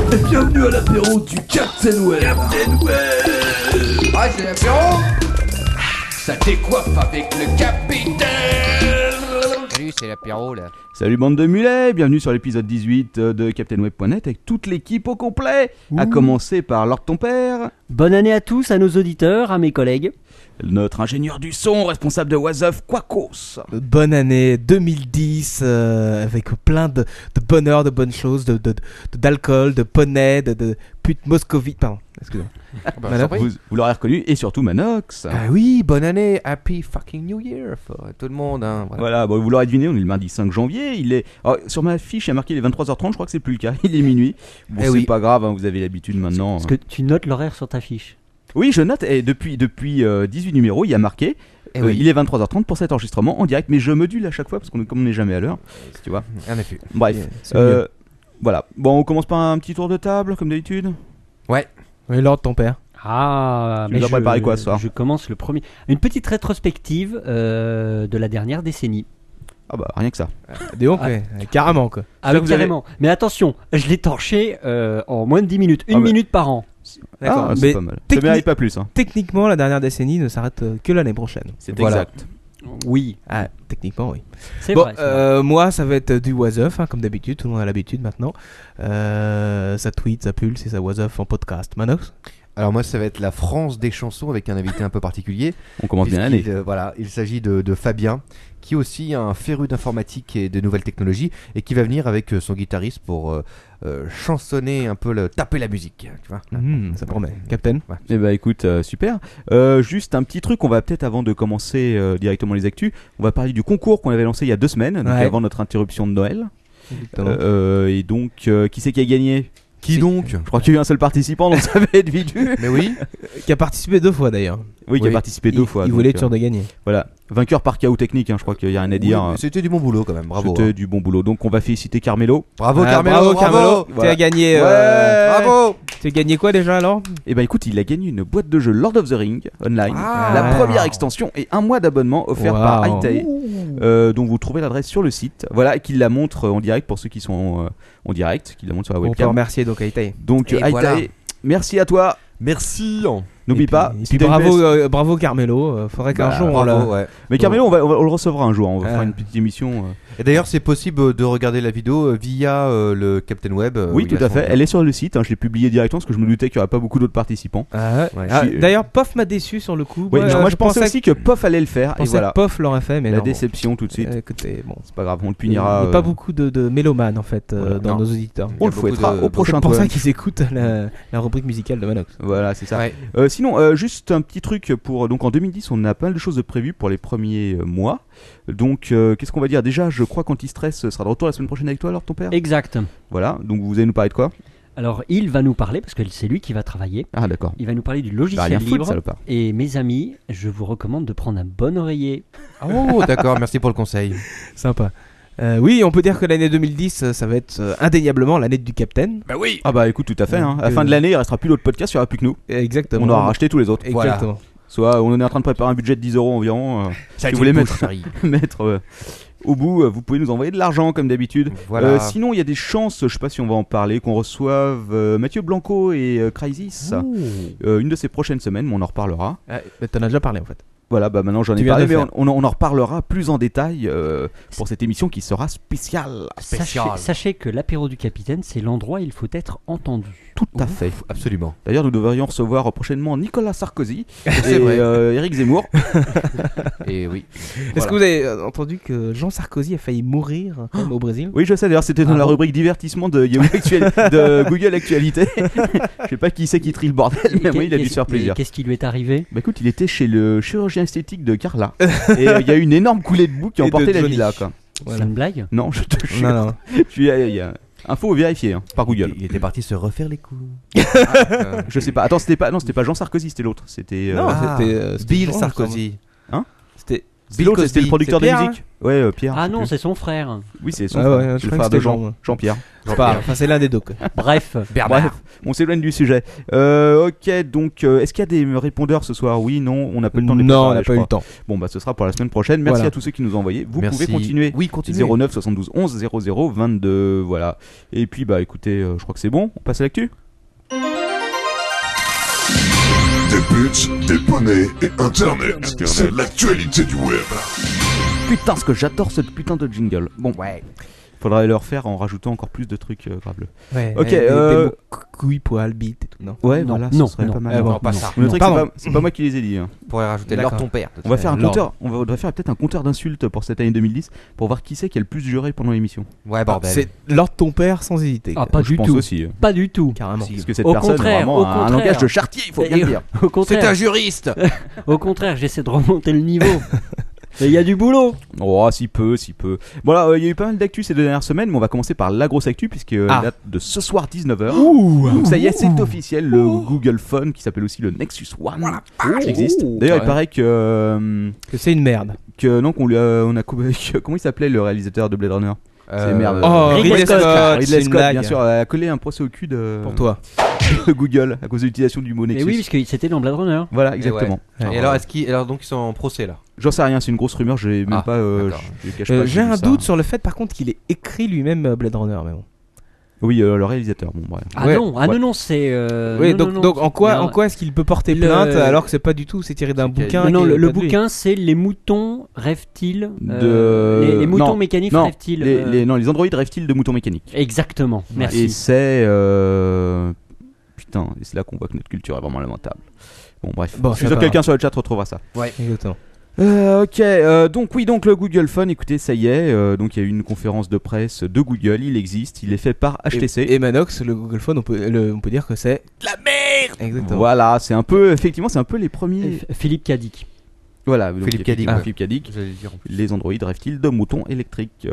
Et bienvenue à l'apéro du Captain Web. Captain Web. Ah, c'est l'apéro. Ça décoiffe avec le capitaine. Salut, c'est l'apéro là. Salut bande de mulets, bienvenue sur l'épisode 18 de CaptainWeb.net avec toute l'équipe au complet, à commencer par Lord ton père, Bonne année à tous, à nos auditeurs, à mes collègues. notre ingénieur du son, responsable de Wasoff, Quacos. Bonne année 2010 avec plein de bonheur, de bonnes choses, d'alcool, de poney, de pute moscovite. Pardon, excusez-moi. Vous l'aurez reconnu, et surtout Manox. Ah oui, bonne année, happy fucking New Year for tout le monde. Hein, Voilà, bon, vous l'aurez deviné, on est le mardi 5 janvier. Il est... Alors, sur ma fiche, il y a marqué il est 23h30, je crois que c'est plus le cas, il est minuit. Bon, c'est pas grave, hein, vous avez l'habitude maintenant. Est-ce que tu notes l'horaire sur ta fiche? Oui, je note, et depuis 18 numéros, il y a marqué il est 23h30 pour cet enregistrement en direct, mais je module à chaque fois parce qu'on comme on n'est jamais à l'heure, tu vois. En effet. Bref, voilà. Bon, on commence par un petit tour de table, comme d'habitude. Ouais. Oui, Lord ton père. Ah, Tu nous as préparé quoi ce soir? Je commence le premier. Une petite rétrospective de la dernière décennie. Ah bah, rien que ça. Donc, carrément quoi. Ah oui, vous avez- carrément. Mais attention, je l'ai torché en moins de 10 minutes. Une Ah bah. minute par an. D'accord, Ah, c'est mais pas mal. Ça techni- mérite pas plus, hein. techniquement, la dernière décennie ne s'arrête que l'année prochaine. C'est Voilà. exact. Oui, Ah, techniquement, oui. c'est Bon, vrai. c'est vrai. moi, ça va être du was-off, comme d'habitude. Tout le monde a l'habitude maintenant. Ça tweet, ça pulse et ça was-off en podcast. Manox? Alors moi, ça va être la France des chansons avec un invité un peu particulier. On commence bien l'année. Voilà, il s'agit de Fabien, qui est aussi un féru d'informatique et de nouvelles technologies, et qui va venir avec son guitariste pour chansonner un peu, taper la musique, tu vois. Ça promet. Captain? Eh bah écoute, super. Juste un petit truc, on va peut-être avant de commencer directement les actus, on va parler du concours qu'on avait lancé il y a 2 semaines, donc Ouais. avant notre interruption de Noël. Exactement. Et donc, qui c'est qui a gagné? Qui donc? Je crois qu'il y a eu un seul participant, donc ça va être vidu. Mais oui. Qui a participé 2 fois d'ailleurs. Oui, qui a Oui. participé 2 fois. Il donc, voulait être sûr de gagner. Voilà, vainqueur par chaos technique, hein, je crois qu'il y a rien à dire. Oui, mais c'était du bon boulot quand même, bravo. C'était hein. du bon boulot. Donc on va féliciter Carmelo. Bravo Ah, Carmelo, bravo Carmelo. Voilà. Tu as gagné. Ouais. Bravo. Tu as gagné quoi déjà alors? Et bah écoute, il a gagné une boîte de jeu Lord of the Ring online, Ah. la première extension et un mois d'abonnement offert Wow. par Aitae, dont vous trouvez l'adresse sur le site. Voilà, et qu'il la montre en direct pour ceux qui sont en direct, qu'il la montre sur la On peut webcam. remercier donc Aitae. Donc Et Aitae, voilà. merci à toi. Merci. N'oublie Et pas. puis, si et puis t'as une bravo, PS bravo Carmelo. Faudrait qu'un Bah, jour on Bravo, l'a. ouais. Mais Carmelo, on le recevra un jour. On va Ah. faire une petite émission. Et d'ailleurs, c'est possible de regarder la vidéo via le Captain Web. Oui, où tout il a à son fait. lien. Elle est sur le site. Hein, je l'ai publiée directement parce que je me doutais qu'il n'y aurait pas beaucoup d'autres participants. Ah, Ouais. ah, Je suis- d'ailleurs, Pof m'a déçu sur le coup. Oui, moi je pensais aussi que Pof allait le faire. Je Et pensais voilà. que Pof l'aurait fait, mais La non. déception tout de suite. Écoutez, bon. C'est pas grave, on le Il punira. n'y a pas beaucoup de mélomanes en fait voilà. dans Non. nos auditeurs. On le Il y a beaucoup fouettera de- au prochain C'est pour ça tour. qu'ils écoutent la rubrique musicale de Manox. Voilà, c'est ça. Ouais. Sinon, juste un petit truc pour. Donc en 2010, on a pas mal de choses de prévues pour les premiers mois. Donc, qu'est-ce qu'on va dire? Déjà, je crois qu'Antistress sera de retour la semaine prochaine avec toi, alors ton père. Exact. Voilà, donc vous allez nous parler de quoi? Alors, il va nous parler, parce que c'est lui qui va travailler, Ah, d'accord. il va nous parler du Bah, rien logiciel foutre, libre. salopard. Et mes amis, je vous recommande de prendre un bon oreiller. Oh, d'accord, merci pour le conseil. Sympa. Oui, on peut dire que l'année 2010, ça va être indéniablement l'année du Captain. Bah oui. Ah, bah écoute, tout à fait. Hein. À la fin de l'année, il restera plus d'autres podcasts, il n'y aura plus que nous. Exactement. On aura racheté tous les autres. Exactement. Soit on est en train de préparer un budget de 10 € environ. Si vous voulez mettre au bout, vous pouvez nous envoyer de l'argent comme d'habitude. Voilà. Sinon, il y a des chances, je sais pas si on va en parler, qu'on reçoive Mathieu Blanco et Crysis une de ces prochaines semaines, mais on en reparlera. Ah, bah, t'en as déjà parlé en fait. Voilà, bah maintenant j'en ai Tu viens parlé, de mais faire. on en reparlera plus en détail pour cette émission qui sera spéciale. Sachez que l'apéro du capitaine, c'est l'endroit où il faut être entendu. Tout à fait. Absolument. D'ailleurs, nous devrions recevoir prochainement Nicolas Sarkozy C'est et vrai. Éric Zemmour. Et oui. Est-ce que vous avez entendu que Jean Sarkozy a failli mourir quand même, au Brésil? Oui, je sais, d'ailleurs, c'était dans Ah la bon rubrique divertissement de, de Google Actualité. Je sais pas qui c'est qui trie le bordel, mais moi, il a dû se faire plaisir. Qu'est-ce qui lui est arrivé? Bah écoute, il était chez le chirurgien esthétique de Carla. Et il y a eu une énorme coulée de boue qui a Et de emporté la Johnny. villa, quoi. Voilà. C'est une blague? Non, je te jure. Non, non. Il y a info vérifiée hein, par Google. Il était parti se refaire les coups. Je sais pas. Attends, c'était pas Jean Sarkozy, c'était l'autre. C'était Non, Ah, c'était Bill Jean, Sarkozy. C'était C'est l'autre, Cosby, c'était le producteur c'est de Pierre, musique. Ouais, Pierre. Ah je sais non, plus. c'est son frère. Oui, c'est son Ah frère. ouais, je C'est le crois que frère de c'était Jean. Jean-Pierre. C'est pas grave. Enfin, c'est l'un des deux. Quoi. Bref. Bref, on s'éloigne du sujet. Ok, donc est-ce qu'il y a des répondeurs ce soir? Oui, non, on n'a pas eu le temps de les Non, on préparer, n'a je pas eu crois. le temps. Bon, bah ce sera pour la semaine prochaine. Merci Voilà. à tous ceux qui nous ont envoyé. Vous Merci. pouvez continuer. Oui, continuez. 09 72 11 00 22, voilà. Et puis bah écoutez, je crois que c'est bon. On passe à l'actu. Des buts, des poneys et Internet. C'est l'actualité du web. Putain, ce que j'adore ce putain de jingle. Bon, Ouais. faudrait le refaire en rajoutant encore plus de trucs graveleux. Ouais, Ok, des euh, mots couilles, poil, bite et tout. Non. Ouais, Non, voilà, non, ce serait non. pas mal. Ah bon, Non, pas ça. Le truc, Pardon. c'est pas moi qui les ai dit. Hein. On pourrait rajouter D'accord. Lord ton père. On va faire un Lord. compteur. On devrait faire peut-être un compteur d'insultes pour cette année 2010 pour voir qui c'est qui a le plus juré pendant l'émission. Ouais, bordel. C'est Lord ton père sans hésiter. Ah, quoi. pas Je du pense tout. aussi. Pas du tout. Carrément. Parce que cette Au personne contraire, a vraiment au un contraire. langage de chartier, il faut bien le dire. Au C'est contraire, un juriste. au contraire, j'essaie de remonter le niveau. Mais il y a du boulot. Oh, si peu, si peu. Bon, là, il y a eu pas mal d'actu ces 2 dernières semaines, mais on va commencer par la grosse actu, puisque Ah. date de ce soir 19h. Donc, ça y est, c'est officiel. Le Google Phone, qui s'appelle aussi le Nexus One, existe. D'ailleurs, il Ouais. paraît que. Que c'est une merde. Non, qu'on lui a. On a comment il s'appelait le réalisateur de Blade Runner? C'est merde. Oh, Ridley Ridley Scott. Scott, Ridley c'est une Scott, blague. bien sûr, a collé un procès au cul de Pour toi. de Google à cause de l'utilisation du mot Mais Nexus. oui, puisque c'était dans Blade Runner. Voilà, exactement. Ouais. Et alors, alors donc ils sont en procès là. J'en sais rien, c'est une grosse rumeur, j'ai même Ah, pas. d'accord. Je cache pas que J'ai vu un ça. doute sur le fait, par contre, qu'il ait écrit lui-même Blade Runner. Mais bon. Oui, le réalisateur. Bon, bref. Ah Ouais. non, non, c'est. Oui, non, donc, non, donc en quoi, non. en quoi est-ce qu'il peut porter Le- plainte alors que c'est pas du tout, c'est tiré d'un C'est bouquin Non, non, qui est le pas de lui. bouquin, c'est Les moutons rêvent-ils De- les moutons non, mécaniques non, rêvent-ils les androïdes rêvent-ils de moutons mécaniques? Exactement, merci. Et c'est. Putain, et c'est là qu'on voit que notre culture est vraiment lamentable. Bon, bref. Bon, Je suis c'est sûr que pas quelqu'un sur le chat retrouvera ça. Exactement. Ok, donc oui, donc le Google Phone, écoutez, ça y est, donc il y a eu une conférence de presse de Google, il existe, il est fait par HTC. Et Manox, le Google Phone, on peut dire que c'est la merde. Exactement. Voilà, c'est un peu, effectivement, c'est un peu les premiers. Philippe Cadic. Voilà, donc, Philippe Cadic, effectivement, ouais. Philippe Cadic. J'allais dire en plus. Les androïdes rêvent-ils de moutons électriques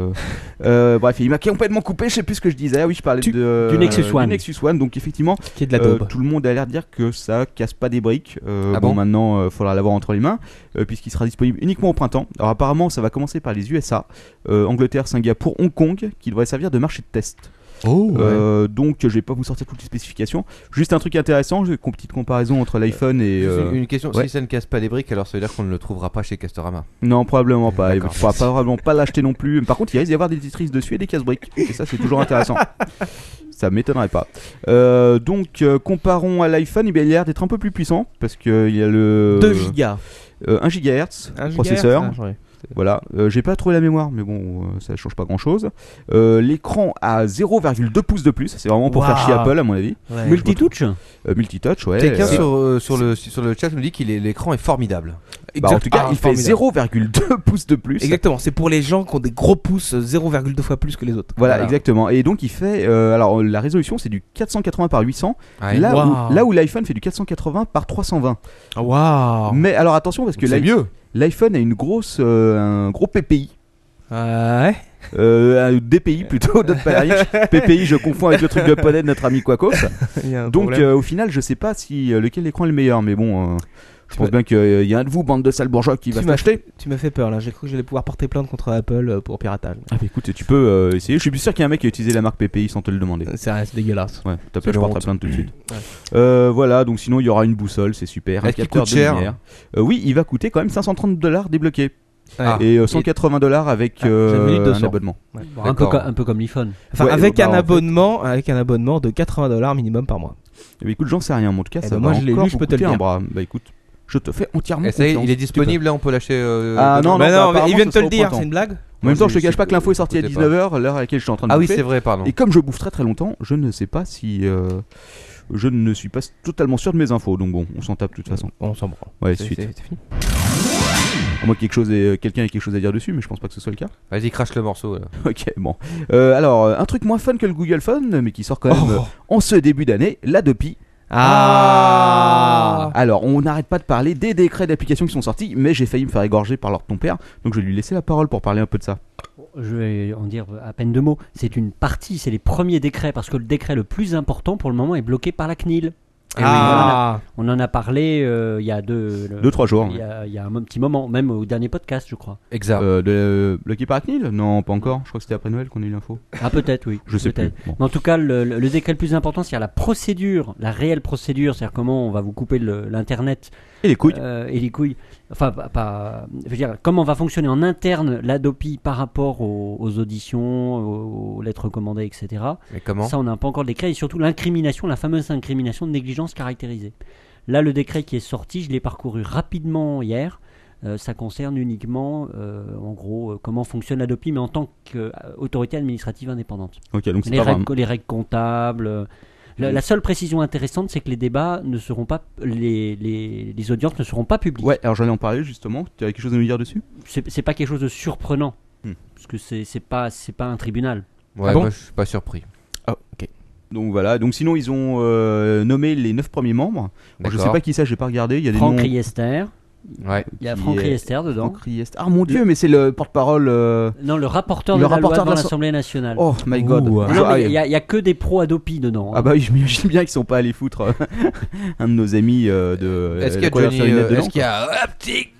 Bref, il m'a complètement coupé, je sais plus ce que je disais. Ah oui, je parlais Du du Nexus One. donc effectivement, Qui est de la daube. tout le monde a l'air de dire que ça casse pas des briques. Ah bon, bon maintenant, faudra l'avoir entre les mains, puisqu'il sera disponible uniquement au printemps. Alors apparemment, ça va commencer par les USA, Angleterre, Singapour, Hong Kong, qui devrait servir de marché de test. Oh, Donc je vais pas vous sortir toutes les spécifications. Juste un truc intéressant, j'ai une petite comparaison entre l'iPhone et... Une question, ouais. si ça ne casse pas des briques, alors ça veut dire qu'on ne le trouvera pas chez Castorama. Non, probablement pas. Il D'accord, faudra probablement pas l'acheter non plus. Par contre, il risque d'y avoir des Tetris dessus et des casse-briques. Et ça, c'est toujours intéressant. Ça m'étonnerait pas. Donc, comparons à l'iPhone, il a l'air d'être un peu plus puissant parce qu'il y a le 2 gigas. 1 GHz Un processeur. gigahertz, ouais. Voilà, j'ai pas trouvé la mémoire, mais bon, ça change pas grand chose. L'écran à 0,2 pouces de plus, c'est vraiment pour faire Waouh. chier Apple, à mon avis. Ouais. Multitouch. Multitouch, ouais. Quelqu'un sur le chat nous dit qu'il l'écran est formidable. Bah, en tout cas, Ah, il fait formidable. 0,2 pouces de plus. Exactement, c'est pour les gens qui ont des gros pouces 0,2 fois plus que les autres. Voilà, exactement. Et donc il fait, alors la résolution c'est du 480 par 800, Ouais. là, Waouh. là où l'iPhone fait du 480 par 320. Waouh. Mais alors attention parce que C'est mieux. l'iPhone a une grosse, un gros PPI. Ouais. Un DPI plutôt, d'autres pas riche. PPI, je confonds avec le truc de Poney de notre ami Quacos. Il y a un Donc problème. au final, je sais pas si lequel écran est le meilleur, mais bon, je pense bien qu'il y a un de vous, bande de sales bourgeois, qui va Tu se l'acheter. Tu m'as fait peur là, j'ai cru que j'allais pouvoir porter plainte contre Apple pour piratage. Ah bah écoute, tu peux essayer. Je suis plus sûr qu'il y a un mec qui a utilisé la marque PPI sans te le demander. C'est dégueulasse. Ouais, t'appelles, je une porterai honte. plainte tout de suite. Ouais. Voilà, donc sinon il y aura une boussole, c'est super. Un Est-ce qu'il capteur coûte de cher lumière. Oui, il va coûter quand même $530 débloqué. Ah. Et $180 avec j'avais mis un 200. abonnement. Un peu comme l'iPhone. Enfin, Ouais, avec bah, un en fait- abonnement de $80 minimum par mois. Eh ben, écoute, j'en sais rien, mais en tout cas, Eh ça ben, va moi, je l'ai encore lu, je vous peux te le coûter un dire. bras. Bah écoute, je te fais entièrement Et ça y est, confiance. il est disponible là, on peut l'acheter. Ah, non, Bah bah, non, mais apparemment, ils viennent ce te le sera au dire, printemps. c'est une blague. En même temps, je te c'est- cache pas que l'info est sortie à écoutez 19h, l'heure à laquelle je suis en train de Ah oui, bouffer. c'est vrai, pardon. Et comme je bouffe très très longtemps, je ne sais pas si. Je ne suis pas totalement sûr de mes infos, donc bon, on s'en tape de toute façon. On s'en branle. Ouais, C'est suite. fini. À moins que quelqu'un ait quelque chose à dire dessus, mais je pense pas que ce soit le cas. Vas-y, crache le morceau. Là. Ok, bon. Alors, un truc moins fun que le Google Phone, mais qui sort quand même en ce début d'année, l'Adopi. Ah. Alors, on n'arrête pas de parler des décrets d'application qui sont sortis, mais j'ai failli me faire égorger par Lord ton père, donc je vais lui laisser la parole pour parler un peu de ça. Je vais en dire à peine 2 mots. C'est une partie, c'est les premiers décrets, parce que le décret le plus important pour le moment est bloqué par la CNIL. On en a parlé il y a 2-3 jours. Il y a un petit moment, même au dernier podcast, je crois. Exact. De Lucky Paracnil ? Non, pas encore. Je crois que c'était après Noël qu'on a eu l'info. Ah, peut-être, oui. Je sais plus. Peut-être. Bon. Mais en tout cas, le décret le plus important, c'est la procédure, la réelle procédure, c'est-à-dire comment on va vous couper l'internet Et les couilles. et les couilles. Enfin, je veux dire, comment va fonctionner en interne l'Adopi par rapport aux auditions, aux lettres recommandées, etc. Mais comment ? Ça, on n'a pas encore le décret, et surtout l'incrimination, la fameuse incrimination de négligence caractérisée. Là, le décret qui est sorti, je l'ai parcouru rapidement hier. Ça concerne uniquement, en gros, comment fonctionne l'Adopi, mais en tant qu'autorité administrative indépendante. Ok, donc c'est Les pas vraiment. règles, les règles comptables. La seule précision intéressante, c'est que les débats ne seront pas, les audiences ne seront pas publiques. Ouais, alors j'allais en parler justement. Tu avais quelque chose à nous dire dessus ? C'est pas quelque chose de surprenant, parce que c'est pas un tribunal. Ouais, Ah bon moi je suis pas surpris. Oh, ok. Donc voilà. Donc sinon ils ont nommé les 9 premiers membres. Bon, je sais D'accord. pas qui ça, j'ai pas regardé. Il y a des Franck noms. Riester, Ouais. il y a Qui Franck est- Riester dedans. Franck Riester. Ah mon dieu, mais c'est le porte-parole. Non, le rapporteur Le de la loi rapporteur devant de l'Assemblée nationale. Oh my god. Ouh. Non, Ah, mais il y a que des pros Adopi dedans. Ah bah oui, je m'imagine bien qu'ils sont pas allés foutre un de nos amis de. Est-ce la qu'il y a Johnny, couleur dedans, est-ce qu'il y a Optique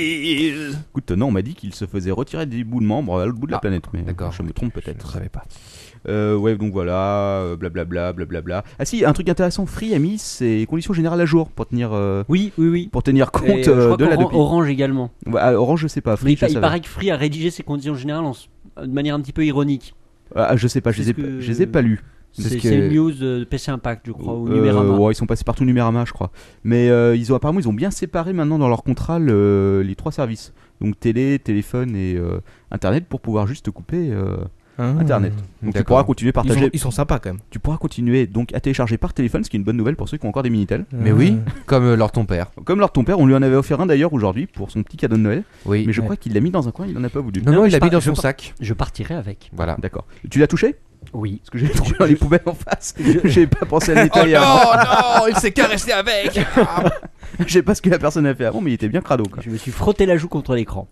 de Écoute, non, on m'a dit qu'il se faisait retirer des bouts de membres à l'autre bout de la Ah, planète. Mais d'accord. je me trompe Je peut-être. ne savais pas. Ouais, donc voilà, blablabla, blablabla. Ah si, un truc intéressant, Free a mis ses conditions générales à jour pour tenir Oui. pour tenir compte Et, je crois de la qu'Orange- Orange également. Orange, je sais pas. Free, Mais je il savais. paraît que Free a rédigé ses conditions générales de manière un petit peu ironique. Ah, je sais pas, C'est je les ai ce que- je les ai pas lus. C'est ce C'est que- une news de PC Impact, je crois, ou Numérama. Ouais, ils sont passés partout Numérama, je crois. Mais apparemment ils ont bien séparé maintenant dans leur contrat les 3 services. Donc télé, téléphone et internet pour pouvoir juste couper internet. Donc tu D'accord. pourras continuer à partager. Ils sont sympas quand même. Tu pourras continuer donc à télécharger par téléphone, ce qui est une bonne nouvelle pour ceux qui ont encore des Minitel. Mais oui, comme leur ton père. Comme leur ton père, on lui en avait offert un d'ailleurs aujourd'hui pour son petit cadeau de Noël. Oui. Mais je Ouais. crois qu'il l'a mis dans un coin, il en a pas voulu. Non, il l'a je mis dans par- son je sac. Je partirai avec. Voilà. D'accord. Tu l'as touché ? Oui. Parce que j'ai trouvé dans les poubelles en face. J'ai pas pensé à le nettoyer avant. non, il s'est caressé avec. Je sais pas ce que la personne a fait avant, mais il était bien crado quoi. Je me suis frotté la joue contre l'écran.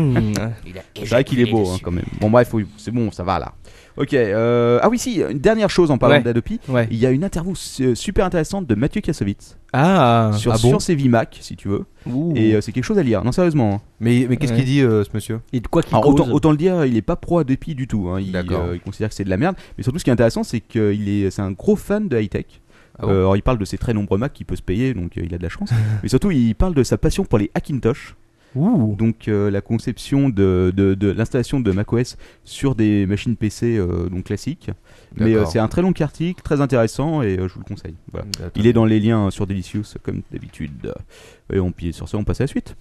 C'est vrai qu'il est beau hein, quand même. Bon bref, c'est bon, ça va là. Ok, ah oui si, une dernière chose en parlant Ouais. d'Adopi. Ouais. Il y a une interview super intéressante de Mathieu Kassovitz sur ah bon Science et Vie Mac, si tu veux. Et c'est quelque chose à lire. Non, sérieusement. Hein. Mais qu'est-ce Ouais. qu'il dit, ce monsieur ? Et de quoi qu'il Alors, cause. autant le dire, il est pas pro Adopi du tout. Hein. D'accord. Il considère que c'est de la merde. Mais surtout, ce qui est intéressant, c'est c'est un gros fan de high-tech. Ah bon Alors, il parle de ses très nombreux Mac qu'il peut se payer, donc il a de la chance. Mais surtout, il parle de sa passion pour les Hackintosh. Donc la conception de l'installation de macOS sur des machines PC donc classiques. Mais D'accord. c'est un très long article, très intéressant et je vous le conseille. Voilà. Il est dans les liens sur Delicious comme d'habitude. Et sur ça, on passe à la suite.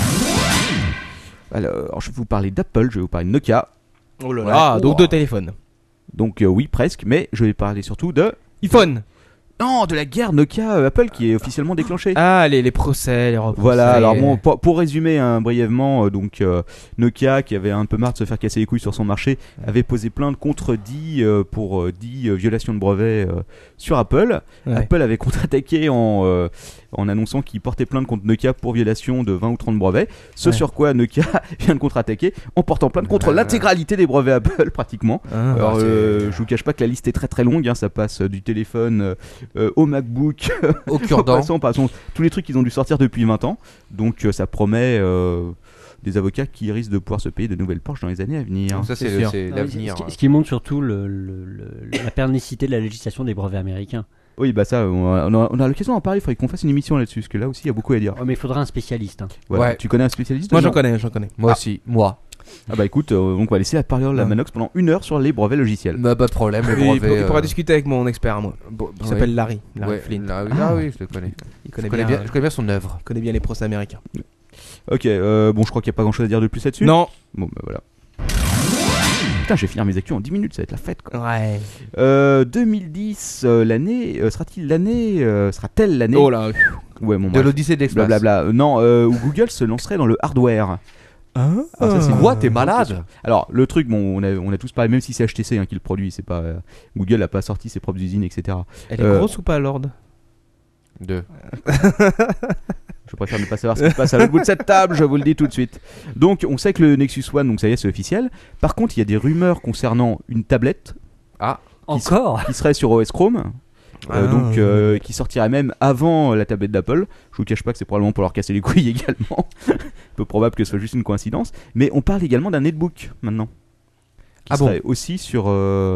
Alors, je vais vous parler d'Apple, je vais vous parler de Nokia. Oh là là, donc deux téléphones. Donc oui, presque, mais je vais parler surtout de... iPhone. Non, de la guerre Nokia-Apple qui est officiellement déclenchée. Ah, les procès, les reprocès. Voilà, alors bon, pour résumer hein, brièvement, Nokia qui avait un peu marre de se faire casser les couilles sur son marché, avait posé plainte contre 10 pour 10 violations de brevets sur Apple. Ouais. Apple avait contre-attaqué en annonçant qu'il portait plainte contre Nokia pour violation de 20 ou 30 brevets. Ce Ouais. sur quoi Nokia vient de contre-attaquer en portant plainte contre l'intégralité des brevets Apple pratiquement. Alors, je vous cache pas que la liste est très très longue, hein, ça passe du téléphone au MacBook, Au en cure-dent. passant tous les trucs qu'ils ont dû sortir depuis 20 ans. Donc ça promet des avocats qui risquent de pouvoir se payer de nouvelles Porsche dans les années à venir. Donc ça, C'est sûr. c'est Non, l'avenir. ce qui montre surtout la pernicité de la législation des brevets américains. Oui, bah ça, on a l'occasion d'en parler, il faudrait qu'on fasse une émission là-dessus, parce que là aussi il y a beaucoup à dire. Oh, mais il faudra un spécialiste. Hein. Voilà. Ouais. Tu connais un spécialiste Moi, dedans j'en connais. Moi aussi, moi. Ah bah écoute, donc on va laisser la parole à Ouais. Manox pendant 1 heure sur les brevets logiciels. Bah, pas de problème, le Il brevet. pourra discuter avec mon expert à moi. Bon, Il s'appelle Larry. Larry Ouais, Flynn. oui, je le connais. Il Je connais bien son œuvre. connaît bien les procès américains. Ok, bon je crois qu'il n'y a pas grand-chose à dire de plus là-dessus. Non. Bon bah voilà. Putain, je vais finir mes actus en 10 minutes, ça va être la fête quoi. Ouais. 2010, l'année, sera-t-elle l'année Oh là. Ouais, bon, De bref. l'Odyssée de l'espace. Blablabla. Non, où Google se lancerait dans le hardware. Alors, ça, c'est Quoi, t'es malade? Alors, le truc, bon, on a tous parlé, même si c'est HTC qui le produit, c'est pas Google n'a pas sorti ses propres usines, etc. Elle est grosse ou pas, Lord? Deux. Je préfère ne pas savoir ce qui se passe à l'autre bout de cette table, je vous le dis tout de suite. Donc, on sait que le Nexus One, donc ça y est, c'est officiel. Par contre, il y a des rumeurs concernant une tablette Encore qui serait sur OS Chrome. qui sortirait même avant la tablette d'Apple. Je vous cache pas que c'est probablement pour leur casser les couilles également. Peu probable que ce soit juste une coïncidence. Mais on parle également d'un netbook maintenant. Qui serait aussi sur...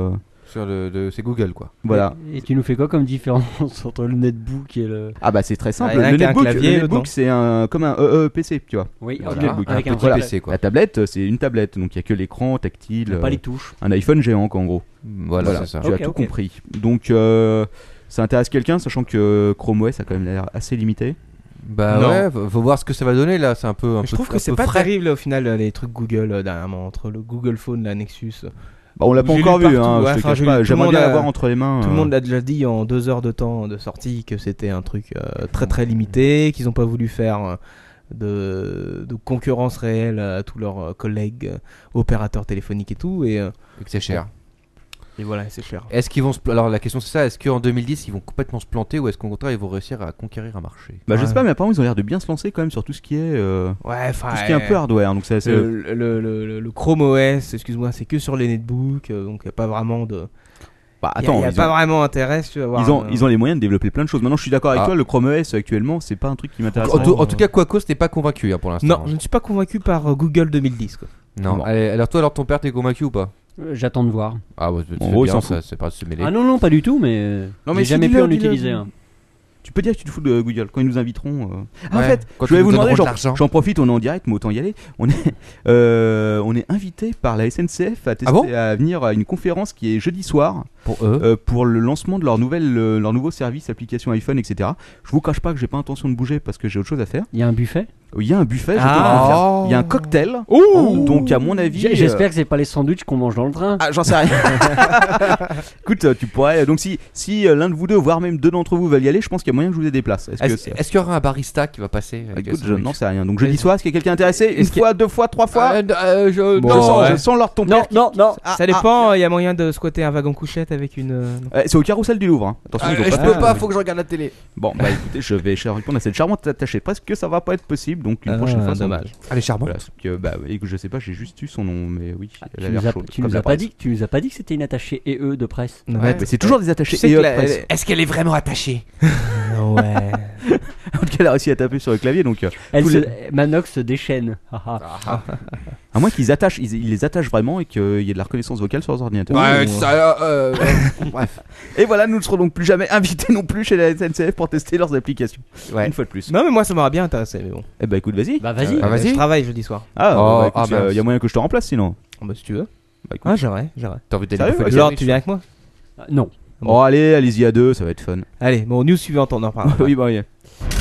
c'est Google quoi. Voilà. Et tu nous fais quoi comme différence entre le netbook et le... Ah bah c'est très simple. Ah, le avec un clavier, netbook non. c'est comme un PC, tu vois. Oui, Voilà. ok, netbook, avec un un petit voilà. PC quoi. La tablette c'est une tablette, donc il y a que l'écran tactile. Pas les touches. Un iPhone géant quoi, en gros. Voilà, c'est ça. Tu Ok, as tout ok. compris. Donc ça intéresse quelqu'un, sachant que Chrome OS a quand même l'air assez limité. Bah Non. ouais, faut voir ce que ça va donner là. C'est un peu. Je trouve que c'est pas terrible au final les trucs Google dernièrement entre le Google Phone, la Nexus. Bah, on l'a pas J'ai encore lu vu, partout, hein, ouais, je te enfin, cache j'ai pas. lu, tout le J'aimerais monde bien a- l'avoir entre les mains. Tout le monde l'a déjà dit en 2 heures de temps de sortie que c'était un truc très très limité, qu'ils n'ont pas voulu faire de concurrence réelle à tous leurs collègues opérateurs téléphoniques et tout. Et que c'est cher. voilà, c'est cher. Est-ce qu'ils vont alors la question c'est ça, est-ce qu'en 2010 ils vont complètement se planter ou est-ce qu'au contraire ils vont réussir à conquérir un marché? Bah je Ouais. sais pas, mais apparemment ils ont l'air de bien se lancer quand même sur tout ce qui est Ouais, enfin. tout ce qui est un peu hardware. Donc c'est assez... Le Chrome OS, excuse-moi, c'est que sur les netbooks, donc il n'y a pas vraiment de. Bah Il attends, n'y a ils pas ont- vraiment intérêt, si tu vas voir. ils ont les moyens de développer plein de choses. Maintenant je suis d'accord avec Ah. toi, le Chrome OS actuellement c'est pas un truc qui m'intéresse. En tout cas, Quacos n'est pas convaincu hein, pour l'instant. Non, je ne suis pas convaincu par Google 2010. Quoi. Non. Bon. Allez, alors toi, alors ton père, t'es convaincu ou pas? J'attends de voir. Ah ouais, c'est En gros, il bien, s'en fout. ça, c'est pas de se mêler. Ah non, pas du tout, mais, Non, mais j'ai si, jamais pu dis-le, en dis-le, utiliser dis-le. un. Tu peux dire que tu te fous de Google quand ils nous inviteront. Ah, en Ouais, fait, quand je voulais ils nous vous demander, donneront de l'argent. j'en profite, on est en direct, mais autant y aller. On est invité par la SNCF à, tester, Ah bon à venir à une conférence qui est jeudi soir Pour eux. pour le lancement de leur nouveau service, application iPhone, etc. Je vous cache pas que j'ai pas intention de bouger parce que j'ai autre chose à faire. Il y a un buffet. Il y a un buffet, je Ah. te le confirme. Oh. Il y a un cocktail. Donc à mon avis, J'espère que c'est pas les sandwichs qu'on mange dans le train. Ah, j'en sais rien. Écoute, tu pourrais. Donc, si l'un de vous deux, voire même deux d'entre vous veulent y aller, je pense qu'il y a moyen que je vous ai des places. Est-ce qu'il y aura un barista qui va passer avec Écoute, le je sandwich? n'en sais rien. Donc, jeudi soir, est-ce qu'il y a quelqu'un intéressé? Une Est-ce qu'il y fois, 2 fois, 3 fois? je... Bon, non, je sens l'ordre de ton Non, père. non. Ça dépend, il y a moyen de squatter un wagon couchette avec une. C'est au carrousel du Louvre. Hein. Attention, ils ont je pas- peux pas, faut que je regarde la télé. Bon, bah écoutez, je vais répondre à cette charmante attachée. Presque que ça va pas être possible. Donc, une prochaine fois, ça va. dommage. Allez, charbon. Voilà, parce que, bah, écoute, je sais pas, j'ai juste eu son nom, mais oui, elle a Tu l'air nous as, chaude. tu comme nous la as pas presse. dit, tu nous as pas dit que c'était une attachée EE de presse. Ouais. Mais c'est toujours des attachés Tu sais et que de la- presse. Est-ce qu'elle est vraiment attachée? Ouais. En tout cas, elle a réussi à taper sur le clavier, donc tous Manox se déchaîne. Ah, ah. à moins qu'ils attachent, ils les attachent vraiment et qu'il y ait de la reconnaissance vocale sur leurs ordinateurs. Ouais, ça, bref. Et voilà, nous ne serons donc plus jamais invités non plus chez la SNCF pour tester leurs applications. Ouais. Une fois de plus. Non, mais moi ça m'aurait bien intéressé, mais bon. Eh bah écoute, vas-y. Bah vas-y. Ah, vas-y. Je travaille jeudi soir. Ah, Oh, bah, écoute, ah, il mince. y a moyen que je te remplace sinon. Bah, si tu veux. Bah, écoute. Ah, j'aimerais. T'as envie d'aller Sérieux bouffer des Lord, sandwichs, tu viens avec moi? Non. Oh, allez-y à deux, ça va être fun. Allez, bon, news suivante, on en parle. Oui, bah oui.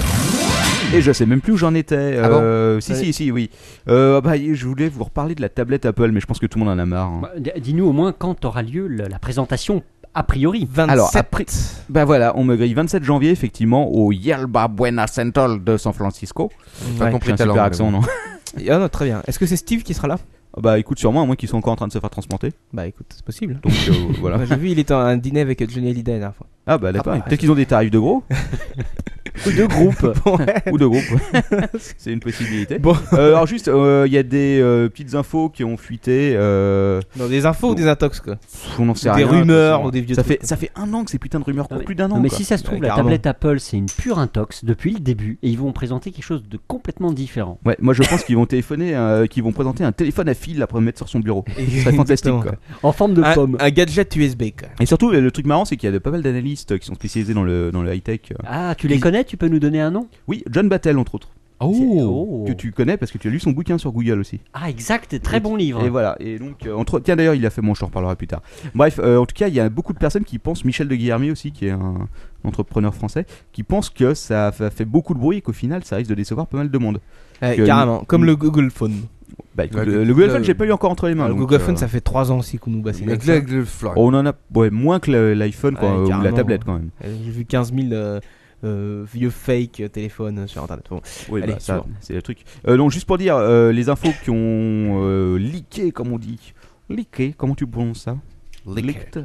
Et je sais même plus où j'en étais. Ah bon Si, oui. Bah, je voulais vous reparler de la tablette Apple, mais je pense que tout le monde en a marre. Hein. Bah, dis-nous au moins quand aura lieu la présentation a priori. 27. Alors, après, bah voilà, on me grille 27 janvier, effectivement, au Yerba Buena Central de San Francisco. Pas Ouais. compris J'ai un ta super langue, accent, mais non? Ah non, très bien. Est-ce que c'est Steve qui sera là? Bah écoute, sûrement, à moins qu'ils soient encore en train de se faire transplanter. Bah écoute, c'est possible. Donc voilà. Moi, j'ai vu, il était à un dîner avec Johnny Hallyday la dernière fois. Ah bah d'accord. Ah bah, Peut-être qu'ils ont des tarifs de gros. Ou de groupe. Ou de groupe. Ouais. C'est une possibilité. Bon. Alors juste, il y a des petites infos qui ont fuité. Non, des infos ou des intox quoi? On n'en sait Des rien. rumeurs de toute ou des vieux façon. trucs. Ça fait 1 an que ces putains de rumeurs courent Non, plus d'1 an. Non, mais quoi. si ça se trouve, Ouais, la carrément. tablette Apple, c'est une pure intox depuis le début et ils vont présenter quelque chose de complètement différent. Ouais, moi je pense qu'ils vont qu'ils vont présenter un téléphone à fil après mettre sur son bureau. Ce serait fantastique Exactement, quoi. En forme de pomme. Un gadget USB quoi. Et surtout, le truc marrant, c'est qu'il y a pas mal d'analystes qui sont spécialisés dans le high-tech. Ah, tu les connais? Tu peux nous donner un nom? Oui, John Battelle entre autres. Oh. Que tu connais parce que tu as lu son bouquin sur Google aussi. Ah, exact, très bon livre. Et voilà, et donc, tiens d'ailleurs, il a fait, bon, je t'en reparlerai plus tard. Bref, en tout cas, il y a beaucoup de personnes qui pensent, Michel de Guilhermet aussi, qui est un entrepreneur français, qui pense que ça fait beaucoup de bruit et qu'au final, ça risque de décevoir pas mal de monde. Que- Carrément, comme le Google Phone. Bah écoute, Ouais, le Google Phone, j'ai pas eu encore entre les mains. Le donc, Google Phone, ça fait 3 ans aussi qu'on nous bassine. avec ça. on en a moins que l'iPhone quoi, Ouais, ou la carrément. tablette quand même. J'ai vu 15 000 vieux fake téléphones sur internet. Bon. Oui, Allez, bah, ça, suivant. c'est le truc. Donc, juste pour dire, les infos qui ont leaké, comme on dit. Leaké, comment tu prononces ça? Leaked.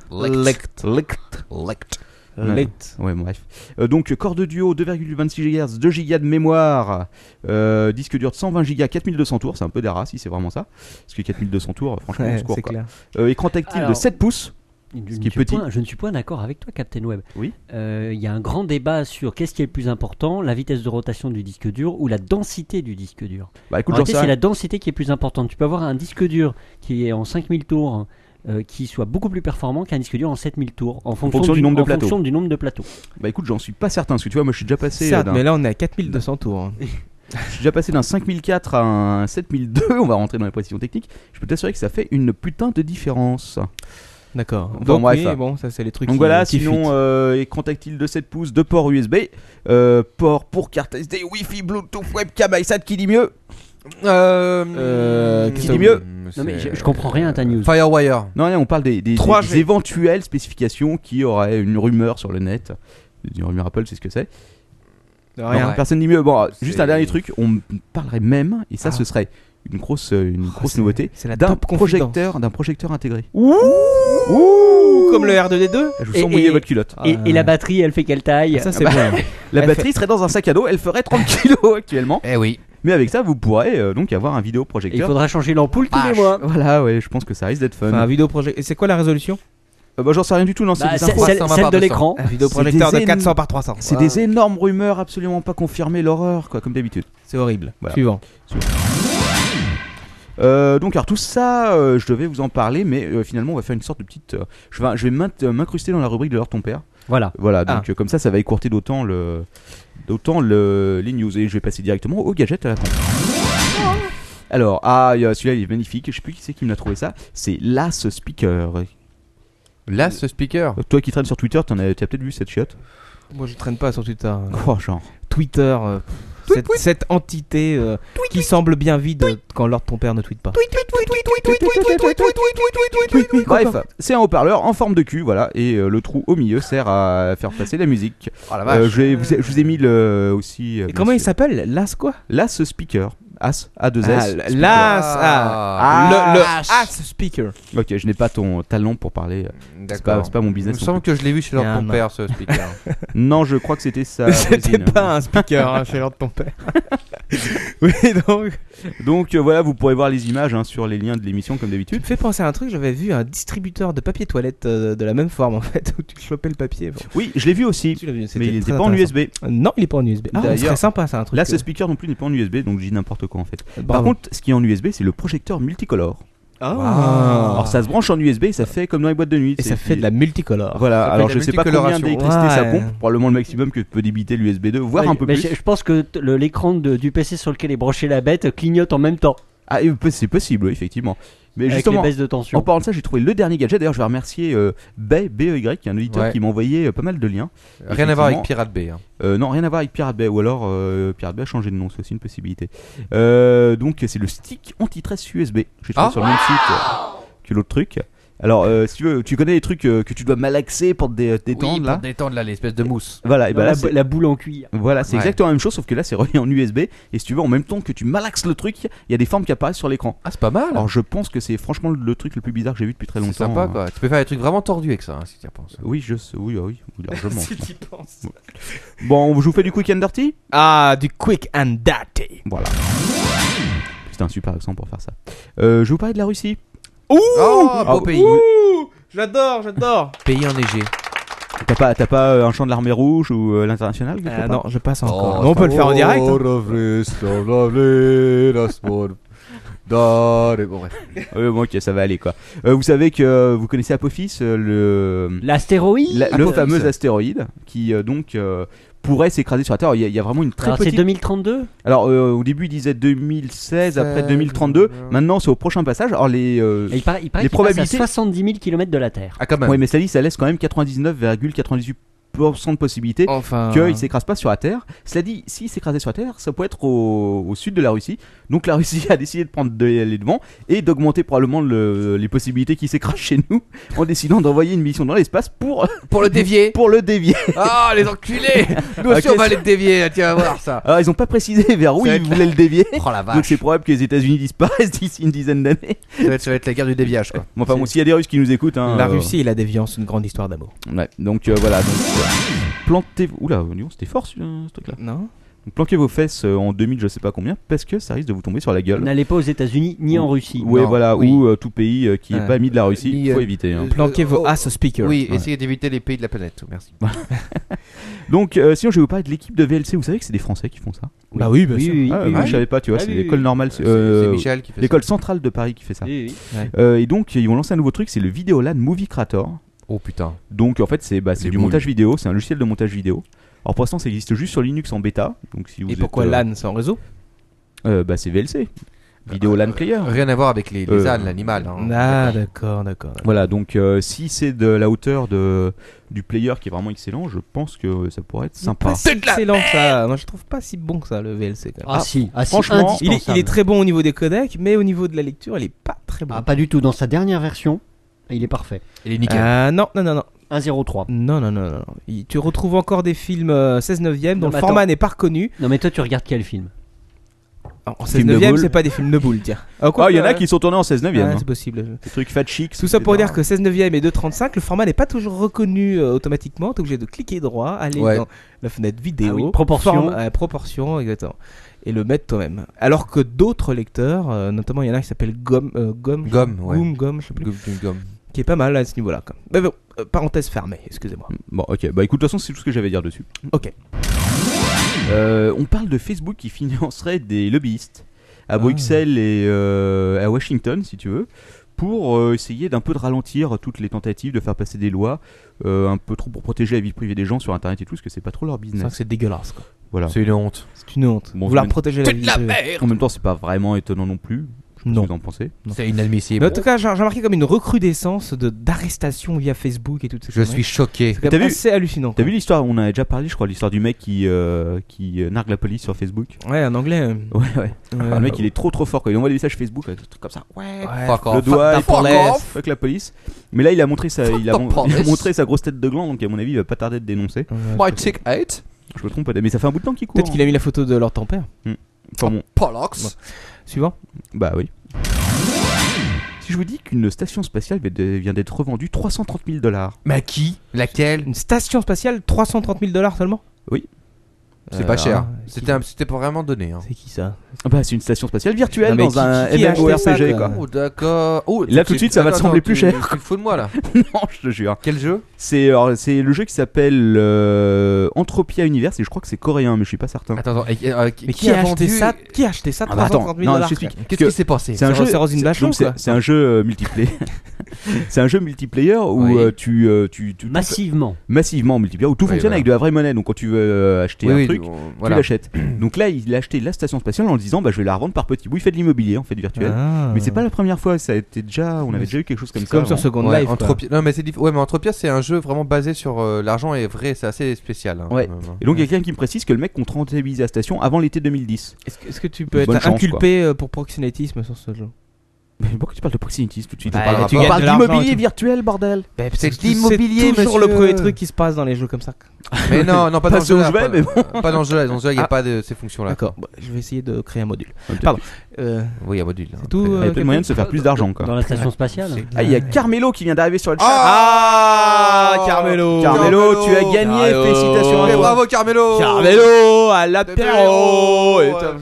Leaked. Ouais, bref. Donc, corps de duo, 2,26 GHz, 2 Go de mémoire, disque dur de 120 Go, 4200 tours, c'est un peu des rats si c'est vraiment ça. Parce que 4200 tours, franchement, on Ouais, se court, c'est quoi. clair. Écran tactile de Alors- 7 pouces. Ce qui est petit. Je ne suis point d'accord avec toi, Captain Web. Oui. Il y a un grand débat sur qu'est-ce qui est le plus important, la vitesse de rotation du disque dur ou la densité du disque dur. Bah écoute, En j'en réalité, sais c'est rien. la densité qui est plus importante. Tu peux avoir un disque dur qui est en 5000 tours, qui soit beaucoup plus performant qu'un disque dur en 7000 tours, en fonction du nombre de en plateaux. fonction du nombre de plateaux. Bah écoute, j'en suis pas certain parce que tu vois, moi je suis déjà passé Certes, d'un mais là on est à 4200 tours. hein. je suis déjà passé d'un 5004 à un 7002, on va rentrer dans les précisions techniques. Je peux t'assurer que ça fait une putain de différence. D'accord. Enfin, Donc bref. oui, bon, ça c'est les trucs Donc qui, voilà, qui sinon fuitent. écran tactile de 7 pouces, 2 ports USB, port pour carte SD, Wi-Fi, Bluetooth, webcam, iSat, qui dit mieux Qui dit mieux Non mais je comprends rien à ta news. Firewire. Non, on parle des 3G. éventuelles spécifications qui auraient une rumeur sur le net. Une rumeur Apple, c'est ce que c'est. Rien. Non, personne dit mieux. Bon, juste C'est- un dernier truc, on me parlerait même, et ça Ah. ce serait une grosse nouveauté, C'est la d'un top confidence. projecteur intégré. Ouh, comme le R2D2. Je vous sens mouiller votre culotte. Et la batterie, elle fait quelle taille? Ça c'est bah, bon. La Elle batterie serait dans un sac à dos, elle ferait 30 kg actuellement. Eh oui. Mais avec ça, vous pourrez donc avoir un Et il vidéoprojecteur. faudra changer l'ampoule tous les mois. Voilà, ouais, je pense que ça risque d'être fun. Enfin, un vidéoprojecteur. Et c'est quoi la résolution? Bah, j'en sais rien du tout, non, c'est Bah, des c'est- infos. celle 320 celle par de 200. l'écran. Un vidéoprojecteur C'est de des 400 par 300. C'est des énormes rumeurs absolument pas confirmées, l'horreur, quoi, comme d'habitude. C'est horrible. Voilà. Suivant. Donc, alors tout ça, je devais vous en parler, mais finalement, on va faire une sorte de petite. Je vais m'incruster dans la rubrique de l'heure ton père. Voilà. Voilà, donc comme ça va écourter d'autant les news. Et je vais passer directement au gadget à la con. Alors, celui-là il est magnifique, je sais plus qui c'est qui me l'a trouvé ça. C'est l'As Speaker. Là, ce speaker. Toi qui traînes sur Twitter, tu as peut-être vu cette chiotte. Moi je traîne pas sur Twitter. Oh, genre. Twitter, cette entité qui semble bien vide quand Lord ton père ne tweete pas. Bref, c'est un haut-parleur en forme de cul, voilà, et le trou au milieu sert à faire passer la musique. Oh la vache. Je vous ai mis aussi. Et comment il s'appelle? Las quoi? L'As Speaker. As, A2S. Ah, Las. Le As Speaker. Ok, je n'ai pas ton talent pour parler. C'est pas mon Il me business. non semble que je l'ai vu chez Il y a leur un ton an. père, ce speaker. plus. Non, je crois que c'était ça. C'était pas un speaker hein, chez Lord ton père. Oui, donc. Donc voilà, vous pourrez voir les images sur les liens de l'émission comme Tu d'habitude. me fais penser à un truc, j'avais vu un distributeur de papier toilette de la même forme en fait, où tu chopais le papier. Bon. Oui, je l'ai vu aussi, Tu l'as vu, c'était mais il très n'était pas en intéressant. USB. Non, il est pas en USB. Ah, D'ailleurs, ce serait sympa, c'est un truc. Là, ce speaker non plus n'est pas en USB, donc je dis n'importe quoi en fait. Par Bravo. contre, ce qui est en USB, c'est le projecteur multicolore. Ah. Alors ça se branche en USB et ça fait comme dans les boîtes de nuit. Et ça fait de la multicolore. Voilà, Ça fait alors de je la sais pas combien multicoloration. d'électricité ça Ouais. pompe, probablement le maximum que peut débiter l'USB 2, voire Ouais, un peu mais plus. je pense que l'écran du PC sur lequel est branchée la bête clignote en même temps Ah, c'est possible, oui, effectivement. Mais avec justement, les baisses de en tension. parlant de ça, j'ai trouvé le dernier gadget. D'ailleurs, je vais remercier BEY, qui est un auditeur Ouais. qui m'a envoyé pas mal de liens. Rien à voir avec Effectivement. Pirate Bay. Hein. Non, rien à voir avec Pirate Bay, ou alors Pirate Bay a changé de nom, c'est aussi une possibilité. Donc, c'est le stick anti-tresse USB. J'ai trouvé Ah. sur le même site que l'autre truc. Alors, si tu veux, tu connais les trucs que tu dois malaxer pour te détendre Oui, là. pour détendre là, l'espèce de mousse. Voilà, et Non, ben là, la boule en cuir. voilà, c'est Ouais. exactement la même chose, sauf que là, c'est relié en USB. Et si tu veux, en même temps que tu malaxes le truc, il y a des formes qui apparaissent sur l'écran. Ah, c'est pas mal. Alors, je pense que c'est franchement le truc le plus bizarre que j'ai vu depuis très C'est longtemps. sympa quoi. Tu peux faire des trucs vraiment tordus avec ça, hein, si tu y penses. Oui, oui, largement. Si tu penses. Bon, je vous fais du quick and dirty. Ah, du quick and dirty. Voilà. C'était un super accent pour faire ça. Je vais vous parler de la Russie. Ouh, Oh, beau pays. ouh, j'adore. Pays enneigé. T'as pas un chant de l'armée rouge ou l'international quelque part Non, je passe encore. Oh, Mais on peut le faire en direct. hein. Bon, bref. Bon, ok, ça va aller quoi. Vous savez que vous connaissez Apophis, le L'astéroïde. le fameux astéroïde qui donc pourrait s'écraser sur la Terre. Il y a vraiment une très Alors c'est petite. 2032. Alors au début il disait 2016, après 2032. Maintenant c'est au prochain passage. Alors Et il paraît les qu'il passe à probabilités- 70 000 km de la Terre. Ah, quand même. ouais, mais ça dit ça laisse quand même 99,98% de possibilité Enfin. qu'il s'écrase pas sur la Terre. Cela dit, s'il s'écrasait sur la Terre, ça peut être au sud de la Russie. Donc la Russie a décidé de prendre les devants et d'augmenter probablement les possibilités qu'il s'écrase chez nous en décidant d'envoyer une mission dans l'espace pour le dévier. pour le dévier. Ah, les enculés. Nous aussi, Ok, on va les dévier. Là, tiens, voir ça. Alors ils ont pas précisé vers où Ça va ils être- voulaient le dévier. Oh la Donc vache. c'est probable que les États-Unis disparaissent d'ici une dizaine d'années. Ça va être la guerre du déviage quoi. Bon, enfin bon, s'il y a des Russes qui nous écoutent, hein, La Russie et la déviance, une grande histoire d'amour. ouais, donc voilà. Donc plantez-vous. Oula, dis donc, c'était fort ce truc-là. Non. Donc, planquez vos fesses en 2000, je sais pas combien, parce que ça risque de vous tomber sur la gueule. N'allez pas aux États-Unis ni en Russie. Ouais, Non, voilà, oui. ou tout pays qui est pas ami de la Russie, Ni, il faut éviter. Hein. Planquez vos ass speakers. Oui, Ouais. essayez d'éviter les pays de la planète. Merci. Donc, sinon, je vais vous parler de l'équipe de VLC. Vous savez que c'est des Français qui font ça. Bah oui, bien Oui, sûr. oui, Ah, oui, moi, oui. je savais pas, tu vois, Ah, c'est oui, l'école oui. normale. C'est Michel qui fait L'école ça. centrale de Paris qui fait ça. Oui, oui. Et donc, ils vont lancer un nouveau truc, c'est le Videolan Movie Creator. Oh putain. Donc, en fait, c'est Les du boules. montage vidéo, c'est un logiciel de montage vidéo. Alors, pour l'instant, ça existe juste sur Linux en bêta. Donc, si vous Et êtes, pourquoi LAN, c'est en réseau? C'est VLC. Videolan Player. Rien à voir avec les ânes, l'animal. hein. Ah, d'accord. Voilà, donc si c'est de la hauteur du player qui est vraiment excellent, je pense que ça pourrait être sympa. C'est excellent ça. Moi je trouve pas si bon que ça le VLC quand même. Ah, si, franchement, Il est très bon au niveau des codecs, mais au niveau de la lecture, il est pas très bon. Ah, pas du tout. Dans sa dernière version, il est parfait. Il est nickel. Non. 1.03. Non. Tu retrouves encore des films 16 neuvième dont Non, le mais format attends. n'est pas reconnu. Non, mais toi, tu regardes quel film? En 16 Film de neuvième, boule. c'est pas des films de boule, tiens. Il y en a qui sont tournés en 16 neuvième. Ouais, c'est possible. Des trucs fat chic. Tout ça pour dire que 16 neuvième et 2.35, le format n'est pas toujours reconnu automatiquement. T'es obligé de cliquer droit, aller Ouais. dans la fenêtre vidéo, Ah oui, proportion. proportion, exactement, et le mettre toi-même. Alors que d'autres lecteurs, notamment il y en a qui s'appelle Gomme, je sais plus, Gomme. qui est pas mal à ce niveau-là. Quoi. Mais bon, parenthèse fermée, excusez-moi. Bon, ok. Bah écoute, de toute façon, c'est tout ce que j'avais à dire dessus. Ok. On parle de Facebook qui financerait des lobbyistes à Bruxelles et à Washington, si tu veux, pour essayer d'un peu de ralentir toutes les tentatives de faire passer des lois un peu trop pour protéger la vie privée des gens sur Internet et tout, parce que c'est pas trop leur C'est vrai business. que c'est dégueulasse. Quoi. Voilà. C'est une honte. C'est une honte. Bon, Vouloir c'est protéger la vie. privée. En même temps, c'est pas vraiment étonnant non plus. Je sais pas Non. ce que vous en pensez. C'est inadmissible. Mais en tout cas, j'ai remarqué comme une recrudescence d'arrestations via Facebook et tout ça. Je suis choqué. C'est quand T'as même vu- assez hallucinant. T'as quoi. vu l'histoire, on en a déjà parlé, je crois, l'histoire du mec qui nargue la police sur Facebook. Ouais, en anglais. Ouais. Enfin, le mec, il est trop fort quand il envoie des messages Facebook, des trucs comme ça. Ouais. Fuck Le off. doigt, il Fuck parle off. fuck la police. Mais là, il a montré il a police. montré sa grosse tête de gland, donc à mon avis, il va pas tarder de dénoncer. My tick 8. Je me trompe pas, mais ça fait un bout de temps qu'il court. Peut-être qu'il a mis la photo de leur tempère. Enfin, bon, Pollux. Suivant. bah oui. Si je vous dis qu'une station spatiale vient d'être revendue 330 000 $. Mais à qui? Laquelle? Une station spatiale, 330 000 $ seulement. C'est pas cher. qui- C'était pas vraiment donné. Hein. C'est qui ça? Bah, c'est une station spatiale virtuelle Non, mais dans qui- un qui a acheté ça, MMORPG, quoi quoi. Oh d'accord. Oh, Là, tout de suite, ça va te sembler plus cher. Tu te fous de moi là. Non, je te jure. Quel jeu? C'est le jeu qui s'appelle Entropia Universe et je crois que c'est coréen, mais je suis pas certain. Attends. Mais qui a acheté ça? Qui a acheté ça? Ah bah attends, 330 000 non, $. je t'explique. Qu'est-ce qui s'est passé? C'est un jeu. C'est Rosine Bachelot, donc c'est- quoi. c'est un jeu multiplayer. C'est un jeu multiplayer où Oui. tu Massivement. massivement en multiplayer où tout Oui, fonctionne voilà. avec de la vraie monnaie. Donc quand tu veux acheter Oui, un oui, truc, voilà. tu l'achètes. Donc là, il a acheté la station spatiale en disant bah je vais la revendre par petits bouts. Il fait de l'immobilier en fait virtuel. Ah. Mais c'est pas la première fois. Ça a été déjà, on avait déjà eu quelque chose comme ça. Comme sur avant. Second Ouais, Life. quoi. Entropia. Non mais ouais, mais Entropia c'est un jeu vraiment basé sur l'argent est vrai, c'est assez spécial. Hein, Ouais. quand même, hein. Et donc il y a quelqu'un qui me précise que le mec compte rentabiliser la station avant l'été 2010. Est-ce que tu peux Bonne être chance, inculpé pour proxénétisme sur ce jeu? Mais pourquoi tu parles de proxénétisme tout de suite? Bah, On parle- tu on gagnes parle de l'argent d'immobilier et tout. virtuel, bordel. C'est de l'immobilier, C'est toujours le monsieur. premier truc qui se passe dans les jeux comme ça. Mais non, pas Pas dans le ce jeu. où là, je vais, pas- mais Pas dans le jeu là. Dans le jeu il y a Ah. pas de ces fonctions là. D'accord, je vais essayer de créer un module. Peut-être. Pardon. Oui, un module. là. C'est tout. Il y a peut-être moyen de se faire plus d'argent quoi. Dans la station spatiale. Ah, il y a Carmelo qui vient d'arriver sur le chat. Ah, Carmelo. Carmelo, tu as gagné. Carmelo. Félicitations à Mais toi. bravo Carmelo. Carmelo à l'apéro. Et toi-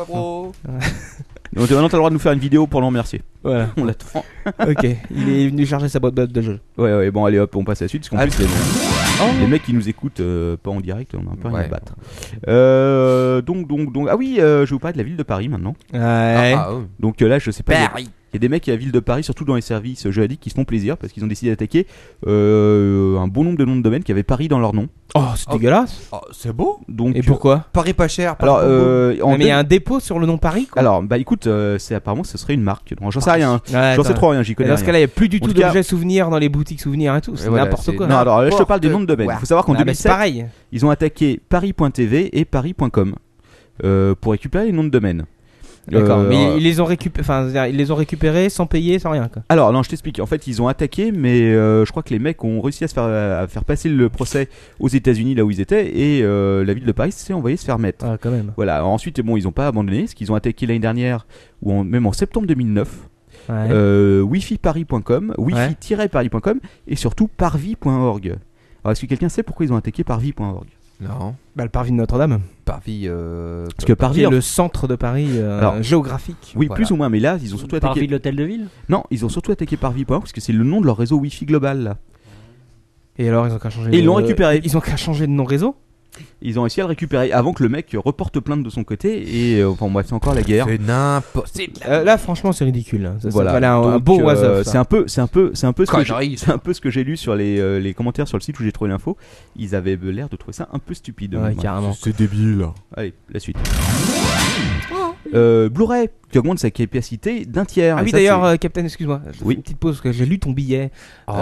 Donc maintenant t'as le droit de nous faire une vidéo pour l'en remercier. Voilà. On l'attend. Ok, il est venu charger sa boîte de jeu. Ouais, bon allez hop, on passe à la suite parce qu'en Ah, plus les mecs qui nous écoutent pas en direct, on a un peu rien à Ouais. battre. Donc ah oui, je vais vous parler de la ville de Paris maintenant. Ouais. Donc là je sais pas. Il y a des mecs à la ville de Paris, surtout dans les services juridiques, qui se font plaisir parce qu'ils ont décidé d'attaquer un bon nombre de noms de domaines qui avaient Paris dans leur nom. Oh, c'est dégueulasse. Oh, c'est beau. Donc Et pourquoi? Paris pas cher. Paris alors pas beau. en Mais il y a deux- un dépôt sur le nom Paris, quoi. alors bah écoute, c'est apparemment ce serait une marque. Donc, j'en sais rien. Ouais, J'en sais attends. trop rien, j'y Mais connais dans ce rien. cas-là, il n'y a plus du En tout tout cas- d'objets souvenirs dans les boutiques souvenirs et tout. C'est voilà, n'importe c'est- quoi. Non, alors là je te parle des N'importe noms de domaines. Il quoi. faut savoir qu'en Ah, mais c'est 2007, pareil. ils ont attaqué paris.tv et paris.com pour récupérer les noms de domaine. D'accord, mais ils les ont récupérés, enfin, c'est-à-dire, ils les ont récupérés sans payer, sans rien, quoi. Alors non, je t'explique. En fait, ils ont attaqué, mais je crois que les mecs ont réussi à faire passer le procès aux États-Unis là où ils étaient, et la ville de Paris s'est envoyée se faire mettre. Ah, quand même. Voilà. Ensuite, bon, ils n'ont pas abandonné, parce qu'ils ont attaqué l'année dernière, ou même en septembre 2009, Ouais. wifi-paris.com, wifi-paris.com, et surtout parvi.org. Alors, est-ce que quelqu'un sait pourquoi ils ont attaqué parvi.org? Non. Bah, le parvis de Notre-Dame. Parvis. Parce que Parvis, Qui est le centre de Paris Alors, géographique. oui, voilà. plus ou moins, mais là, ils ont surtout Parvis attaqué. de l'hôtel de ville. Non, ils ont surtout attaqué Parvis, parce que c'est le nom de leur réseau Wi-Fi global là. Et alors, ils ont qu'à changer. Et ils l'ont récupéré. Ils ont qu'à changer de nom réseau. Ils ont réussi à le récupérer avant que le mec reporte plainte de son côté et enfin bref, c'est encore la guerre. C'est n'importe. C'est de la Là, franchement, c'est ridicule. Hein. Ça Voilà. valait un Donc, beau was-off. c'est un peu ce que Connerie. c'est un peu ce que j'ai lu sur les commentaires sur le site où j'ai trouvé l'info. Ils avaient l'air de trouver ça un peu stupide. Ouais, carrément. C'est débile. Allez, la suite. Blu-ray qui augmente sa capacité d'un tiers. Ah Et oui, ça, d'ailleurs, c'est- Captain, excuse-moi. Je fais Oui. Une petite pause parce que j'ai lu ton billet.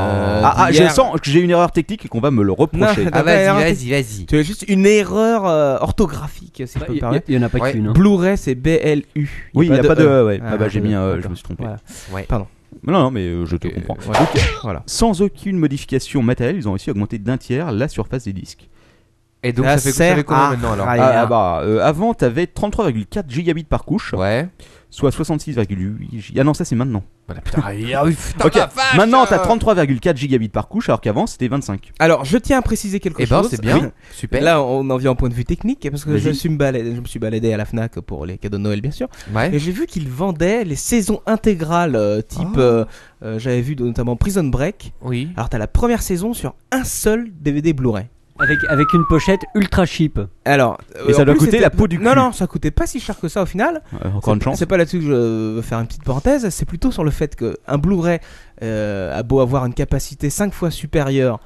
je d'hier. sens que j'ai une erreur technique et qu'on va me le reprocher. Non, Ah, vas-y. vas-y. Tu as juste une erreur orthographique, si je peux me permettre. Il y en a pas Ouais. qu'une. hein. Blu-ray, c'est B-L-U. Oui, il n'y a pas de. E. Ouais. Ah bah j'ai mis. Je d'accord. me suis trompé. Voilà. Ouais. Pardon. Non, mais je te Ok, comprends. Voilà. Donc, Voilà. sans aucune modification matérielle, ils ont réussi à augmenter d'un tiers la surface des disques. Et donc, Ça ça fait sert combien à maintenant alors rien. Avant, t'avais 33,4 gigabits par couche, Ouais. soit 66,8 gigas. Ah non, ça c'est maintenant. Voilà, putain, putain, Ok, la vache. maintenant t'as 33,4 gigabits par couche, alors qu'avant c'était 25. Alors, je tiens à préciser quelque Eh ben, chose. c'est bien. Oui. Super. Là, on en vient au point de vue technique, parce que Vas-y. je me suis baladé à la Fnac pour les cadeaux de Noël, bien sûr. Ouais. Et j'ai vu qu'ils vendaient les saisons intégrales, type, j'avais vu notamment Prison Break. Oui. Alors, t'as la première saison sur un seul DVD Blu-ray. Avec une pochette ultra cheap. Alors, Et ça en doit plus, coûter c'était- la peau du cul. Non, ça coûtait pas si cher que ça au final. Encore une chance. C'est pas là-dessus que je veux faire une petite parenthèse. C'est plutôt sur le fait qu'un Blu-ray a beau avoir une capacité 5 fois supérieure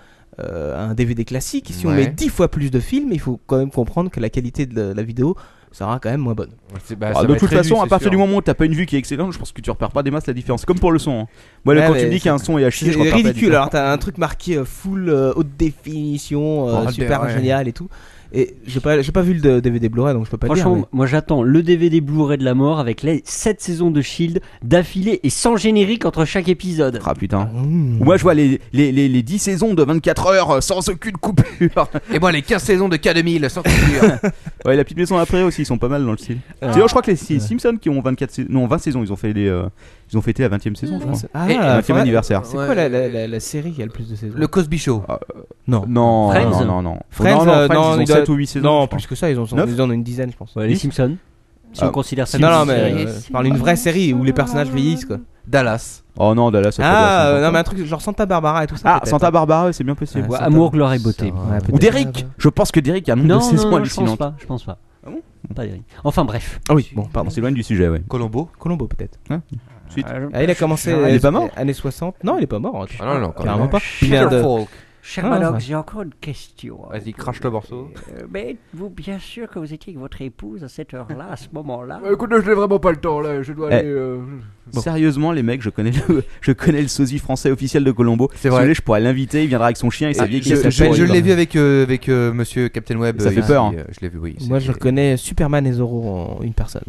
à un DVD classique, si on Ouais. met 10 fois plus de films, il faut quand même comprendre que la qualité de la vidéo sera quand même moins bonne. De toute façon, à partir du moment où t'as pas une vue qui est excellente, je pense que tu repères pas des masses la différence. C'est comme pour le son. Hein. Moi, là, Ouais, quand mais tu me dis qu'il y a un son et à chier, C'est je repère pas la ridicule. différence. Alors, t'as un truc marqué full haute définition, super ouais. génial et tout. Et j'ai pas vu le DVD Blu-ray, donc je peux pas le dire. Franchement, moi j'attends le DVD Blu-ray de la mort avec les 7 saisons de Shield d'affilée et sans générique entre chaque épisode. Ah putain. Mmh. Ou moi, je vois les 10 saisons de 24 heures sans aucune coupure. Et moi, les 15 saisons de K2000 sans coupure. Ouais, la petite maison après aussi, ils sont pas mal dans le style. D'ailleurs, je crois que les Simpsons qui ont 20 saisons, ils ont fait ils ont fêté la 20e saison, je crois. Ah, Et- Le 20e faudrait- anniversaire. C'est Ouais. quoi la série qui a le plus de saisons? Le Cosby Show. Non. Non, Friends non. Friends, non, non, ils ont il doit- 7 ou 8 saisons. Non, je crois. plus que ça, ils en ont une dizaine, je pense. Ouais, les Simpsons. Si Ah. on considère ça Non, comme non, une mais série. je parle d'une vraie série où les personnages vieillissent, quoi. Dallas. Oh non, Dallas, ça fait Ah, de la non, mais un truc genre Santa Barbara et tout ça. Ah, peut-être. Santa Barbara, ouais, c'est bien possible. Ouais, Ouais, Santa- Amour, gloire et beauté. Ouais, Ou peut-être. d'Eric. Je pense que d'Eric a un nombre Non, de saisons non, je pense hallucinantes. pas. Je pense pas. Ah bon Pas d'Eric. Enfin bref. Ah oui, bon, On pardon. s'éloigne du sujet, ouais. Colombo. Colombo, peut-être. Suite. Ah, il a commencé. Il est pas mort Années 60. Non, il est pas mort. Ah non, non, Carrément pas. Il Il vient de. Folk. Cher Ah, Manox, ouais. j'ai encore une question. Vas-y, crache le morceau. Mais êtes-vous bien sûr que vous étiez avec votre épouse à cette heure-là, à ce moment-là Écoute, je n'ai vraiment pas le temps là. Je dois Eh. aller. Sérieusement, les mecs, je connais le sosie français officiel de Colombo. C'est Si vous vrai. voulez, je pourrais l'inviter, il viendra avec son chien et sa vieille Je, caisse à je pourri. l'ai vu avec monsieur Captain Web. Ça fait ici, peur, hein. Je l'ai vu, oui. Moi, je c'était- reconnais Superman et Zorro en une personne.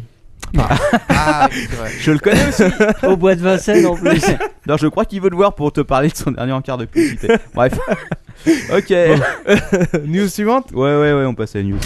Ah, oui, c'est vrai. Je le connais aussi. Au bois de Vincennes en plus. Non, je crois qu'il veut te voir pour te parler de son dernier encart de publicité. Bref. Ok. News suivante. Ouais, on passe à la news.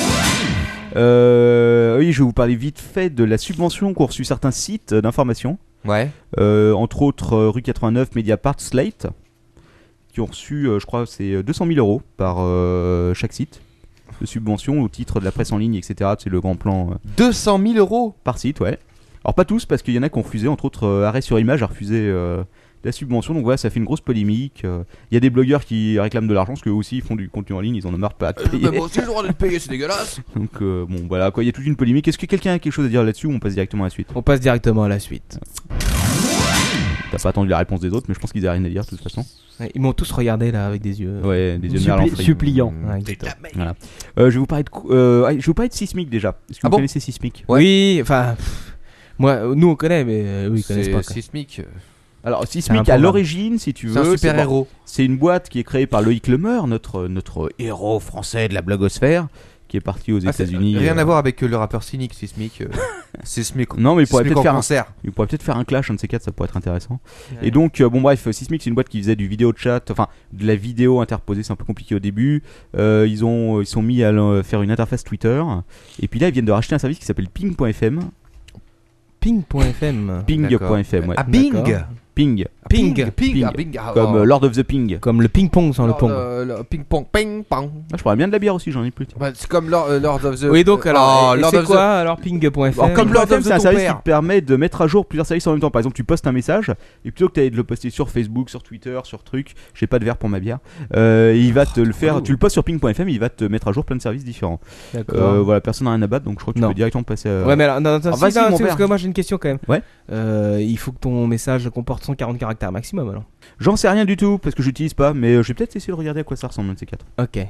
Oui, je vais vous parler vite fait de la subvention qu'ont reçu certains sites d'information. Ouais. Entre autres, Rue 89, Mediapart, Slate, qui ont reçu, je crois, c'est 200 000 euros par chaque site de subvention au titre de la presse en ligne, etc. C'est le grand plan 200 000 euros. par site, ouais. Alors pas tous, parce qu'il y en a qui ont refusé, entre autres Arrêt sur Image a refusé la subvention, donc voilà, ça fait une grosse polémique. Il y a des blogueurs qui réclament de l'argent, parce qu'eux aussi ils font du contenu en ligne, ils en ont marre de pas de payer. Bon, si j'ai le droit de le payer, c'est dégueulasse. Donc bon, voilà, quoi, il y a toute une polémique. Est-ce que quelqu'un a quelque chose à dire là-dessus ou on passe directement à la suite? On passe directement à la suite. T'as pas attendu la réponse des autres, mais je pense qu'ils avaient rien à dire de toute façon. Ils m'ont tous regardé là avec des yeux. Ouais, des yeux merlants frais. Suppliant. Ouais, exactement. Voilà. Je vais vous parler de je vais vous parler de Sismic déjà. Est-ce que Ah vous bon connaissez Sismic? Ouais. Oui, enfin, moi, nous on connaît, mais eux ils connaissent pas. C'est quoi. sismique. Alors C'est un Sismic à programme. l'origine, si tu C'est veux, un super bon, héros. c'est une boîte qui est créée par Loïc Lemeur, notre héros français de la blogosphère, qui est parti aux Ah, c'est- États-Unis. Rien à voir avec le rappeur cynique sismique. Sismique. Non, mais il pourrait Sismique peut-être en faire un concert. Il pourrait peut-être faire un clash, un de ces quatre, ça pourrait être intéressant. Et donc, bon bref, Sismic c'est une boîte qui faisait du vidéo chat, enfin de la vidéo interposée, c'est un peu compliqué au début. Ils sont mis à faire une interface Twitter. Et puis là, ils viennent de racheter un service qui s'appelle Ping.fm. Ping.fm. Ping.fm, ouais. Ah, Bing. D'accord. Ping. Ping. Ping. Comme Lord of the Ping. Comme le ping-pong sans le pong. Le ping-pong. Ping-pong. Ah, je pourrais bien de la bière aussi, j'en ai plus. Bah, c'est comme Lord of the. Oui, donc alors, et Lord c'est of the- quoi alors ping.fr Alors, comme Lord Lord of the c'est un ton service père. qui te permet de mettre à jour plusieurs services en même temps. Par exemple, tu postes un message et plutôt que tu de le poster sur Facebook, sur Twitter, sur truc, j'ai pas de verre pour ma bière, il va te le faire. Tu le postes sur ping.fm, il va te mettre à jour plein de services différents. D'accord. Voilà, personne n'a rien à battre, donc je crois que tu Non. peux directement passer. Ouais, mais alors, non, attends, vas-y, mon parce père. que moi j'ai une question quand même. Ouais. Il faut que ton message comporte 140 caractères maximum alors. J'en sais rien du tout parce que j'utilise pas, mais je vais peut-être essayer de regarder à quoi ça ressemble un de ces quatre. Ok.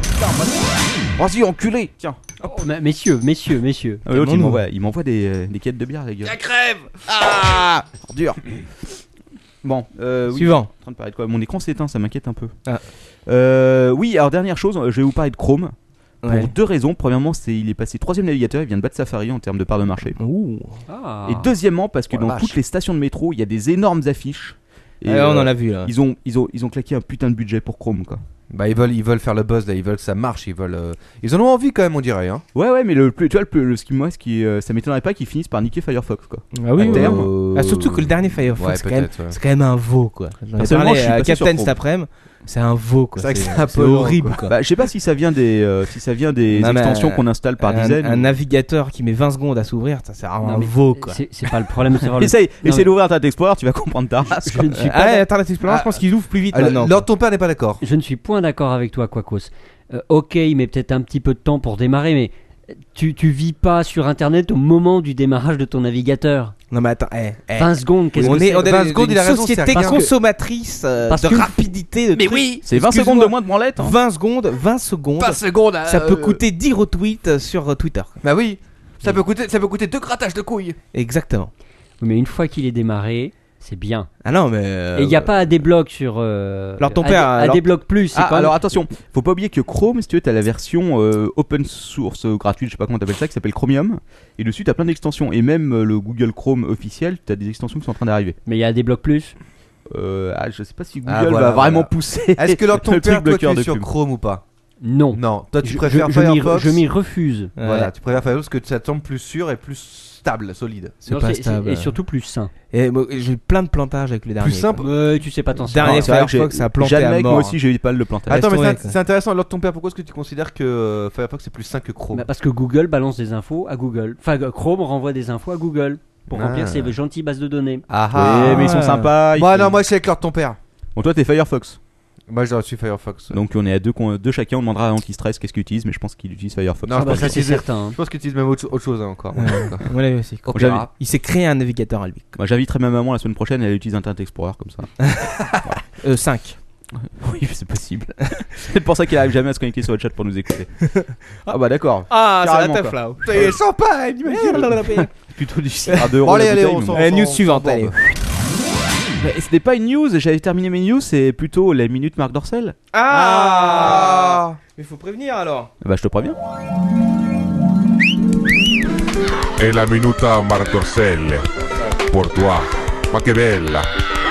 Vas-y, enculé. Tiens. Messieurs. Ah, l'autre, Tellement il m'envoie des quêtes de bière, les gars. La crève. Ah, dur. Bon, oui. Suivant. En train de parler de quoi? Mon écran s'éteint, ça m'inquiète un peu. Ah. Oui, alors dernière chose, je vais vous parler de Chrome. Pour Ouais. deux raisons. Premièrement, il est passé 3ème navigateur, il vient de battre Safari en termes de part de marché. Ouh. Ah. Et deuxièmement, parce que Oh la dans vache. toutes les stations de métro, il y a des énormes affiches. Et On en a vu là. ils ont claqué un putain de budget pour Chrome, quoi. Bah ils veulent faire le buzz là, ils veulent que ça marche, ils en ont envie quand même, on dirait hein. Ouais, mais ça m'étonnerait pas qu'ils finissent par niquer Firefox, quoi. Ah oui, À oui, terme. oui. Ah, surtout que le dernier Ouais, Firefox, peut-être. c'est quand même un veau quoi. J'en ai Personnellement, parlé je suis à passé sur Captain Chrome. cet après-midi. C'est un veau quoi. C'est vrai que c'est un peu lent, horrible quoi. Bah, je sais pas si ça vient des Non, mais, extensions qu'on installe par dizaines. Un navigateur qui met 20 secondes à s'ouvrir, ça sert à Non, un mais veau quoi. C'est pas le problème. c'est vraiment le- Essaye mais- d'ouvrir Internet Explorer, tu vas comprendre ta race. Je ne suis Ah, pas d'ac- Internet Explorer, je pense qu'il ouvre plus vite Ah, maintenant. Lord ton père n'est pas d'accord. je ne suis point d'accord avec toi, Quacos. Ok, il met peut-être un petit peu de temps pour démarrer, mais tu vis pas sur Internet au moment du démarrage de ton navigateur. Non mais attends, 20 secondes, qu'est-ce on que est c'est 20 secondes, une il a raison, société c'est rien. consommatrice Parce de que- rapidité de trucs. oui, C'est 20 secondes de moins de branlette. Hein. 20 secondes, secondes. ça peut coûter 10 retweets sur Twitter. Bah oui, ça peut coûter 2 grattages de couilles. Exactement. Mais une fois qu'il est démarré, c'est bien. Ah non mais Et il n'y a pas ADBlock sur. Alors ton père, alors- ADBlock Plus, c'est Ah, quand même- alors attention, faut pas oublier que Chrome, si tu veux, t'as la version open source gratuite, je sais pas comment t'appelles ça, qui s'appelle Chromium. Et dessus, t'as plein d'extensions. Et même le Google Chrome officiel, t'as des extensions qui sont en train d'arriver. Mais il y a ADBlock Plus. Je sais pas si Google Ah, voilà, va vraiment voilà. pousser. Est-ce que Lord ton le père, truc toi tu bloqueur es de sur pub. Chrome ou pas? Non. Non, toi tu Je- préfères je m'y- Firefox. Je m'y refuse. Voilà, tu préfères Firefox parce que ça te semble plus sûr et plus stable, solide. C'est Non, pas stable. Et surtout plus sain. Et moi, j'ai eu plein de plantages avec le dernier. simple. quoi. Tu sais pas t'en Dernier Non, c'est vrai que Firefox, j'ai- ça a planté J'admets à que mort. moi aussi, j'ai eu pas mal de plantage. Attends, mais ouais, c'est quoi. c'est intéressant. Lord ton père, pourquoi est-ce que tu considères que Firefox est plus sain que Chrome? Bah, parce que Google balance des infos à Google. Enfin, Chrome renvoie des infos à Google pour Ah. remplir ses gentilles bases de données. Ouais, mais ils sont sympas. Moi non, moi je suis avec Lord ton père. Bon, toi, t'es Firefox. Moi je suis Firefox. Donc, on est à deux chacun. On demandera à Anti-Stress qu'est-ce qu'il utilise, mais je pense qu'il utilise Firefox. Non, Ah je bah, pense ça que c'est c'est- certain. hein. Je pense qu'il utilise même autre chose hein, encore. Ouais, aussi. Opera. Il s'est créé un navigateur à lui. Moi, j'inviterai ma maman la semaine prochaine, elle utilise Internet Explorer comme ça. 5. Oui, c'est possible. C'est pour ça qu'il arrive jamais à se connecter sur le chat pour nous écouter. Ah bah d'accord. Ah, Carrément, c'est la teuf quoi. là. C'est champagne, imagine. Plutôt du 6 à 2 euros. Bon, allez, la allez, bouteille, on mais s'en- bon. News s'en- suivante, s'en allez. bombe. Mais ce n'est pas une news, j'avais terminé mes news, c'est plutôt la minute Marc Dorcel. Ah Il faut prévenir alors. Bah je te préviens. E la minuta Marc Dorcel. Pour toi. Ma che bella.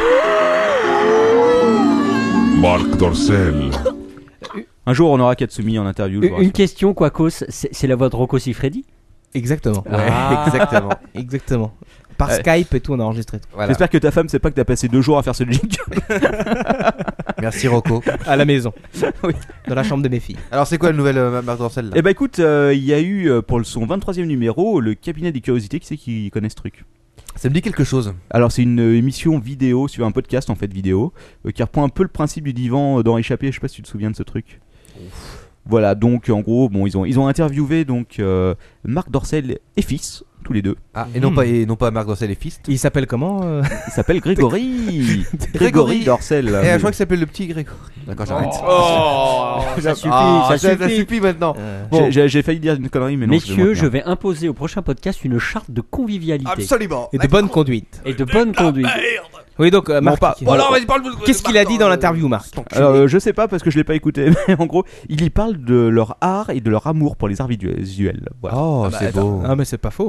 Marc Dorcel. Un jour on aura Katsumi en interview. je vous Une question, Quacos, c'est la voix de Rocco Siffredi? Exactement. Ah. Exactement. Exactement. Par Ouais. Skype et tout, on a enregistré tout. Voilà. J'espère que ta femme sait pas que t'as passé 2 jours à faire ce jingle. Merci Rocco. À la maison. Oui. Dans la chambre de mes filles. Alors c'est quoi la nouvelle Marc Dorcel là? Eh bah écoute, il y a eu pour son 23e numéro le cabinet des curiosités, qui c'est qui connaît ce truc. Ça me dit quelque chose. Alors c'est une émission vidéo, sur un podcast en fait vidéo, qui reprend un peu le principe du divan dans Échappé, je sais pas si tu te souviens de ce truc. Voilà, donc en gros, bon, ils ont interviewé donc Marc Dorcel et fils, tous les deux. Ah, et non pas Marc Dorcel et fils. Il s'appelle comment Il s'appelle Grégory. Grégory Dorcel. Et je crois qu'il s'appelle le petit Grégory. D'accord, j'arrête. Ça suffit, Ah, ça ça suffit. suffit maintenant. J'ai failli dire une connerie, mais non. Messieurs, je vais imposer au prochain podcast une charte de convivialité Absolument. Et de bonne conduite. et de bonne conduite. Oui, donc Marc. pas- Bon, alors, vas-y, parle. Qu'est-ce qu'il a dit dans l'interview, Marc Alors, je sais pas parce que je l'ai pas écouté, mais en gros, il y parle de leur art et de leur amour pour les arts visuels. Voilà. Oh, c'est beau. Ah, mais c'est pas faux.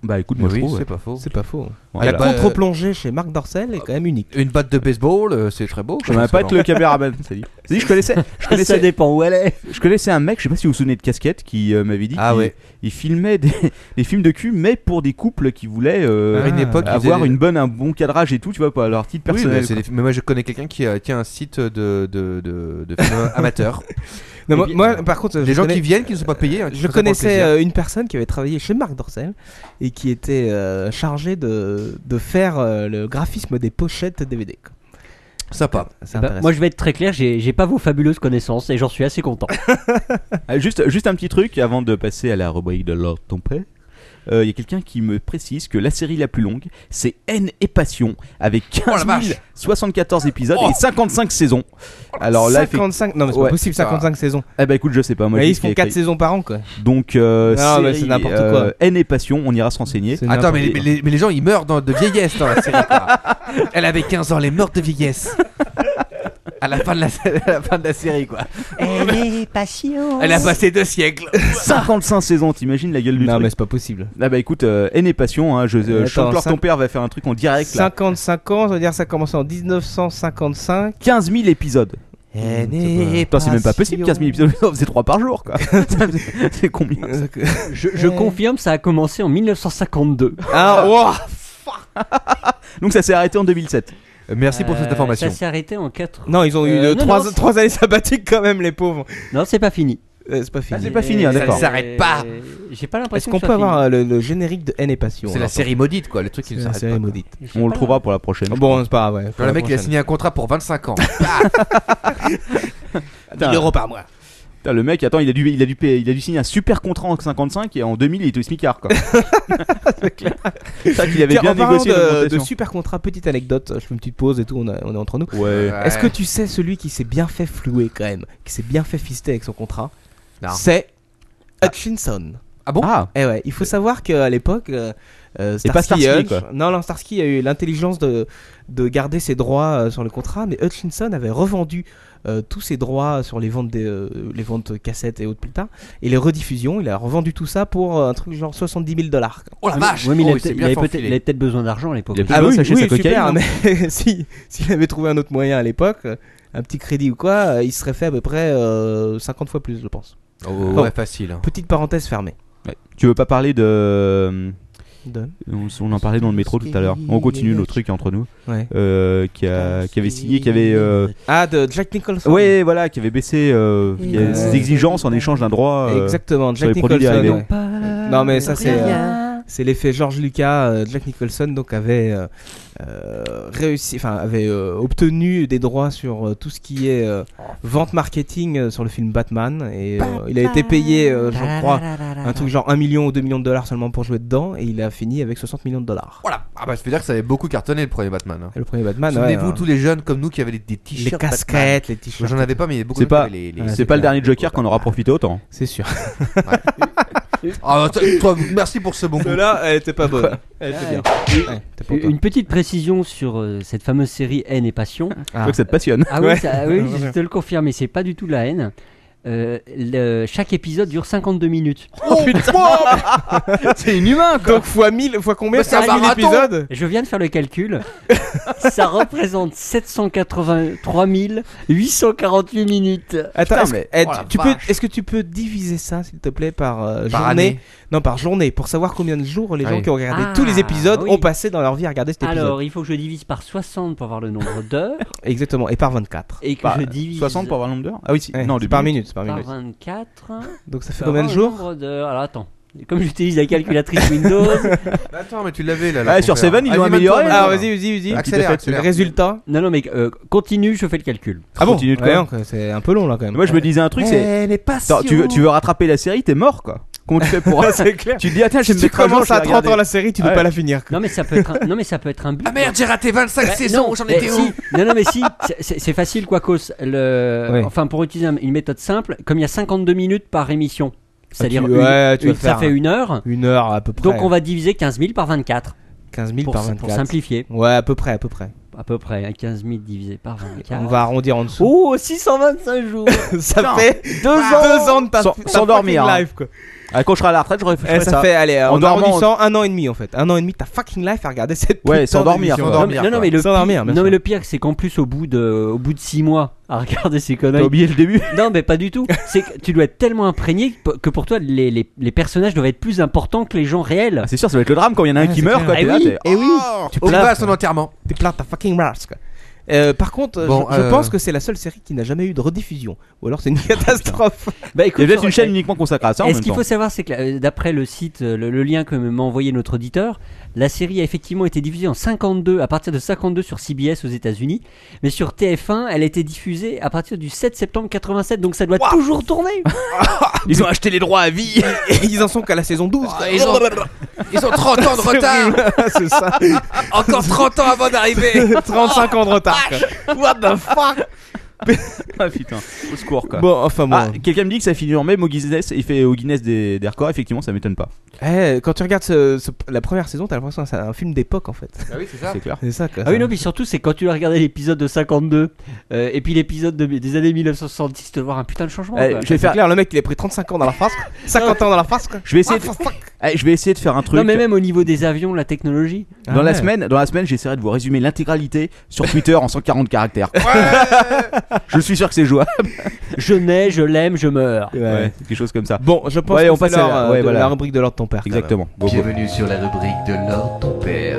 Bah écoute, moi je Oui, trouve. c'est ouais. pas faux. C'est pas faux. Voilà. La bah, contre-plongée chez Marc Dorcel est quand même unique. Une batte de baseball, c'est très beau. Je ne pas être le caméraman. Ça dit. Je Ça dépend où elle est. Je connaissais un mec, je sais pas si vous vous souvenez de Casquette, qui m'avait dit Ah qu'il ouais. il filmait des films de cul, mais pour des couples qui voulaient À une époque, ils avoir faisaient un bon cadrage et tout, tu vois, pour leur titre Oui, personnel. mais, quoi. mais moi je connais quelqu'un qui tient un site de films amateurs. Non, Et puis, moi, par contre, Les je gens connais- qui viennent, qui ne sont pas payés. Hein, qui je font ça pour le connaissais plaisir. une personne qui avait travaillé chez Marc Dorcel et qui était chargée de faire le graphisme des pochettes DVD. quoi. Sympa. C'est Bah, intéressant. moi, je vais être très clair, j'ai pas vos fabuleuses connaissances et j'en suis assez content. Juste un petit truc avant de passer à la rubrique de Lord ton père. Il y a quelqu'un qui me précise que la série la plus longue, c'est Haine et Passion, avec 15 074 épisodes et 55 saisons. Alors là, 55, non mais c'est Ouais. pas possible, 55 saisons. eh ben écoute, je sais pas. Moi, Mais j'ai ils se font écrit- 4 saisons par an quoi. Donc, mais série, c'est n'importe quoi. Haine et Passion, on ira se renseigner. C'est Attends, n'importe mais les gens ils meurent de vieillesse dans la série. Quoi. Elle avait 15 ans, elle est morte de vieillesse. À la fin de la série, quoi. Elle est patiente. Elle a passé 2 siècles. 55 saisons, t'imagines la gueule du Non truc. mais c'est pas possible. Ah bah écoute, Haine et Passion, hein, je Attends, chante que cinq- ton père va faire un truc en direct là. 55 ans, ça veut dire que ça a commencé en 1955. 15 000 épisodes. Elle Putain, c'est même pas possible, 15 000 épisodes, on faisait 3 par jour quoi. C'est combien ça Je confirme, ça a commencé en 1952. Ah, wow. Donc ça s'est arrêté en 2007. Merci pour cette information. Ça s'est arrêté en 4. Non, ils ont eu non, 3 années sabbatiques quand même les pauvres. Non, c'est pas fini. C'est pas fini. Ah, c'est pas fini, hein, d'accord. Ça s'arrête pas. J'ai pas Est-ce l'impression qu'on que peut avoir le générique de Haine et Passion C'est la alors série maudite, quoi. Le truc qui ne C'est la s'arrête série pas. maudite. On le trouvera pour la prochaine. Ah bon, c'est pas grave, ouais. Genre, le mec il a signé un contrat pour 25 ans. 1000 euros par mois. Putain, le mec, attends, il a dû signer un super contrat en 55 et en 2000 il était au smicard quoi. C'est clair. C'est ça qu'il avait Tiens, bien en parlant négocié de l'augmentation. super contrat, petite anecdote, je fais une petite pause et tout, on est entre nous. Ouais. Est-ce que tu sais celui qui s'est bien fait flouer quand même, qui s'est bien fait fister avec son contrat? Non. C'est Hutchinson. Ah bon? Ah, Eh ouais, il faut savoir qu'à l'époque, pas Starsky Starsky, Hutch, quoi. non, Starsky a eu l'intelligence de garder ses droits sur le contrat, mais Hutchinson avait revendu tous ses droits sur les ventes cassettes et autres plus tard, et les rediffusions, il a revendu tout ça pour un truc genre $70 000. Oh la vache! Ouais, mais Oh, il s'est avait bien peut-être faufilé. il avait peut-être besoin d'argent à l'époque. Il a aussi. Ah oui, ça achète sa cocaïne, super, non mais s'il avait trouvé un autre moyen à l'époque, un petit crédit ou quoi, il serait fait à peu près 50 fois plus, je pense. Oh, Bon. ouais, facile. hein. Petite parenthèse fermée. ouais. Tu veux pas parler de. Donne. On en parlait dans le métro tout à l'heure. On continue le truc entre nous. Ouais. Qui avait signé, qui avait. Ah, de Jack Nicholson. Ouais, voilà, qui avait baissé ses exigences en échange d'un droit. Exactement, sur Jack les produits Nicholson. dérivés. Ouais. Non, mais ça, c'est l'effet George Lucas. Jack Nicholson donc avait réussi, enfin avait obtenu des droits sur tout ce qui est vente marketing sur le film Batman, et il a été payé, je crois, un truc genre 1 million ou 2 millions de dollars seulement pour jouer dedans, et il a fini avec 60 millions de dollars. Voilà. Ah bah, je veux dire que ça avait beaucoup cartonné le premier Batman. hein. Et le premier Batman, Souvenez-vous, ouais, tous les jeunes comme nous qui avaient des les t-shirts. casquettes, les Batman. t-shirts. J'en avais pas, mais il y a beaucoup C'est de pas- gens qui avaient les. C'est pas le dernier Joker qu'on aura profité autant. C'est sûr. Ah, toi, merci pour ce bon coup. Celle-là, elle était pas bonne. Elle était bien. Ouais, t'es pas Une petite précision sur cette fameuse série Haine et Passion. Je vois que ça te passionne. Ah Ouais. oui, je te le confirme, mais c'est pas du tout la haine. Chaque épisode dure 52 minutes. Oh putain! C'est inhumain quoi. Donc fois 1000, fois combien? Mais c'est un 1000 marathon. épisodes. Je viens de faire le calcul. Ça représente 783 848 minutes. Attends, Putain, est-ce, mais- eh, oh la tu peux, vache. est-ce que tu peux diviser ça, s'il te plaît, par Par journée? année. Non, par journée, pour savoir combien de jours les gens Oui. qui ont regardé Ah, tous les épisodes oui. ont passé dans leur vie à regarder cet épisode. Alors, il faut que je divise par 60 pour avoir le nombre d'heures. Exactement, et par 24. Et que Bah, je divise 60 pour avoir le nombre d'heures. Ah oui, si. Ouais, non, c'est du par minute, c'est par par minute. 24. Donc ça fait pour combien de avoir le jours? nombre d'heures. Alors, attends. Comme j'utilise la calculatrice Windows, Attends, mais tu l'avais là. Ah, sur Seven, ils l'ont amélioré, Ah, vas-y, vas-y. Accélère, accélère. Résultat. non, mais continue, je fais le calcul. Ah bon? Continue de Ouais, quoi donc, c'est un peu long là quand même. Moi je me disais un truc, c'est. Elle est pas Attends, tu veux rattraper la série, t'es mort quoi. Comment tu fais pour. C'est clair. Tu te dis, attends, je vais me Si tu mettre à jour, commences je vais à 30 regarder. ans la série, tu ne peux Ouais. pas la finir. quoi. Non, mais ça peut être un but. Ah merde, j'ai raté 25 saisons, non, j'en mais étais où? si. Non, mais si, c'est facile, Quacos. Ouais. Enfin, pour utiliser une méthode simple, comme il y a 52 minutes par émission, c'est-à-dire tu vas ça faire fait 1 heure, 1 heure à peu près. donc on va diviser 15 000 par 24. 15 000 Pour, par pour 24. simplifier. Ouais, à peu près. À peu près, hein, 15 000 divisé par 24. On va arrondir en dessous. Oh, 625 jours. Ça Putain. fait 2 ans de ta Sans ta dormir, fucking hein. life, quoi. Ah, quand je serai à la retraite, je ferai ça ça. fait, allez, En en dormant, arrondissant 1 an et demi en fait. 1 an et demi, ta fucking life à regarder cette Ouais, putain s'endormir. d'émission. S'endormir. Non, mais le S'endormir, pire, bien non, sûr. mais le pire, c'est qu'en plus, au bout de 6 mois à regarder ces T'as conneries. oublié le début. Non, mais pas du tout. C'est que tu dois être tellement imprégné que pour toi, les personnages doivent être plus importants que les gens réels. Ah, c'est sûr, ça va être le drame quand il y en a un qui c'est meurt. clair. Quoi, t'es Eh là, oui, t'es- Et oui, Tu vas à son enterrement. t'es plein de ta fucking race quoi. Par contre, Bon, je pense que c'est la seule série qui n'a jamais eu de rediffusion. Ou alors c'est une catastrophe. Bah Il y écoute, a peut-être une chaîne uniquement consacrée à ça en et même ce qu'il temps. faut savoir, c'est que d'après le site, le lien que m'a envoyé notre auditeur, la série a effectivement été diffusée en 52, à partir de 52 sur CBS aux États-Unis, mais sur TF1, elle a été diffusée à partir du 7 septembre 87, donc ça doit toujours tourner. Ils ont acheté les droits à vie. Et ils en sont qu'à la saison 12. quoi. Ils ont 30 ans de retard. c'est ça. Encore 30 ans avant d'arriver. 35 ans de retard. quoi. What the fuck. Ah putain, au secours quoi. Bon, enfin bon. Ah, quelqu'un me dit que ça figure même au Guinness, il fait au Guinness des records, effectivement, ça m'étonne pas. Quand tu regardes la première saison, t'as l'impression que c'est un film d'époque en fait. Ah oui, c'est ça. C'est clair. C'est ça quoi. Ah oui, non, mais surtout, c'est quand tu as regardé l'épisode de 52 et puis l'épisode des années 1970, de voir un putain de changement. Eh, quoi. je vais C'est faire. clair, le mec il a pris 35 ans dans la face, quoi. 50 ans dans la face quoi. Je vais essayer. Je vais essayer de faire un truc. Non, mais même au niveau des avions, la technologie. Dans la semaine, j'essaierai de vous résumer l'intégralité sur Twitter en 140 caractères. Je suis sûr que c'est jouable. Je nais, je l'aime, je meurs. Ouais, quelque chose comme ça. Bon, je pense Ouais, que on c'est passe à l'heure, ouais, de voilà. la rubrique de l'ordre de ton père. quand même. Exactement. Go, go. Bienvenue sur la rubrique de l'ordre ton père.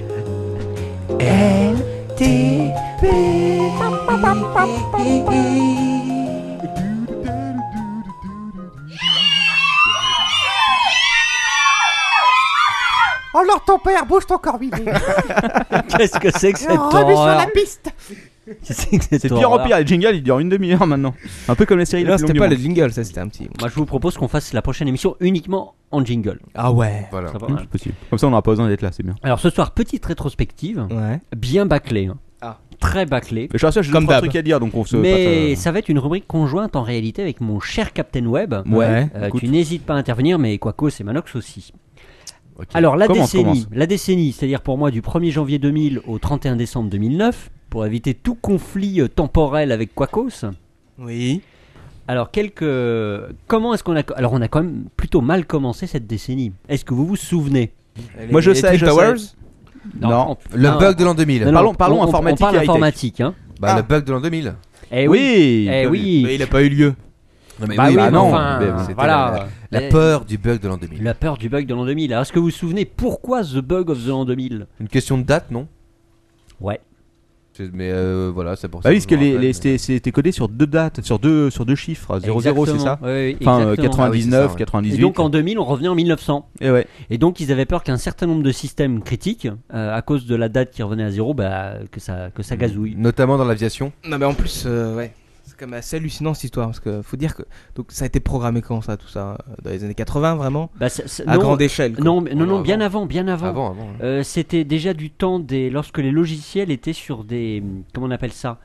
Oh, alors ton père, bouge ton corps vivant. Qu'est-ce que c'est que cette Remets sur horreur? la piste. Qu'est-ce que cette C'est de pire en horreur? pire, les jingles ils durent une demi-heure maintenant. Un peu comme les séries Là, les plus c'était longues pas du le jingle, ça c'était un petit. Moi, je vous propose qu'on fasse la prochaine émission uniquement en jingle. Ah ouais. Voilà. Ça va, monde. hein. C'est possible. Comme ça on n'aura pas besoin d'être là, c'est bien. Alors ce soir, petite rétrospective, Ouais. bien bâclée, hein. Ah. Très bâclée. Mais je rassure, j'ai Comme deux trois d'hab. trucs à dire donc on se. Mais passe, ça va être une rubrique conjointe en réalité avec mon cher Captain Web. Ouais. Tu n'hésites pas à intervenir, mais Quacos et Manox aussi. Ok. Alors Commence. la décennie, c'est-à-dire pour moi du 1er janvier 2000 au 31 décembre 2009, pour éviter tout conflit temporel avec Quacos. Oui. Alors comment est-ce qu'on a alors on a quand même plutôt mal commencé cette décennie. Est-ce que vous vous souvenez? Moi, je sais, Twin je Towers. Non. Le bug de l'an 2000. Non, non, Parlons on informatique parle et high-tech. informatique, hein. Bah, le bug de l'an 2000. Eh Oui. Eh oui. Mais il a pas eu lieu. Non, mais Bah oui, bah mais non, enfin, mais c'était voilà. La peur du bug de l'an 2000. La peur du bug de l'an 2000. Alors, est-ce que vous vous souvenez pourquoi The Bug of the l'an 2000? Une question de date, non? Ouais. Mais voilà, c'est pour Bah ça. oui, parce que je me rappelle, c'était codé sur deux dates, sur deux chiffres, 00 c'est ça. Exactement. Ouais, Enfin, exactement. 99, Ah oui, c'est ça, ouais. 98. Et donc en 2000, on revenait en 1900. Et ouais. Et donc ils avaient peur qu'un certain nombre de systèmes critiques, à cause de la date qui revenait à zéro, que ça gazouille. Notamment dans l'aviation. Non mais en plus, ouais. C'est quand même assez hallucinant cette histoire parce que faut dire que donc ça a été programmé quand ça, tout ça, dans les années 80 vraiment, Bah, à non, grande échelle. quoi. non, non, Non, bien avant. avant. Avant. C'était déjà du temps lorsque les logiciels étaient sur des, comment on appelle ça,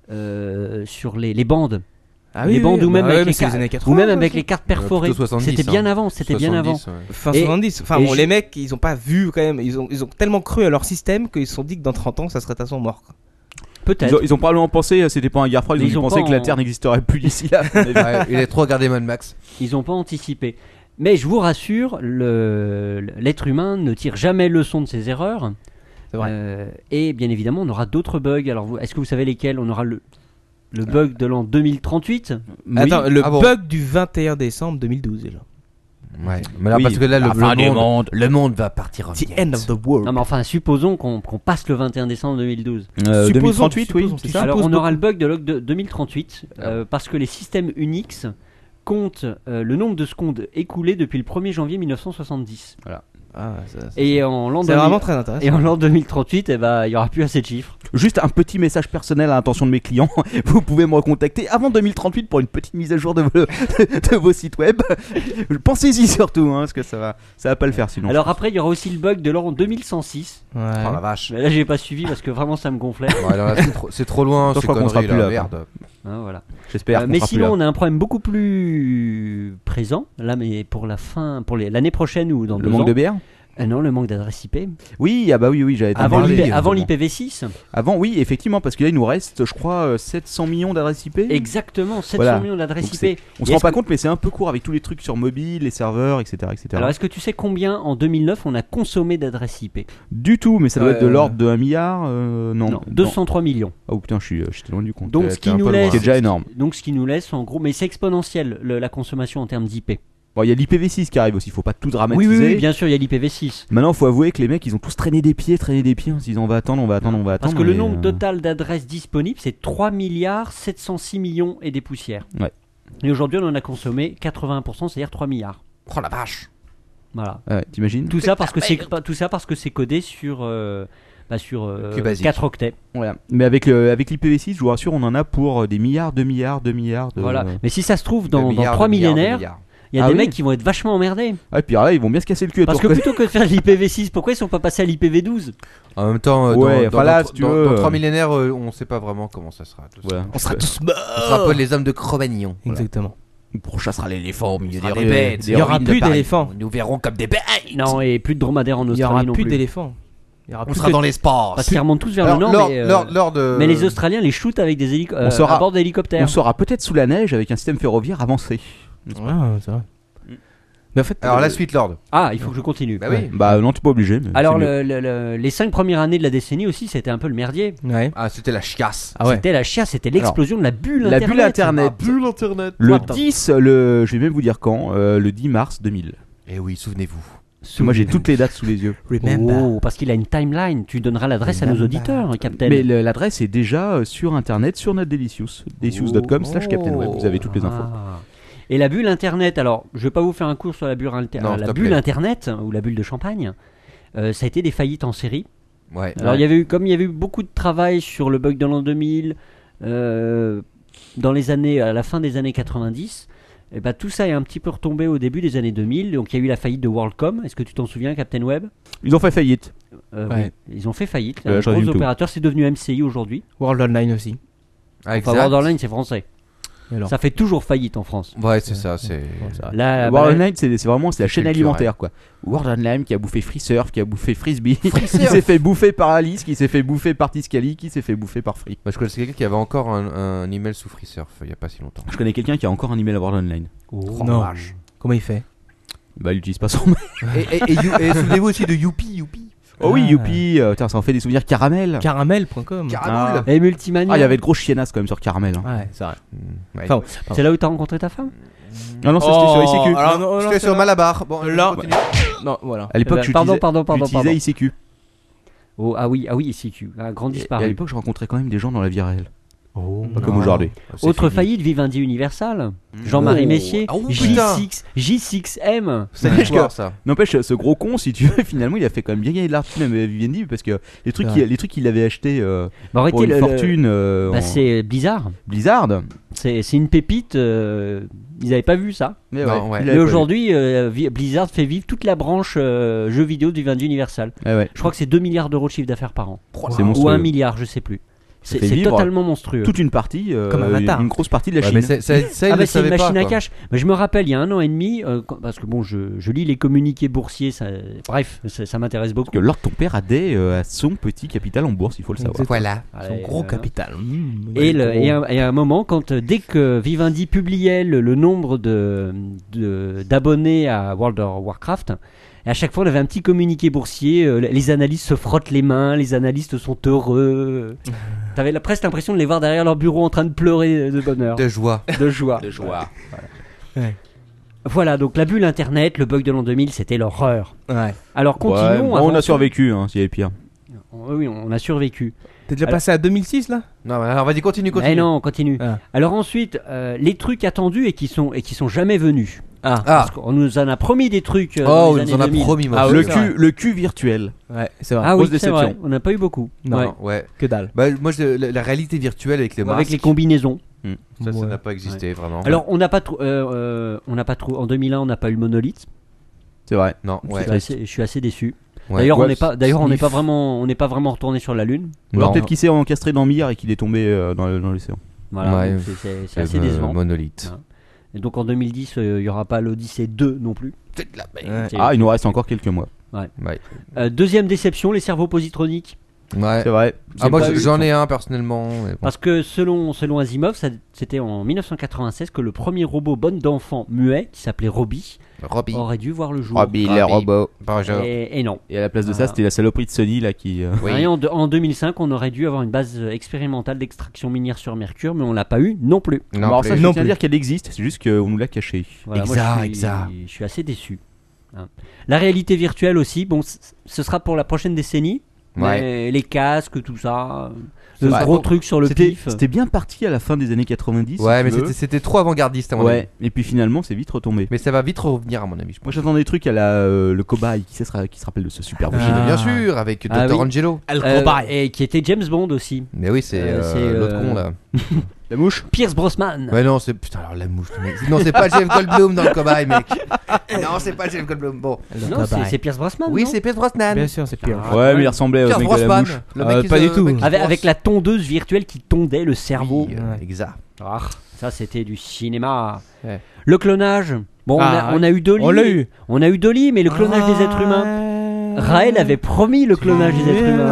sur les bandes. Ah les bandes ou même bah avec ouais, mais les c'est les cartes, années 80. ou même ça, avec ça. les cartes perforées. Plutôt 70, C'était bien hein. avant, c'était bien avant. 70, ouais. Fin Et- 70. Enfin et bon, je- les mecs, ils ont pas vu quand même, ils ont tellement cru à leur système qu'ils se sont dit que dans 30 ans ça serait de toute façon mort. quoi. Peut-être. Ils ont probablement pensé, c'était pas un guerre froide, Mais ils ils ont ont pensé pas que la en- Terre n'existerait plus d'ici là. Ouais, il a trop regardé Mad Max. Ils n'ont pas anticipé. Mais je vous rassure, l'être humain ne tire jamais leçon de ses erreurs. C'est vrai. Et bien évidemment, on aura d'autres bugs. Alors, est-ce que vous savez lesquels? On aura le bug de l'an 2038. Attends, le Ah bon. bug du 21 décembre 2012 déjà. Ouais. Mais là, Oui, parce que là, la fin du le monde va partir en The miettes. end of the world. Non, mais enfin, supposons qu'on passe le 21 décembre 2012. 2038, oui, supposons, c'est tu ça. supposes Alors, on aura beaucoup. le bug de 2038 parce que les systèmes Unix comptent le nombre de secondes écoulées depuis le 1er janvier 1970. Ah, ça, Et en l'an c'est 2000 vraiment très intéressant. et en l'an 2038, il y aura plus assez de chiffres. Juste un petit message personnel à l'intention de mes clients. Vous pouvez me recontacter avant 2038 pour une petite mise à jour de vos sites web. Pensez-y surtout, hein, parce que ça va pas le faire sinon. Alors après, il y aura aussi le bug de l'an 2106. Ouais. Oh la vache. Mais là, j'ai pas suivi parce que vraiment, ça me gonflait. Ouais, alors là, c'est trop loin, Attends, ces je crois qu'on sera conneries plus là. là. Merde. Hein, voilà. J'espère. qu'on Mais sera plus sinon, là. on a un problème beaucoup plus présent là, mais pour l'année prochaine ou dans Le 2 manque ans. de bière. Non, le manque d'adresse IP. Oui, ah bah oui, j'avais Avant parlé, l'IPv6. Avant, oui, effectivement, parce que là, il nous reste, je crois, 700 millions d'adresses IP. Exactement, 700 Voilà. millions d'adresses Donc, IP. On se rend pas compte, mais c'est un peu court avec tous les trucs sur mobile, les serveurs, etc. Alors, est-ce que tu sais combien en 2009 on a consommé d'adresses IP? Du tout, mais ça doit être de l'ordre de 1 milliard. Non, 203 millions. Oh putain, j'étais loin du compte. Donc, ce qui nous laisse, c'est déjà énorme. donc, ce qui nous laisse, en gros, mais c'est exponentiel la consommation en termes d'IP. Bon, il y a l'IPv6 qui arrive aussi, faut pas tout dramatiser. Oui, bien sûr, il y a l'IPv6. Maintenant, faut avouer que les mecs, ils ont tous traîné des pieds, en se disant on va attendre. Parce que le nombre total d'adresses disponibles, c'est 3 milliards 706 millions et des poussières. Ouais. Et aujourd'hui, on en a consommé 80%, c'est-à-dire 3 milliards. Oh la vache. Voilà. T'imagines Tout ça parce que c'est codé sur 4 octets. Voilà. Mais avec l'IPv6, je vous rassure, on en a pour des milliards, 2 milliards de... Voilà. Mais si ça se trouve, dans 3 millénaires, il y a des mecs qui vont être vachement emmerdés. Ah, et puis là, ils vont bien se casser le cul. Parce que plutôt que de faire l'IPv6, pourquoi ils sont pas passés à l'IPv12? En même temps, Ouais, dans si tu veux, 3 millénaires, on sait pas vraiment comment ça sera. Tout ça. Ouais. On sera tous On sera un peu les hommes de Cro-Magnon. Exactement. On chassera l'éléphant au milieu sera des des bêtes. Il y aura plus d'éléphants. Nous verrons comme des bêtes. Non, et plus de dromadaires en Il y Australie aura non plus plus. d'éléphants. Il y aura On plus sera que- dans l'espace. Parce qu'ils remontent tous vers Alors, le nord, de... mais les Australiens les shootent avec des On sera- à bord d'hélicoptères. On sera peut-être sous la neige avec un système ferroviaire avancé. Ouais, c'est vrai. Mais en fait, Alors la suite, Lord. Ah, il faut que je continue. Bah oui. Bah non, t'es pas obligé. Mais Alors, c'est mieux. les 5 premières années de la décennie aussi, c'était un peu le merdier. Ouais. Ah, c'était la chiasse. Ah ouais. C'était la chiasse, c'était l'explosion de la bulle La Internet. bulle Internet. Bulle Internet. Le Attends. 10, je vais même vous dire quand, le 10 mars 2000. Eh oui, souvenez-vous. Moi j'ai toutes les dates sous les yeux. Oh, parce qu'il a une timeline. Tu donneras l'adresse à nos auditeurs, Captain. Mais l'adresse est déjà sur internet, sur notre Delicious. Delicious.com/CaptainWeb. Vous avez toutes les infos. Ah. Et la bulle Internet, alors, je vais pas vous faire un cours sur la bulle, Non, s'il la te bulle plaît. Internet, ou la bulle de champagne. Ça a été des faillites en série. Ouais. Alors, il y avait eu beaucoup de travail sur le bug de l'an 2000, à la fin des années 90. Et bah, tout ça est un petit peu retombé au début des années 2000. Donc, il y a eu la faillite de WorldCom. Est-ce que tu t'en souviens, Captain Web? Ils ont fait faillite. Ouais. Oui, ils ont fait faillite. Je Un résume gros tout. opérateur, c'est devenu MCI aujourd'hui. World Online aussi. Ah, Enfin, exact. World Online, c'est français. Et alors Ça fait toujours faillite en France. Ouais, c'est ça. C'est. Bon, ça va. Là, World bah, Online, c'est vraiment la chaîne culturel. alimentaire quoi. World Online qui a bouffé Free Surf, qui a bouffé Frisbee, qui s'est fait bouffer par Alice, qui s'est fait bouffer par Tiscali, qui s'est fait bouffer par Free. Moi, je connaissais quelqu'un qui avait encore un email sous FreeSurf il y a pas si longtemps. Je connais quelqu'un qui a encore un email à World Online. Non. Comment il fait? Bah, il utilise pas son mail. Et souvenez-vous aussi de Youpi. Oh oui, Ah. youpi, tiens, ça en fait des souvenirs caramel. Caramel.com. Caramoule. Et Multimania. Ah, il y avait de grosses chiennasses quand même sur caramel. Hein. Ouais, c'est vrai. Ouais. Enfin, C'est là où t'as rencontré ta femme? Ah non, ça c'était sur ICQ. alors, non, J'étais sur Malabar. Bon, Là- je continue. Non, voilà. À l'époque, Pardon. j'utilisais ICQ. Oh, ah oui, ICQ, un grand Et à disparu. l'époque, je rencontrais quand même des gens dans la vie réelle. Pas Non. comme aujourd'hui. C'est Autre fini. faillite, Vivendi Universal. Jean-Marie Oh. Messier, Ah, oh, putain. J6M. C'est N'empêche l'histoire, ça. N'empêche, ce gros con, si tu veux, finalement, il a fait quand même bien gagner de l'argent, même Vivendi, parce que les trucs qu'il avait achetés Bah, pour une fortune bah, en c'est Blizzard. Blizzard. C'est une pépite. Ils avaient pas vu ça. Mais Non, ouais. il Et avait pas aujourd'hui, Blizzard fait vivre toute la branche jeux vidéo du Vivendi Universal. vu. Ouais. Je crois que c'est 2 milliards d'euros de chiffre d'affaires par an. C'est Ou monstrueux. 1 milliard, je sais plus. Ça C'est fait vivre totalement monstrueux. Toute une partie, Comme Avatar. une grosse partie de la Ouais, Chine. mais ça, il Ah le bah c'est une savait pas, machine à quoi. cash. Mais je me rappelle il y a 1 an et demi, parce que bon je lis les communiqués boursiers, bref ça m'intéresse beaucoup. Que Lord ton père a a son petit capital en bourse, il faut le savoir. Voilà. Son gros capital. Et à un moment, dès que Vivendi publiait le nombre d'abonnés à World of Warcraft, et à chaque fois on avait un petit communiqué boursier, les analystes se frottent les mains, les analystes sont heureux. T'avais presque l'impression de les voir derrière leur bureau en train de pleurer de bonheur, De joie. de joie. Voilà, donc la bulle internet, le bug de l'an 2000, c'était l'horreur. Ouais. Alors Ouais, continuons. on a avançons. survécu, hein, s'il y avait pire. Oui, on a survécu. T'es déjà passé à 2006 là? Non, mais alors, vas-y, continue. Eh non, on continue. Ah. Alors ensuite, les trucs attendus et qui sont jamais venus. Ah. Parce qu'on nous en a promis des trucs. Oh, dans les on nous en années a 2000. promis, moi. Ah oui, le c'est vrai. cul virtuel. Ouais, c'est vrai. Ah oui, Grosse c'est déception. vrai. On n'a pas eu beaucoup. Non. Ouais. Non, ouais. Que dalle. Bah, moi, la réalité virtuelle avec les masques, Avec les combinaisons. ça Ouais. n'a pas existé vraiment. Alors on n'a pas trop. En 2001, on n'a pas eu le monolithe. C'est vrai. non, ouais. Je suis assez déçu. Ouais. D'ailleurs, Ouais, on n'est pas. D'ailleurs, on n'est sniff. pas vraiment retourné sur la Lune. Ou alors Non. peut-être qu'il s'est encastré dans Mir et qu'il est tombé dans l'océan. Voilà. Ouais. donc c'est assez décevant. Monolithe. Ouais. Et donc en 2010, il n'y aura pas l'Odyssée 2 non plus. C'est de la merde. Ouais. C'est- Ah, il nous reste encore quelques mois. Ouais. Deuxième déception, les cerveaux positroniques. Ouais. C'est vrai. Ah, moi J'ai pas j'en eu- ai un personnellement. mais bon. Parce que selon Asimov, c'était en 1996 que le premier robot bonne d'enfant muet, qui s'appelait Robbie, Robbie. aurait dû voir le jour. Robbie, les robots. Bonjour. Et non. Et à la place de ça, Voilà. c'était la saloperie de Sony là qui. Oui. Et en 2005, on aurait dû avoir une base expérimentale d'extraction minière sur Mercure, mais on l'a pas eu non plus. Non, Alors ça, je Non tiens à plus. dire qu'elle existe, c'est juste qu'on nous l'a cachée. Voilà, Exact, je suis assez déçu. Hein. La réalité virtuelle aussi, bon, ce sera pour la prochaine décennie. Ouais. Mais les casques, tout ça, le Ouais. gros truc sur le C'était pif. c'était bien parti à la fin des années 90. Ouais, si mais tu veux. c'était trop avant-gardiste à mon avis. Ouais, et puis finalement, c'est vite retombé. Mais ça va vite revenir à mon avis, je Moi, pense. j'attends des trucs à la le cobaye qui se rappelle de ce super bougie. Bien sûr, avec Ah Dr. oui. Angelo. Et qui était James Bond aussi. Mais oui, c'est c'est, l'autre con là. La mouche. Pierce Brosnan. Ouais, non, c'est. Putain, alors la mouche. Mec. Non, c'est pas Jeff Goldblum dans le cobaye, mec. Non, c'est pas Jeff Goldblum. Bon. Non, c'est Pierce Brosnan. Oui, non c'est Pierce Brosnan. Bien sûr, c'est pire. Ouais, mais il ressemblait au Pierce mec de la Brosnan. mouche. Le mec qui pas se- du tout. mec qui se Avec brosse. la tondeuse virtuelle qui tondait le cerveau. Oui, Ouais. exact. Ah, ça, c'était du cinéma. Ouais. Le clonage. Bon, Ah, on a eu Dolly. on l'a eu. On a eu Dolly, mais le clonage des êtres humains. Raël avait promis le clonage des êtres humains.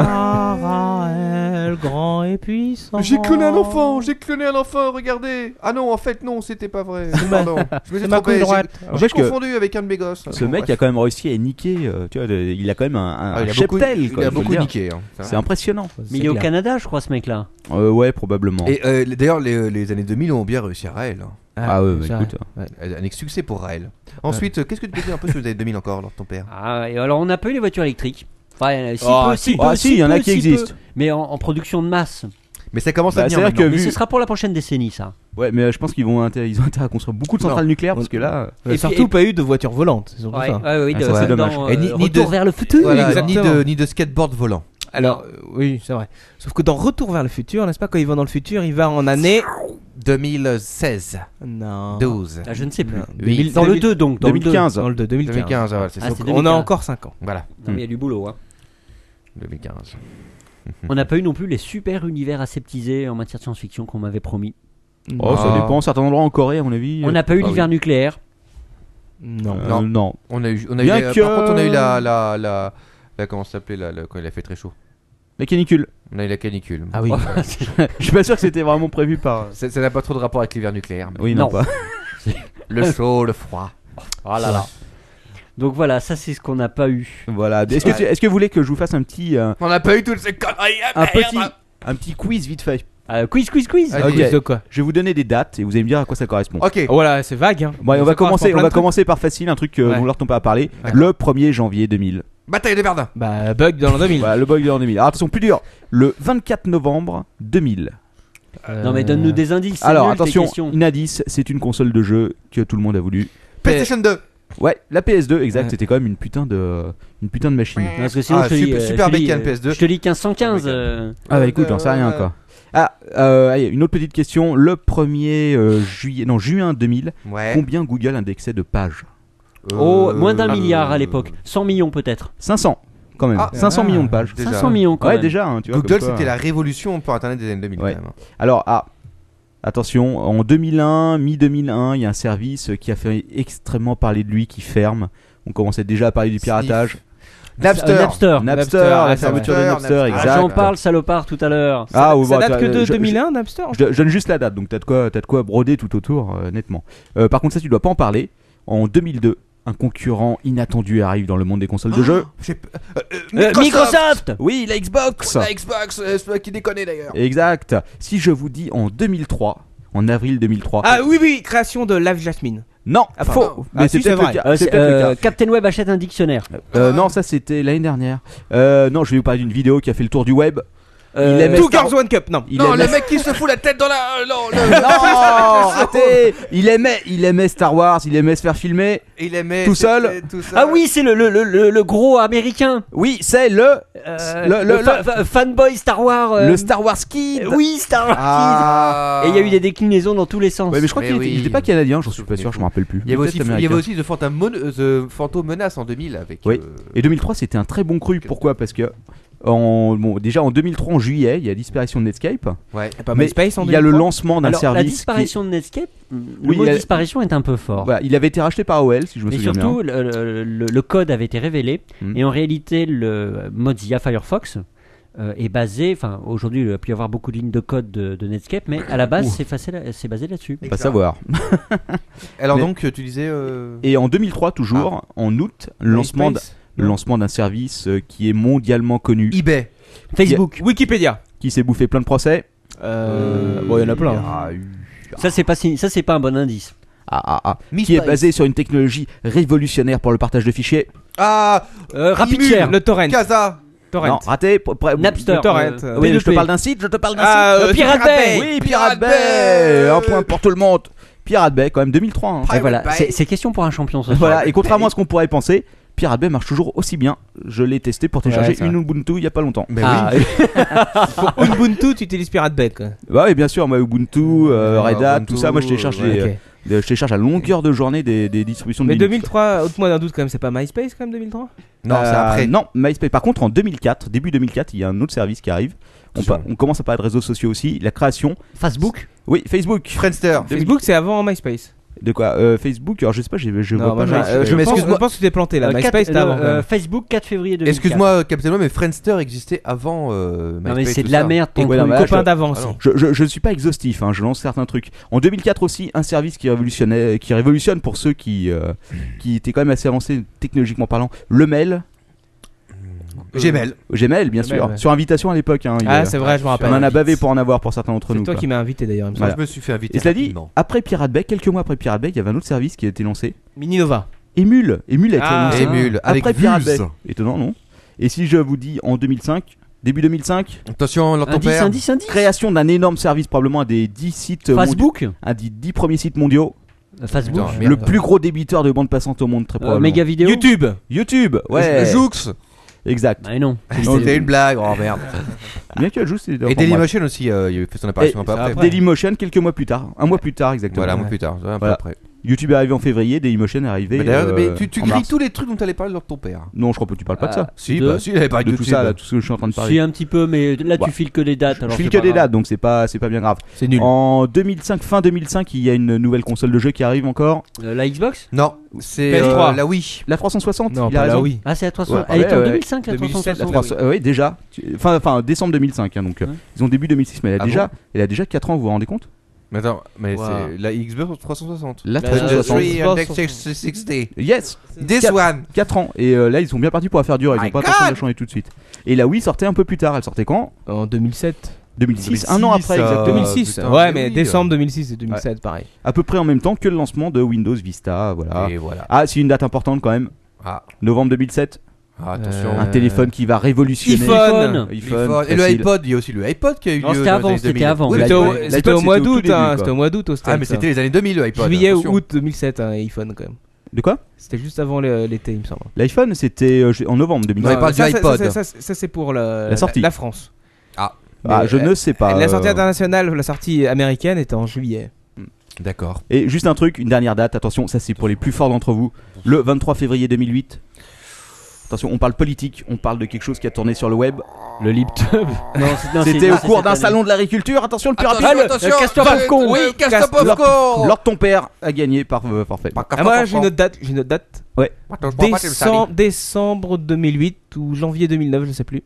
Raël, grand et puissant. J'ai cloné un enfant, regardez. Ah non, en fait, non, c'était pas vrai. Pardon. Je me suis ma trompé. couille droite. J'ai N'empêche que confondu avec un de mes gosses. ce Bon, mec bref. a quand même réussi à niquer. Tu vois, il a quand même un Ah, il a beaucoup, cheptel. quoi, il a faut le beaucoup dire. niqué. Hein. C'est impressionnant. Mais il est au Canada, je crois, ce mec-là. Ouais, probablement. Et d'ailleurs, les années 2000 ont bien réussi à Raël. Hein. Ah ouais, c'est bah, vrai. écoute. Un succès pour Raël. Ensuite, qu'est-ce que tu peux dire un peu sur les années 2000 encore, alors, ton père? Ah, et alors, on n'a pas eu les voitures électriques. Enfin, Ah, si, il y en a qui existent. Mais en production de masse. Mais ça commence Bah, à venir. c'est-à-dire maintenant. que Mais vu- ce sera pour la prochaine décennie, ça. Ouais, mais je pense qu'ils ont intérêt à construire beaucoup de centrales nucléaires parce que là. Et Et surtout puis- pas eu de voiture volante, c'est surtout ça. oui, Ah, ça, c'est dommage. dans, Et ni Retour de- vers le futur. Voilà, Exactement. ni de skateboard volant. Alors, oui, c'est vrai. Sauf que dans Retour vers le futur, n'est-ce pas, quand il va dans le futur, il va en année. 2016, Non. 12, Ah, je ne sais plus. Oui. Dans le 2, donc. Dans 2015. Dans le de 2015. 2015, ah, ouais, c'est Ah, ça. c'est On a 2015. encore 5 ans. Voilà, Le 2. Non, mais il y a du boulot. Hein. 2015. On n'a pas eu non plus les super univers aseptisés en matière de science-fiction qu'on m'avait promis. Oh, ça Ah. dépend. Certains endroits en Corée, à mon avis. On n'a pas eu Ah l'hiver oui. nucléaire. Non. Non. On a eu, Bien que- par contre, on a eu la comment ça s'appelait quand il a fait très chaud. La canicule. On a eu la canicule. Ah oui. Je suis pas sûr que c'était vraiment prévu par. Ça n'a pas trop de rapport avec l'hiver nucléaire. mais Oui, non, Non. pas. Le chaud, le froid. Oh là là. Donc voilà, ça c'est ce qu'on n'a pas eu. Voilà. Est-ce que vous voulez que je vous fasse un petit On n'a pas eu toutes ces conneries. un petit quiz vite fait? Quiz. Ah, Ok. Quiz de quoi? Je vais vous donner des dates et vous allez me dire à quoi ça correspond. Ok. Oh, voilà, c'est vague. Hein. Bon, allez, on Ça va correspond à commencer. plein On va de trucs. commencer par facile, un truc Ouais. dont leur ton pas à parler. D'accord. Le 1er janvier 2000. Bataille des Verdun. Bah, bug dans l'an 2000. Voilà, le bug de l'an 2000. Alors attention, plus dur. Le 24 novembre 2000. Non mais donne-nous des indices. c'est Alors nul, tes attention, questions. une indice, c'est une console de jeu que tout le monde a voulu. PlayStation 2. Ouais, la PS2, exact. Ouais. C'était quand même une putain de machine. Non, parce que sinon, Ah, je te dis, super je te dis, bécane, PS2. Je te lis 1515. Ah bah écoute, j'en sais rien quoi. Allez, une autre petite question. Le 1er juin 2000, Ouais. combien Google indexait de pages? Oh, moins d'1 milliard à l'époque. 100 millions peut-être. 500 quand même. Ah, 500 millions de pages. Déjà. 500 millions quand Ouais, même. déjà. hein, tu vois, Google, comme quoi. c'était la révolution pour Internet des années 2000. Ouais. quand même. Alors, attention, en 2001, mi-2001, il y a un service qui a fait extrêmement parler de lui qui ferme. On commençait déjà à parler du piratage. Napster. Napster. Napster, ah, la c'est fermeture vrai. de Napster, Napster. exact. Ah, j'en parle, salopard, tout à l'heure. Ah, ouais, Ça bon, date que de je- 2001, Napster. Je donne juste la date, donc t'as de quoi broder tout autour, nettement. Par contre, ça, tu dois pas en parler. En 2002, un concurrent inattendu arrive dans le monde des consoles de jeu. Microsoft. Oui, la Xbox. La Xbox, c'est pas qui déconne d'ailleurs. Exact. Si je vous dis en 2003, en avril 2003. Ah oui, création de Live Jasmine. Non, Ah, faux. pardon. Mais Ah, c'est si, c'est peut-être le vrai. cas. C'est peut-être le cas. Captain Web achète un dictionnaire. Non, ça c'était l'année dernière. Non, je vais vous parler d'une vidéo qui a fait le tour du web. Il aimait Two Star- Girls One Cup, non. Il Non, aimait- le mec qui se fout la tête dans la. Non, Non, arrêtez. Il aimait Star Wars, il aimait se faire filmer. Il aimait. Tout seul. c'était tout seul. Ah oui, c'est le gros américain. Oui, c'est le Fanboy Star Wars. le Star Wars Kid. Oui, Star Wars Ah. Kid. Et il y a eu des déclinaisons dans tous les sens. Ouais, mais je crois Mais qu'il était, oui. il était pas canadien, j'en suis pas sûr, je me rappelle plus. Il y avait Peut-être aussi, américain. The Phantom Menace en 2000 avec. Oui. Et 2003 c'était un très bon cru. Pourquoi? Parce que Déjà en 2003, en juillet, il y a la disparition de Netscape. Ouais. Pas Mais MySpace en il y a le 2003? lancement d'un Alors, service. la disparition de Netscape, le Oui, mot il y a- disparition est un peu fort. Voilà, il avait été racheté par AOL, si je me Mais souviens surtout, bien. le code avait été révélé Mhm. et en réalité, le Mozilla Firefox est basé. Enfin, aujourd'hui, il va plus y avoir beaucoup de lignes de code de Netscape, mais à la base, c'est basé là-dessus. Pas savoir. Alors Mais- donc, tu disais. Et en 2003, toujours, en août, le lancement d'un service qui est mondialement connu, eBay. Facebook. Wikipédia. qui s'est bouffé plein de procès. Bon, il y en a plein. Ça, c'est pas un bon indice. Qui est basé sur une technologie révolutionnaire pour le partage de fichiers. Ah, RapidShare. Le torrent. Casa. Torrent. Non, raté. Napster. Le torrent. Oui, je te P2P. parle d'un site, Pirate Bay. Oui, Pirate Bay. Un point pour tout le monde. Pirate Bay, quand même 2003. hein. Et voilà, c'est question pour un champion ce soir. Voilà, et contrairement à ce qu'on pourrait penser, Pirate Bay marche toujours aussi bien. Je l'ai testé pour télécharger c'est vrai. une Ubuntu il y a pas longtemps. Mais Ah, Pour Ubuntu, tu utilises Pirate Bay, quoi. Bah oui, bien sûr, moi Ubuntu, Red Hat, Ubuntu, tout ça, moi je télécharge ouais. je télécharge à longueur de journée des distributions de Mais Linux. 2003, ôte-moi d'un doute quand même, c'est pas MySpace quand même 2003? Non, c'est après. Non, MySpace. Par contre, en 2004, début 2004, il y a un autre service qui arrive. On commence à parler de réseaux sociaux aussi. La création. Facebook. Oui, Facebook. Friendster. Facebook, c'est avant MySpace. De quoi Facebook. Alors je sais pas, je Non, vois moi, pas. je excuse-moi. pense que tu t'es planté là. MySpace, c'était avant. quand même. Facebook 4 février 2004. Excuse-moi, Captain, mais Friendster existait avant. Non mais MySpace, c'est tout de la ça. merde. Ouais, non, mais là, Copain d'avant aussi. Ah non. Je ne suis pas exhaustif, hein, je lance certains trucs. En 2004 aussi, un service qui révolutionne pour ceux qui étaient quand même assez avancés technologiquement parlant, le mail. Gmail. Gmail, bien Gmail, sûr. ouais. Sur invitation à l'époque. Hein, Ah, c'est vrai, je me on rappelle. en a bavé pour en avoir pour certains d'entre C'est nous. toi quoi. qui m'as invité d'ailleurs, il me Moi, semble. je me suis fait inviter. Et cela dit, rapidement. après Pirate Bay, quelques mois après Pirate Bay, il y avait un autre service qui a été lancé. Mininova. Emule a été Ah, lancé. Emule, avec après Pirate Bay. Vuse. Étonnant, non? Et si je vous dis en 2005, début 2005, Attention, leur ton Indice, père. indice. création d'un énorme service, probablement un des 10 sites mondiaux, Facebook. un des 10 premiers sites mondiaux, Facebook. Putain, merde. le plus gros débiteur de bande passante au monde, très probablement. Méga vidéo. YouTube. YouTube, ouais. Joux. Exact. Ah non. C'était une blague. Oh merde. Bien que Joux, c'est Et Dailymotion aussi, il a fait son apparition un peu après. Dailymotion quelques mois plus tard, un mois plus tard exactement. Voilà, un mois plus tard, un peu Voilà. après. YouTube est arrivé en février, Dailymotion est arrivé. Mais d'ailleurs, mais tu en grilles mars. tous les trucs dont t'allais parler de ton père. Non, je crois que tu parles pas de ça. Si, De- bah si, il avait parlé De de tout YouTube. ça, là, tout ce que je suis en train de parler. Si un petit peu, mais là Ouais. tu files que des dates. Je alors file c'est que pas des grave. dates, donc c'est pas bien grave. C'est nul. En 2005, fin 2005, il y a une nouvelle console de jeu qui arrive encore. La Xbox. Non, c'est PS3. la Wii. La 360. Non, il a pas là, raison. oui. Ah c'est la 360. Ouais, Elle était en ouais. 2005 la 2007, 360. Oui, déjà. Enfin, décembre 2005, hein, donc Ouais. ils ont début 2006, mais Ah elle a déjà 4 ans, vous vous rendez compte? Mais attends, mais Wow. c'est la Xbox 360. La La 360. 360. Yes, This Quatre- one. 4 ans. Et là, ils sont bien partis pour la faire durer. Ils My ont pas intention de God. la changer tout de suite. Et la Wii sortait un peu plus tard. Elle sortait quand? En 2007. 2006, un an après, exactement. 2006. putain, Ouais, mais mais oui, décembre 2006 et 2007, pareil. À peu près en même temps que le lancement de Windows Vista. Voilà. Et voilà. Ah, c'est une date importante quand même. Ah, Novembre 2007. attention. Un téléphone qui va révolutionner. iPhone. iPhone. Et le facile. iPod, il y a aussi le iPod qui a eu Non, lieu. c'était dans les avant, années c'était 2000. avant. Oui, C'était l'iPod, au- l'iPod, c'était au mois c'était au tout d'août, début, hein, quoi. c'était au mois d'août au States. Ah, mais c'était les années 2000 le iPod. Juillet ou attention. août 2007, hein, iPhone quand même. De quoi? C'était juste avant l'été, il me semble. L'iPhone, c'était en novembre Ouais, 2007. parle du iPod. Ça, c'est pour La sortie. la France. Ah, Mais, je ne sais pas. La sortie internationale, la sortie américaine était en juillet. D'accord. Et juste un truc, une dernière date, attention, ça c'est pour les plus forts d'entre vous. Le 23 février 2008. Attention, on parle politique, on parle de quelque chose qui a tourné sur le web. Le LibTub. C'était au cours d'un salon de l'agriculture. Attention, le plus rapide. Attention, Castor Popcorn. Oui, Castor Popcorn. Lord ton père a gagné par forfait. Ah, moi j'ai une autre date. Attends, je prends pas tes salis. Décembre 2008 ou janvier 2009, je sais plus.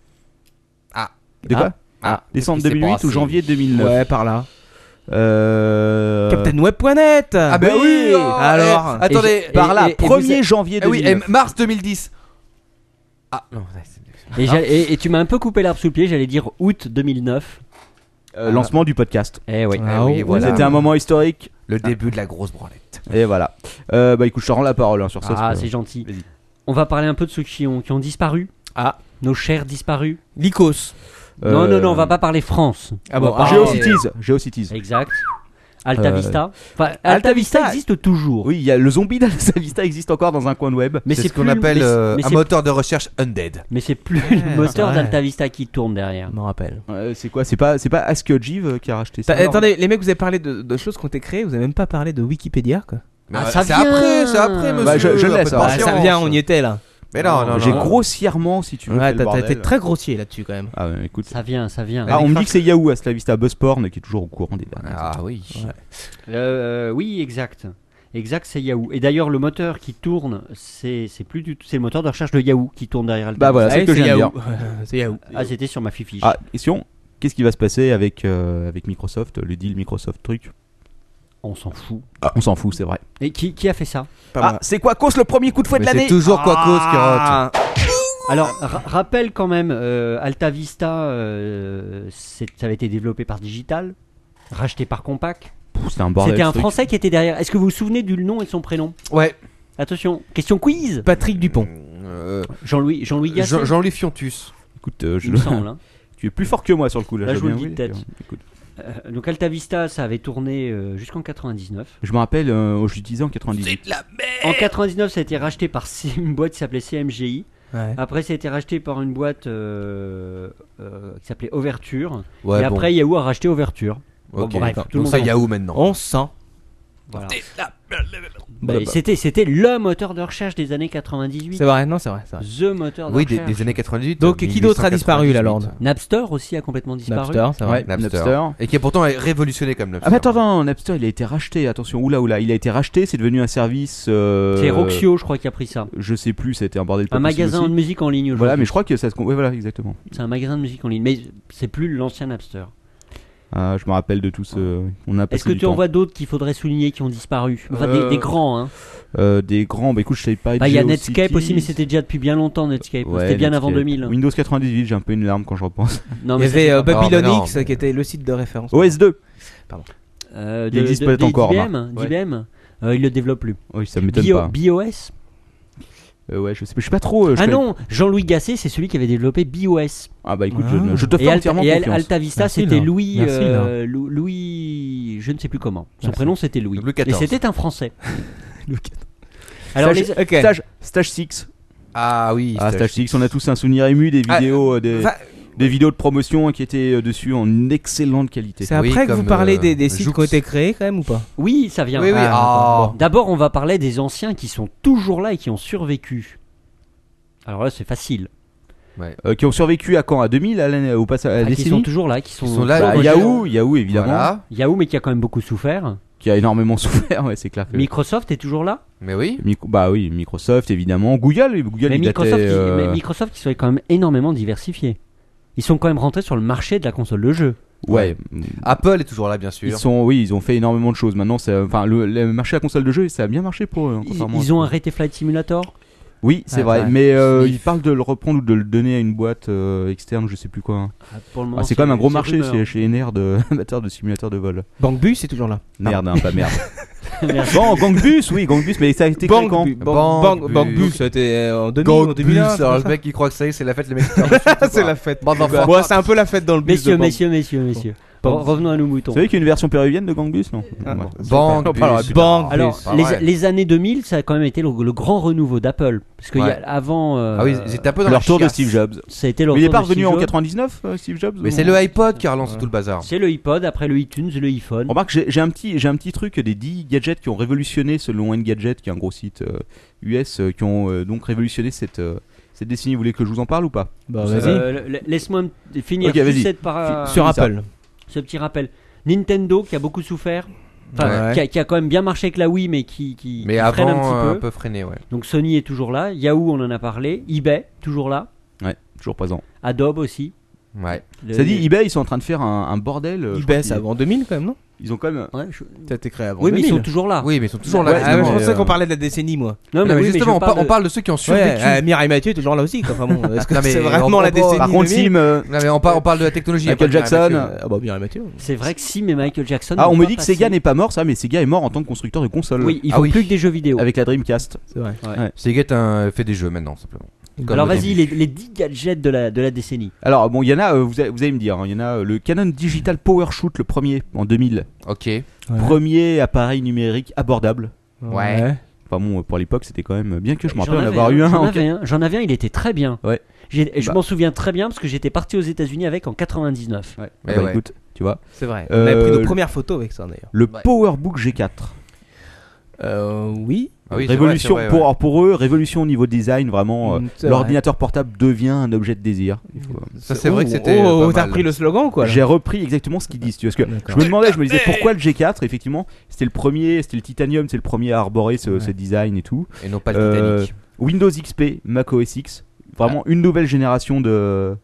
De quoi? Décembre qu'est-ce qui s'est 2008 passé ou janvier 2009. Ouais, par là. Captain CaptainWeb.net. Ah bah oui. Alors. Attendez. Par là, et 1er janvier Ah oui, 2009. mars 2010. Ah non, Et tu m'as un peu coupé l'arbre sous le pied, j'allais dire août 2009. Lancement du podcast. Eh oui. Ah oui, voilà. C'était un moment historique. Le début de la grosse branlette. Et voilà. Bah écoute, je te rends la parole sur ça. Ah, c'est c'est gentil. Vas-y. On va parler un peu de ceux qui ont disparu. Ah. Nos chers disparus. Lycos. Non, on va pas parler France. Ah bon, On va ah, parler- GeoCities. Exact. Alta Euh, Vista. Enfin, Alta Alta Vista Vista existe toujours. Oui, il y a le zombie d'Alta Vista existe encore dans un coin de web. Mais C'est ce qu'on plus- appelle mais un c'est- moteur de recherche undead. Mais c'est plus le moteur ouais. d'Alta Vista qui tourne derrière. Je m'en rappelle. C'est quoi? C'est pas Ask Jeeves qui a racheté ça? Attendez, les mecs, vous avez parlé de choses qui ont été créées, vous avez même pas parlé de Wikipédia, quoi. Ah, ça c'est vient. après, monsieur. Bah, je un peu laisse, de alors. Ah, patience. ça vient, on y était là. Mais non. J'ai grossièrement, si tu veux, Ouais, fait le t'as été bordel. très grossier là-dessus quand même. Ah ouais, écoute. Ça vient. Ah, on me dit que c'est Yahoo, Asla Vista Buzzporn, qui est toujours au courant des dernières. Ah oui. Oui, exact. Exact, c'est Yahoo. Et d'ailleurs, le moteur qui tourne, c'est plus du tout. C'est le moteur de recherche de Yahoo qui tourne derrière le. Bah voilà, c'est ce que je viens de dire. C'est Yahoo. Ah, c'était sur ma fiche. Ah, question. Qu'est-ce qui va se passer avec Microsoft, le deal Microsoft truc? On s'en fout. On s'en fout, c'est vrai. Et qui a fait ça? Ah, c'est quoi cause le premier coup de fouet de Mais l'année? c'est toujours Quacos qui rote. Alors, rappelle quand même, Alta Vista, ça avait été développé par Digital, racheté par Compaq. C'était un bordel. C'était un ce truc. Français qui était derrière. Est-ce que vous vous souvenez du nom et de son prénom? Ouais. Attention, question quiz. Patrick Dupont. Jean-Louis Gasset. Jean-Louis Fiontus. Écoute, Il me semble. Hein. tu es plus fort que moi sur le coup là. Là, je vous le bien dis de vu, tête. écoute. Donc Alta Vista, ça avait tourné jusqu'en 99. Je me rappelle, je l'utilisais en 98. En 99, ça a été racheté par une boîte qui s'appelait CMGI. Ouais. Après, ça a été racheté par une boîte qui s'appelait Overture. Ouais, et après, Yahoo a racheté Overture. Ok. Bon, bref, tout le Donc monde c'est en- Yahoo maintenant. On sent. Voilà. Et c'était le moteur de recherche des années 98. C'est vrai, non, c'est vrai. The moteur de Oui, recherche. des années 98. Donc, qui d'autre a disparu, la Lord? Napster aussi a complètement disparu. Napster, c'est vrai. Napster. Et qui a pourtant révolutionné comme Napster. Ah mais attends, Napster il a été racheté, attention, oula, il a été racheté, c'est devenu un service... C'est Roxio, je crois, qui a pris ça. Je sais plus, ça a été un bordel pas Un possible magasin aussi. de musique en ligne. Voilà, aujourd'hui. mais je crois que ça se... Ouais, voilà, exactement. C'est un magasin de musique en ligne, mais c'est plus l'ancien Napster. Ah, je me rappelle de tout ce... On a passé Est-ce que du tu temps. en vois d'autres qu'il faudrait souligner qui ont disparu? Enfin, des grands, hein. Des grands, bah écoute, je savais pas... Bah, il y a Geocities. Netscape aussi, mais c'était déjà depuis bien longtemps, Netscape. Ouais, C'était bien Netscape. avant 2000. Windows 98, j'ai un peu une larme quand je repense. Non, Il y mais ça, avait c'est pas- Babylonix mais non. qui était le site de référence. OS2. Il il existe peut-être encore, d'IBM. Il le développe plus. Oui, ça m'étonne pas. BIOS. Ouais, je sais pas trop... je Ah connais- non, Jean-Louis Gasset, c'est celui qui avait développé BIOS. Ah bah écoute, Ah. je te fais entièrement confiance. Alta Vista, Merci, c'était là. Louis, Merci, là. Louis, je ne sais plus comment. Son Merci. prénom c'était Louis. Louis Et XIV. c'était un Français. Alors Stage, les... Ok. Stage 6. Ah oui. Stage 6, on a tous un souvenir ému des vidéos, des vidéos de promotion qui étaient dessus en excellente qualité. C'est Oui, après que vous comme, parlez des sites Joux. qui ont été créés quand même ou pas? Oui, ça vient. Oui, oui. Ah, D'abord, on va parler des anciens qui sont toujours là et qui ont survécu. Alors là, c'est facile. Qui ont survécu à quand? À 2000, au passage, à la Qui décennie. sont toujours là, qui sont là, Bah, toujours- Yahoo évidemment, Voilà. Yahoo, mais qui a quand même beaucoup souffert. qui a énormément souffert, ouais, c'est clair. Que... Microsoft est toujours là. Mais oui. Bah oui, Microsoft évidemment, Google Mais il Microsoft, datait, mais Microsoft, ils sont quand même énormément diversifiés. Ils sont quand même rentrés sur le marché de la console de jeu. ouais. Apple est toujours là, bien sûr. Ils ont fait énormément de choses. Maintenant, enfin, le marché de la console de jeu, ça a bien marché pour eux. hein, contrairement à Ils ce ont qu'on- arrêté Flight Simulator. Oui, c'est Ah, vrai, ouais. mais Ils- ils parlent de le reprendre ou de le donner à une boîte externe, je sais plus quoi. Pour le moment, Ah, c'est quand même un gros c'est marché rumeur. chez Nerd, amateur de simulateurs de vol. Bangbus c'est toujours là. Merde, hein, pas merde. Merci. Bon, Gangbus, mais ça a été créé quand Bangbus, c'était en 2000 ou en 2001. Alors le mec qui croit que ça y est, c'est la fête, les mecs qui tirent dessus, tout, C'est quoi. la fête. Bande d'enfants. Bon, c'est un peu la fête dans le bus. Messieurs. Revenons à nos moutons. Vous savez qu'il y a une version péruvienne de Gangbus, non Ah, Bon. Bang, On parlera bus. plus tard. Bang. Alors, Pas les, vrai. les années 2000, ça a quand même été le grand renouveau d'Apple. Parce qu'il y Ouais. a avant. Ah oui, ils étaient un peu dans Le la retour de chiasse. Steve Jobs. Ça a été le Mais il est retour pas de revenu Steve en Jobs. 99, Steve Jobs Mais ou- c'est le iPod qui a relancé tout le bazar. C'est le iPod, après le iTunes, le iPhone. Remarque, j'ai un petit truc des 10 gadgets qui ont révolutionné, selon Engadget, qui est un gros site US, qui ont donc révolutionné cette décennie. Vous voulez que je vous en parle ou pas? Bah vas-y. Laisse-moi finir Ok, vas-y. Sur Apple. ce petit rappel. Nintendo qui a beaucoup souffert. Enfin, Ouais. qui a quand même bien marché avec la Wii, mais qui Mais freine un avant, petit un peu freiné, ouais. Donc Sony est toujours là. Yahoo, on en a parlé. eBay, toujours là. Ouais, toujours présent. Adobe aussi. Ouais. Ça dit, eBay, ils sont en train de faire un bordel. je crois eBay, qu'ils- c'est avant 2000 quand même, non? Ils ont quand même. Ouais, Ça a été créé avant oui, mais 2000. ils sont toujours là. Oui, mais ils sont toujours Ouais, là. Ah, justement. je pensais qu'on parlait de la décennie, moi. Non, Non, mais oui, justement, je on parle de ceux qui ont survécu. Ouais, Mireille Mathieu est toujours là aussi. Quoi. Enfin bon, est-ce que Non, mais c'est on- vraiment la on- décennie Par contre, 2000? Sim. Non, mais on parle de la technologie. Michael pas de Mireille Jackson. Mathieu. Ah bah Mireille Mathieu. C'est vrai que si, mais Michael Jackson. Ah, n'ont on me pas dit que passé- Sega n'est pas mort, ça, mais Sega est mort en tant que constructeur de consoles. Oui, ils Ah font oui. plus que des jeux vidéo. Avec la Dreamcast. C'est vrai. Sega fait des jeux maintenant, simplement. Comme Alors au vas-y, début. les 10 gadgets de la décennie. Alors, bon, il y en a, vous allez me dire, hein, il y en a le Canon Digital PowerShoot, le premier, en 2000. Ok. Premier appareil numérique abordable. Ouais. Enfin bon, pour l'époque, c'était quand même bien que je me J'en rappelle en avais avoir eu un. J'en avais un, il était très bien. Ouais. Je Bah. m'en souviens très bien parce que j'étais parti aux États-Unis avec en 99. Ouais. Eh Bah, ouais. écoute, tu vois. C'est vrai. On avait pris Euh, nos premières photos avec ça d'ailleurs. Le PowerBook G4. Oui. Ah oui, Révolution c'est vrai, ouais. pour eux, révolution au niveau design, vraiment. C'est L'ordinateur portable devient un objet de désir. Il faut- Ça, c'est vrai que c'était. Oh, pas t'as mal. repris le slogan quoi là. J'ai repris exactement ce qu'ils disent. Tu vois, parce que D'accord. je me demandais, je me disais pourquoi le G4. Effectivement, c'était le Titanium, c'est le premier à arborer ce design et tout. Et non pas le Euh, Titanic. Windows XP, Mac OS X, vraiment une nouvelle génération d'OS.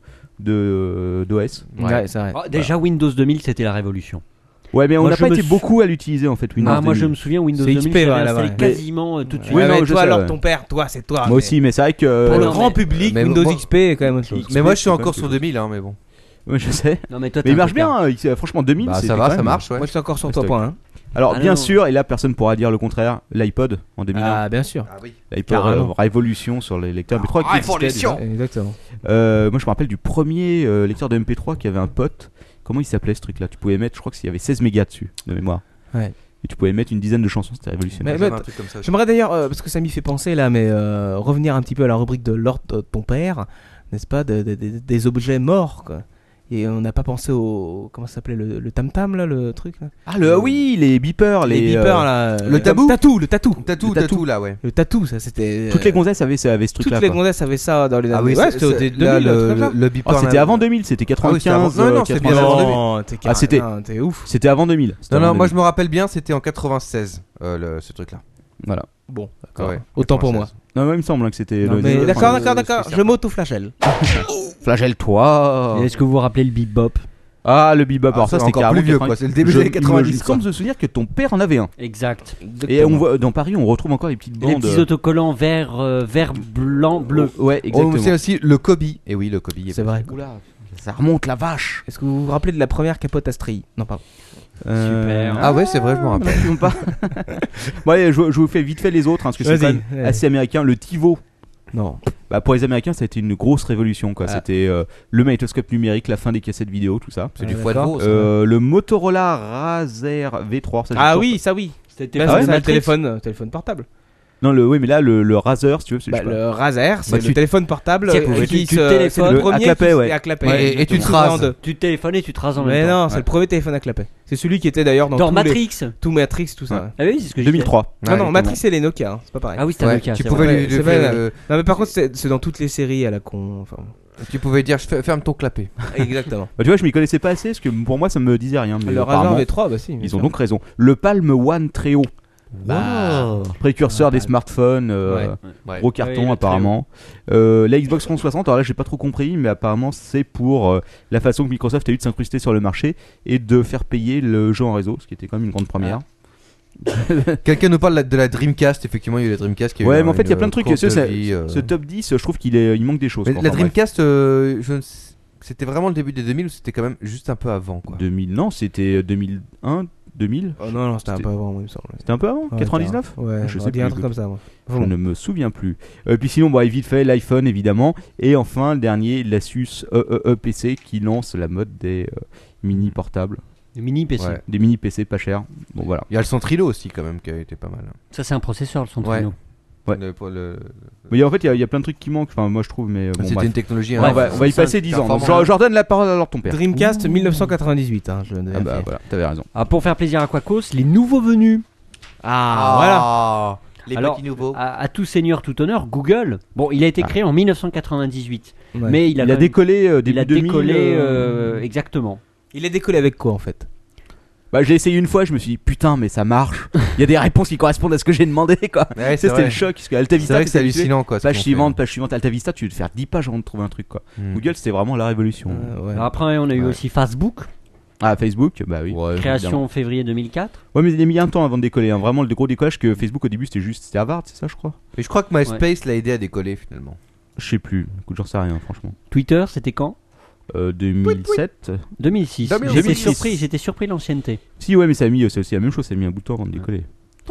Ouais, c'est vrai. Oh, déjà Windows 2000 c'était la révolution. Ouais, mais on Moi, n'a je pas me été suis- beaucoup à l'utiliser en fait. Windows Moi je 2000. me souviens Windows C'est 2000 XP, je l'avais là, installé ouais. quasiment tout de suite. Oui, Ouais, non, mais je toi sais, alors ouais. ton père, toi c'est toi. Moi mais aussi, mais c'est vrai que. Pour le non, grand mais- public, mais Windows moi- XP est quand même autre chose. Mais moi, je suis c'est encore quand sur même 2000, hein, mais bon. Ouais, je sais. Non mais toi Mais il t'es un marche peu tard. bien. Franchement, 2000, Bah, c'est ça quand va, même- ça marche, ouais. Moi je suis encore sur Stock. toi point. Alors, Ah, bien non. sûr, et là, personne pourra dire le contraire, l'iPod en 2001. Ah bien sûr. Ah oui. L'iPod, carrément. révolution sur les lecteurs MP3. qui existait révolution. Exactement. déjà. Moi, je me rappelle du premier lecteur de MP3 qui avait un pote. Comment il s'appelait ce truc-là? Tu pouvais mettre, je crois qu'il y avait 16 mégas dessus, de mémoire. Ouais. Et tu pouvais mettre une dizaine de chansons, c'était révolutionnaire. Mais- J'avais un truc comme ça. J'aimerais d'ailleurs, parce que ça m'y fait penser là, mais revenir un petit peu à la rubrique de Lord ton père, n'est-ce pas, des objets morts quoi. Et on n'a pas pensé au comment ça s'appelait le tam tam là, le truc là. Ah, oui, les beepers, Les beepers là. le tabou le tatou. Tatou, là, ouais. Le tatou, ça c'était. Toutes les gonzesses avaient ce toutes truc-là. les quoi. gonzesses avaient ça dans les Ah années. oui, Ouais, c'était au 2000 là, le truc là. le beeper. Oh, c'était avant 2000, c'était Ah oui, c'était avant- 95. non, non, c'était bien 96. avant 2000. Non, t'es Ah, c'était- carré, t'es ouf. C'était avant 2000. C'était Non, avant non, moi 2000. je me rappelle bien, c'était en 96, ce truc-là. Voilà. Bon, Ah ouais, autant pour moi. 96. Non, moi, il me semble hein, que c'était. Non, le- mais le- d'accord, le- d'accord. le- Je m'auto-flagelle. Flagelle-toi. Et est-ce que vous vous rappelez le bebop? Ah, le bebop. Alors, Ah, ça, c'est c'était encore carrément plus vieux, 90. quoi. C'est le début des Je- années 90, Il me semble quoi. de se souvenir que ton père en avait un. Exact. Et on voit, dans Paris, on retrouve encore les petites Les bandes. petits autocollants vert, vert, blanc, bleu. Ouais, On exactement. sait aussi le Kobe. Et oui, le Kobe. C'est vrai. Oula, ça remonte la vache. Est-ce que vous vous rappelez de la première capote à strie? Non, pardon. Super. Ah ouais, c'est vrai, je me rappelle. Non, pas. Bon, allez, je vous fais vite fait les autres, hein, parce que c'est Vas-y, quand même ouais. assez américain. Le TiVo. Non. Bah, pour les Américains, ça a été une grosse révolution, quoi. Ah. C'était le magnétoscope numérique, la fin des cassettes vidéo, tout ça. C'est du Ouais, foie de d'accord. veau, ça. Le Motorola Razer V3. Ça, j'ai Ah toujours oui, pas- ça oui. C'était Là, pas c'est le ça, le Matrix. téléphone portable. Non, oui, mais là, le Razer, si tu veux, c'est Bah, je sais pas. le Razer, c'est Bah, le tu- téléphone portable Tiens, qui tu se- téléphones. c'est le premier À clapet, qui ouais. est à clapet. Ouais, et tu te Exactement. rases. En deux. Tu téléphones et tu te rases en Mais même temps. non, c'est le premier téléphone à clapet. C'est celui qui était d'ailleurs dans Dans tous Matrix. tout Matrix, tout ça. Ah oui, c'est ce que j'ai 2003. Non, non, Ouais, Matrix c'est les Nokia, hein, c'est pas pareil. Ah oui, c'était Ouais, un Nokia. tu c'est pouvais vrai. lui C'est faire, vrai, Non, mais par contre, c'est dans toutes les séries à la con. Enfin, tu pouvais dire ferme ton clapet. exactement. Bah, tu vois, je m'y connaissais pas assez, parce que pour moi, ça me disait rien. Mais Le apparemment, Razer V3, bah si. bien ils sûr. ont donc raison. Le Palm One très haut. Bah, Précurseur des smartphones. Ouais. Gros carton Ouais, apparemment. La Xbox 360, alors là j'ai pas trop compris, mais apparemment c'est pour la façon que Microsoft a eu de s'incruster sur le marché et de faire payer le jeu en réseau, ce qui était quand même une grande première. Quelqu'un nous parle de la Dreamcast. Effectivement, il y a eu la Dreamcast qui a eu Ouais, mais en fait il y a une plein de trucs. courte Ce, vie, ce top 10, je trouve il manque des choses. Mais quoi. la Enfin, bref. Dreamcast, c'était vraiment le début des 2000 ou c'était quand même juste un peu avant, quoi. 2000, non, c'était 2001, 2000. Oh non, non, c'était un peu avant, il me semble. C'était un peu avant, Ouais, 99. Ouais, Je on sais dit un plus, truc comme ça, moi. Je ne me souviens plus. Puis sinon, bon, vite fait, l'iPhone évidemment. Et enfin, le dernier, l'Asus PC qui lance la mode des mini portables. Le mini PC. Ouais. Des mini PC pas chers. Bon, voilà. Il y a le Centrilo aussi, quand même, qui a été pas mal. Ça, c'est un processeur, le Centrino. Ouais. Pour le- Mais en fait, il y a plein de trucs qui manquent. Enfin, moi je trouve, mais bon, C'était bref. une technologie. Ouais, hein. on va y c'est passer 10 ans. Donc, performant. je redonne la parole alors ton père. Dreamcast 1998, hein, je devais Ah bah vérifier. voilà, t'avais raison. Ah, pour faire plaisir à Quacos, les nouveaux venus. Ah, Les Alors, petits nouveaux. À tout seigneur, tout honneur, Google. Bon, il a été créé en 1998. voilà. Ouais. Mais Il a décollé début il a 2000. décollé exactement. Il est décollé avec quoi en fait? Bah, j'ai essayé une fois, je me suis dit putain, mais ça marche. Il y a des réponses qui correspondent à ce que j'ai demandé quoi. Ouais, C'était le choc. Parce que Alta C'est Vista, vrai que c'est t'étais habitué. hallucinant, quoi. ce Page qu'on suivante, fait. page suivante. Alta Vista, tu veux te faire 10 pages avant de trouver un truc quoi. Hmm. Google, c'était vraiment la révolution. Ouais. Alors après, on a eu Ouais. aussi Facebook, Ah, Facebook, bah oui. Ouais, création évidemment. février 2004. Ouais, mais il a mis un temps avant de décoller. Hein. Vraiment, le gros décollage que Facebook au début, c'était Harvard, c'est ça, je crois. Et je crois que MySpace l'a aidé à décoller finalement. Je sais plus. Écoute, j'en sais rien, franchement. Twitter, c'était quand 2007. 2006. 2006. J'étais surpris de l'ancienneté. Si, ouais, mais ça a mis, c'est aussi la même chose, ça a mis un bout de temps avant de décoller.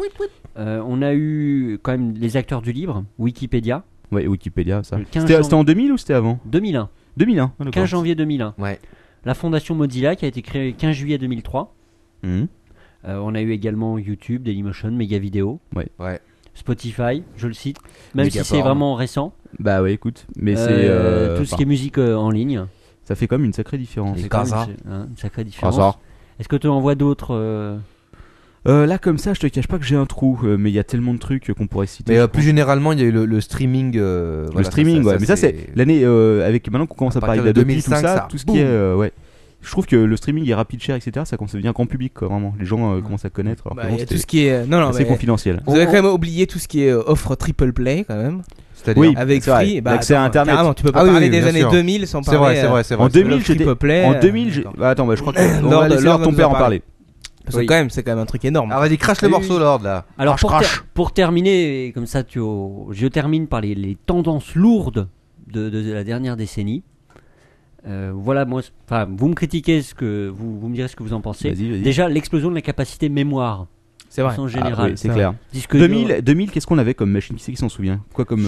On a eu quand même les acteurs du livre, Wikipédia, Ouais, Wikipédia, ça. Le 15 C'était en 2000 ou c'était avant 2001. 2001. Ah, d'accord. 15 janvier 2001. Ouais. La fondation Mozilla qui a été créée le 15 juillet 2003. Mhm. On a eu également YouTube, Dailymotion, Megavideo, Ouais. Spotify, je le cite, même si Megaporn. c'est vraiment récent. Bah ouais, écoute, mais Tout c'est. ce qui est musique en ligne. Ça fait quand même une sacrée différence. C'est C'est quand même Casa. une sacrée différence. Hasard. Est-ce que tu en vois d'autres Là, comme ça, je te cache pas que j'ai un trou, mais il y a tellement de trucs qu'on pourrait citer. Mais plus généralement, il y a eu le streaming. Le streaming, ouais. Mais ça, c'est l'année avec maintenant qu'on commence à parler de Adobe, tout ça, tout ce qui est. Ouais. Je trouve que le streaming est rapide, cher, etc. Ça commence à devenir grand public, quoi, vraiment. Les gens commencent à connaître. Alors Il y a tout ce qui est. Non, c'est confidentiel. Vous avez quand même oublié tout ce qui est offre triple play, quand même. C'est-à-dire Oui, Avec c'est vrai. Free, L'accès à Internet. Carrément, tu peux pas Ah oui, parler oui, des bien années sûr. 2000 sans C'est parler. vrai, c'est vrai. En 2000, Triple j'étais. play, En 2000, d'accord. attends, je crois que. On Lord- va laisser Lord ton nous père en en parler. Parce que Oui. quand même, c'est quand même un truc énorme. Ah, vas-y, crache le morceau, Lord, là. Alors Crash. pour terminer, et comme ça je termine par les tendances lourdes de la dernière décennie. Voilà, moi, vous me critiquez vous me direz ce que vous en pensez. Vas-y. Déjà, l'explosion de la capacité mémoire. C'est vrai. En Ah, général. oui, c'est clair. Disque dur. 2000, qu'est-ce qu'on avait comme machine? Qui c'est qui s'en souvient? Quoi comme.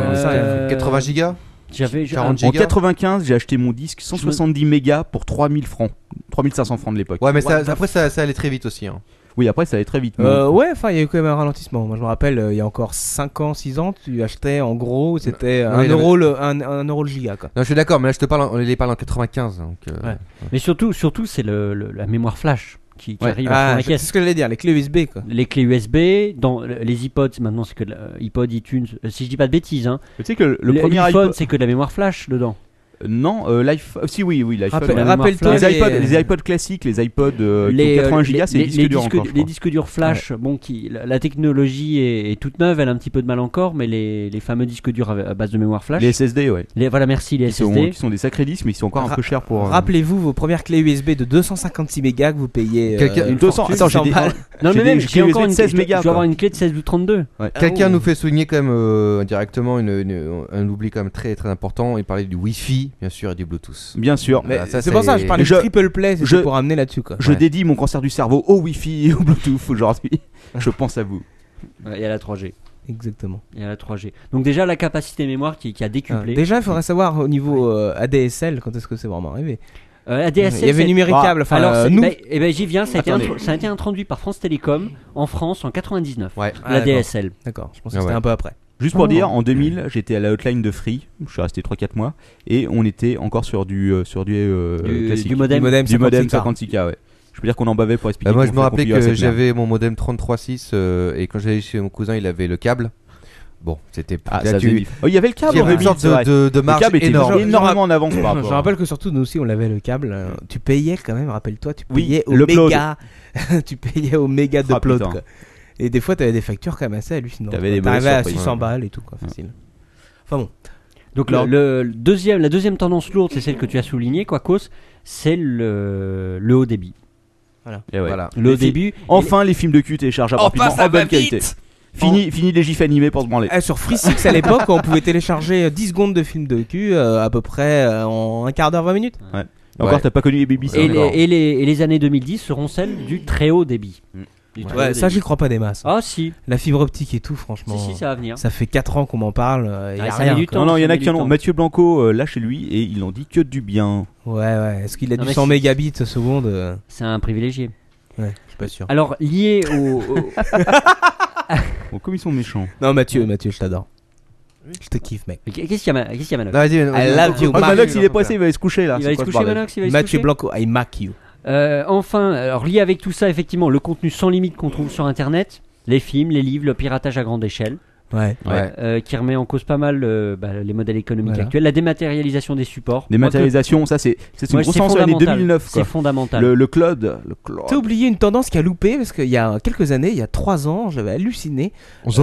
80 gigas J'avais 40 En gigas 95, j'ai acheté mon disque 170 mégas pour 3000 francs. 3500 francs de l'époque. Ouais, mais après, ça allait très vite aussi. Hein. Oui, après, ça allait très vite. Ouais, enfin, il y a eu quand même un ralentissement. Moi, je me rappelle, il y a encore 5 ans, 6 ans, tu achetais en gros, c'était Ouais, 1 euro le giga, quoi. Non, je suis d'accord, mais là, je te parle, on les parle en 95. Donc, Ouais. Mais surtout c'est la mémoire flash qui Ouais. arrive dans la C'est caisse. ce que j'allais dire, les clés USB, quoi. Les clés USB, dans les iPods, maintenant c'est que de iPod, iTunes, si je dis pas de bêtises, hein. Tu sais que le premier l'iPhone iPod. c'est que de la mémoire flash dedans. Non, l'iPhone. Si, oui, l'iPhone. la mémoire Rappelle-toi flash. Les iPods classiques, les iPods qui ont 80 gigas, c'est disque dur encore. je les crois. disques durs flash, bon, la technologie est toute neuve, elle a un petit peu de mal encore, mais les fameux disques durs à base de mémoire flash. Les SSD, ouais. Voilà, merci, les SSD. Qui sont des sacrés disques, mais ils sont encore un peu chers pour. Rappelez-vous vos premières clés USB de 256 mégas que vous payez. Quelqu'un- une 200. fortune, Attends, j'ai 100 des- balles. Non, J'ai mais même, des j'ai clés encore USB une de 16 mégas, je dois avoir quoi. une clé de 16 ou 32. Quelqu'un Oh. nous fait souligner quand même directement un oubli quand même très très important. Il parlait du Wi-Fi, bien sûr, et du Bluetooth. Bien sûr. Mais Voilà, ça, c'est pour ça que je parlais de Je- triple play, je- c'était pour amener là-dessus, quoi. Je Ouais. dédie mon cancer du cerveau au Wi-Fi et au Bluetooth aujourd'hui. Je pense à vous. Et à la 3G. Exactement. Et à la 3G. Donc déjà la capacité mémoire qui a décuplé. Déjà, il faudrait savoir au niveau ADSL quand est-ce que c'est vraiment arrivé. ADSL, Il y avait numéricable, enfin, alors nous. j'y viens, ça Attendez. a été introduit par France Télécom en France en 99. Ouais. Ah, L'ADSL. D'accord, je pense Ah que c'était ouais. un peu après. Juste pour dire, en 2000, j'étais à la hotline de Free. Je suis resté 3-4 mois. Et on était encore sur du classique. Du modem. Du modem 56K. 56K, ouais. Je peux dire qu'on en bavait pour expliquer. Moi, qu'on je me rappelais configurer que cette merde. j'avais mon modem 33.6 et quand j'allais chez mon cousin, il avait le câble. Bon, c'était Ah, là, ça faisait vif. Oh, il y avait le câble il y en avait une 2000, sorte c'est vrai. de Le marge câble était énorme. énormément en avance par Je rapport. rappelle que surtout nous aussi on avait le câble. Tu payais quand même, rappelle-toi, tu Oui, payais au l'upload. méga. Tu payais au méga Ah, d'upload, putain. quoi. Et des fois t'avais des factures quand même assez hallucinantes. T'avais des T'arrivais mauvaises à surprises. 600 balles et tout, quoi, facile. Enfin bon. Donc Alors- la deuxième tendance lourde, c'est celle que tu as soulignée, Quacos, c'est le haut débit. Et ouais. Voilà. Le haut Les fi- débit. Enfin, les films de cul téléchargeables rapidement en bonne qualité. Fini les gifs animés pour se branler. Sur FreeSix à l'époque, on pouvait télécharger 10 secondes de films de cul à peu près en un quart d'heure, 20 minutes. Encore, Ouais. t'as pas connu les baby Et les années 2010 seront celles du très haut débit. Du très Ouais, haut ça débit. j'y crois pas des masses. Ah si, La fibre optique et tout, franchement. si, ça va venir. Ça fait 4 ans qu'on m'en parle, y a Ah, ça rien. met du quoi. temps. Non, il y en ça a met qui du en ont. temps. Mathieu Blanco, là chez lui, et ils ont dit que du bien. Ouais, est-ce qu'il a Non, du mais 100 si- mégabits seconde C'est un privilégié. Ouais, je suis pas sûr. Alors lié au Bon, comme ils sont méchants. Non, Mathieu, je t'adore. Je te kiffe, mec. Qu'est-ce qu'il y a Manox? Non, vas-y, I love you, Oh, Manox. Manox, il est pressé, il va aller se coucher là. Il C'est va aller se quoi ce coucher, bordel Manox, il va aller se Mathieu coucher Blanco, I mac you. Enfin, alors lié avec tout ça, effectivement, le contenu sans limite qu'on trouve sur Internet, les films, les livres, le piratage à grande échelle, Ouais. qui remet en cause pas mal les modèles économiques Voilà. actuels, la dématérialisation des supports. Dématérialisation, ça c'est une Moi, grosse c'est tendance de l'année fondamental. 2009. C'est Quoi. fondamental. Le cloud. T'as oublié une tendance qui a loupé parce qu'il y a quelques années, il y a 3 ans, j'avais halluciné.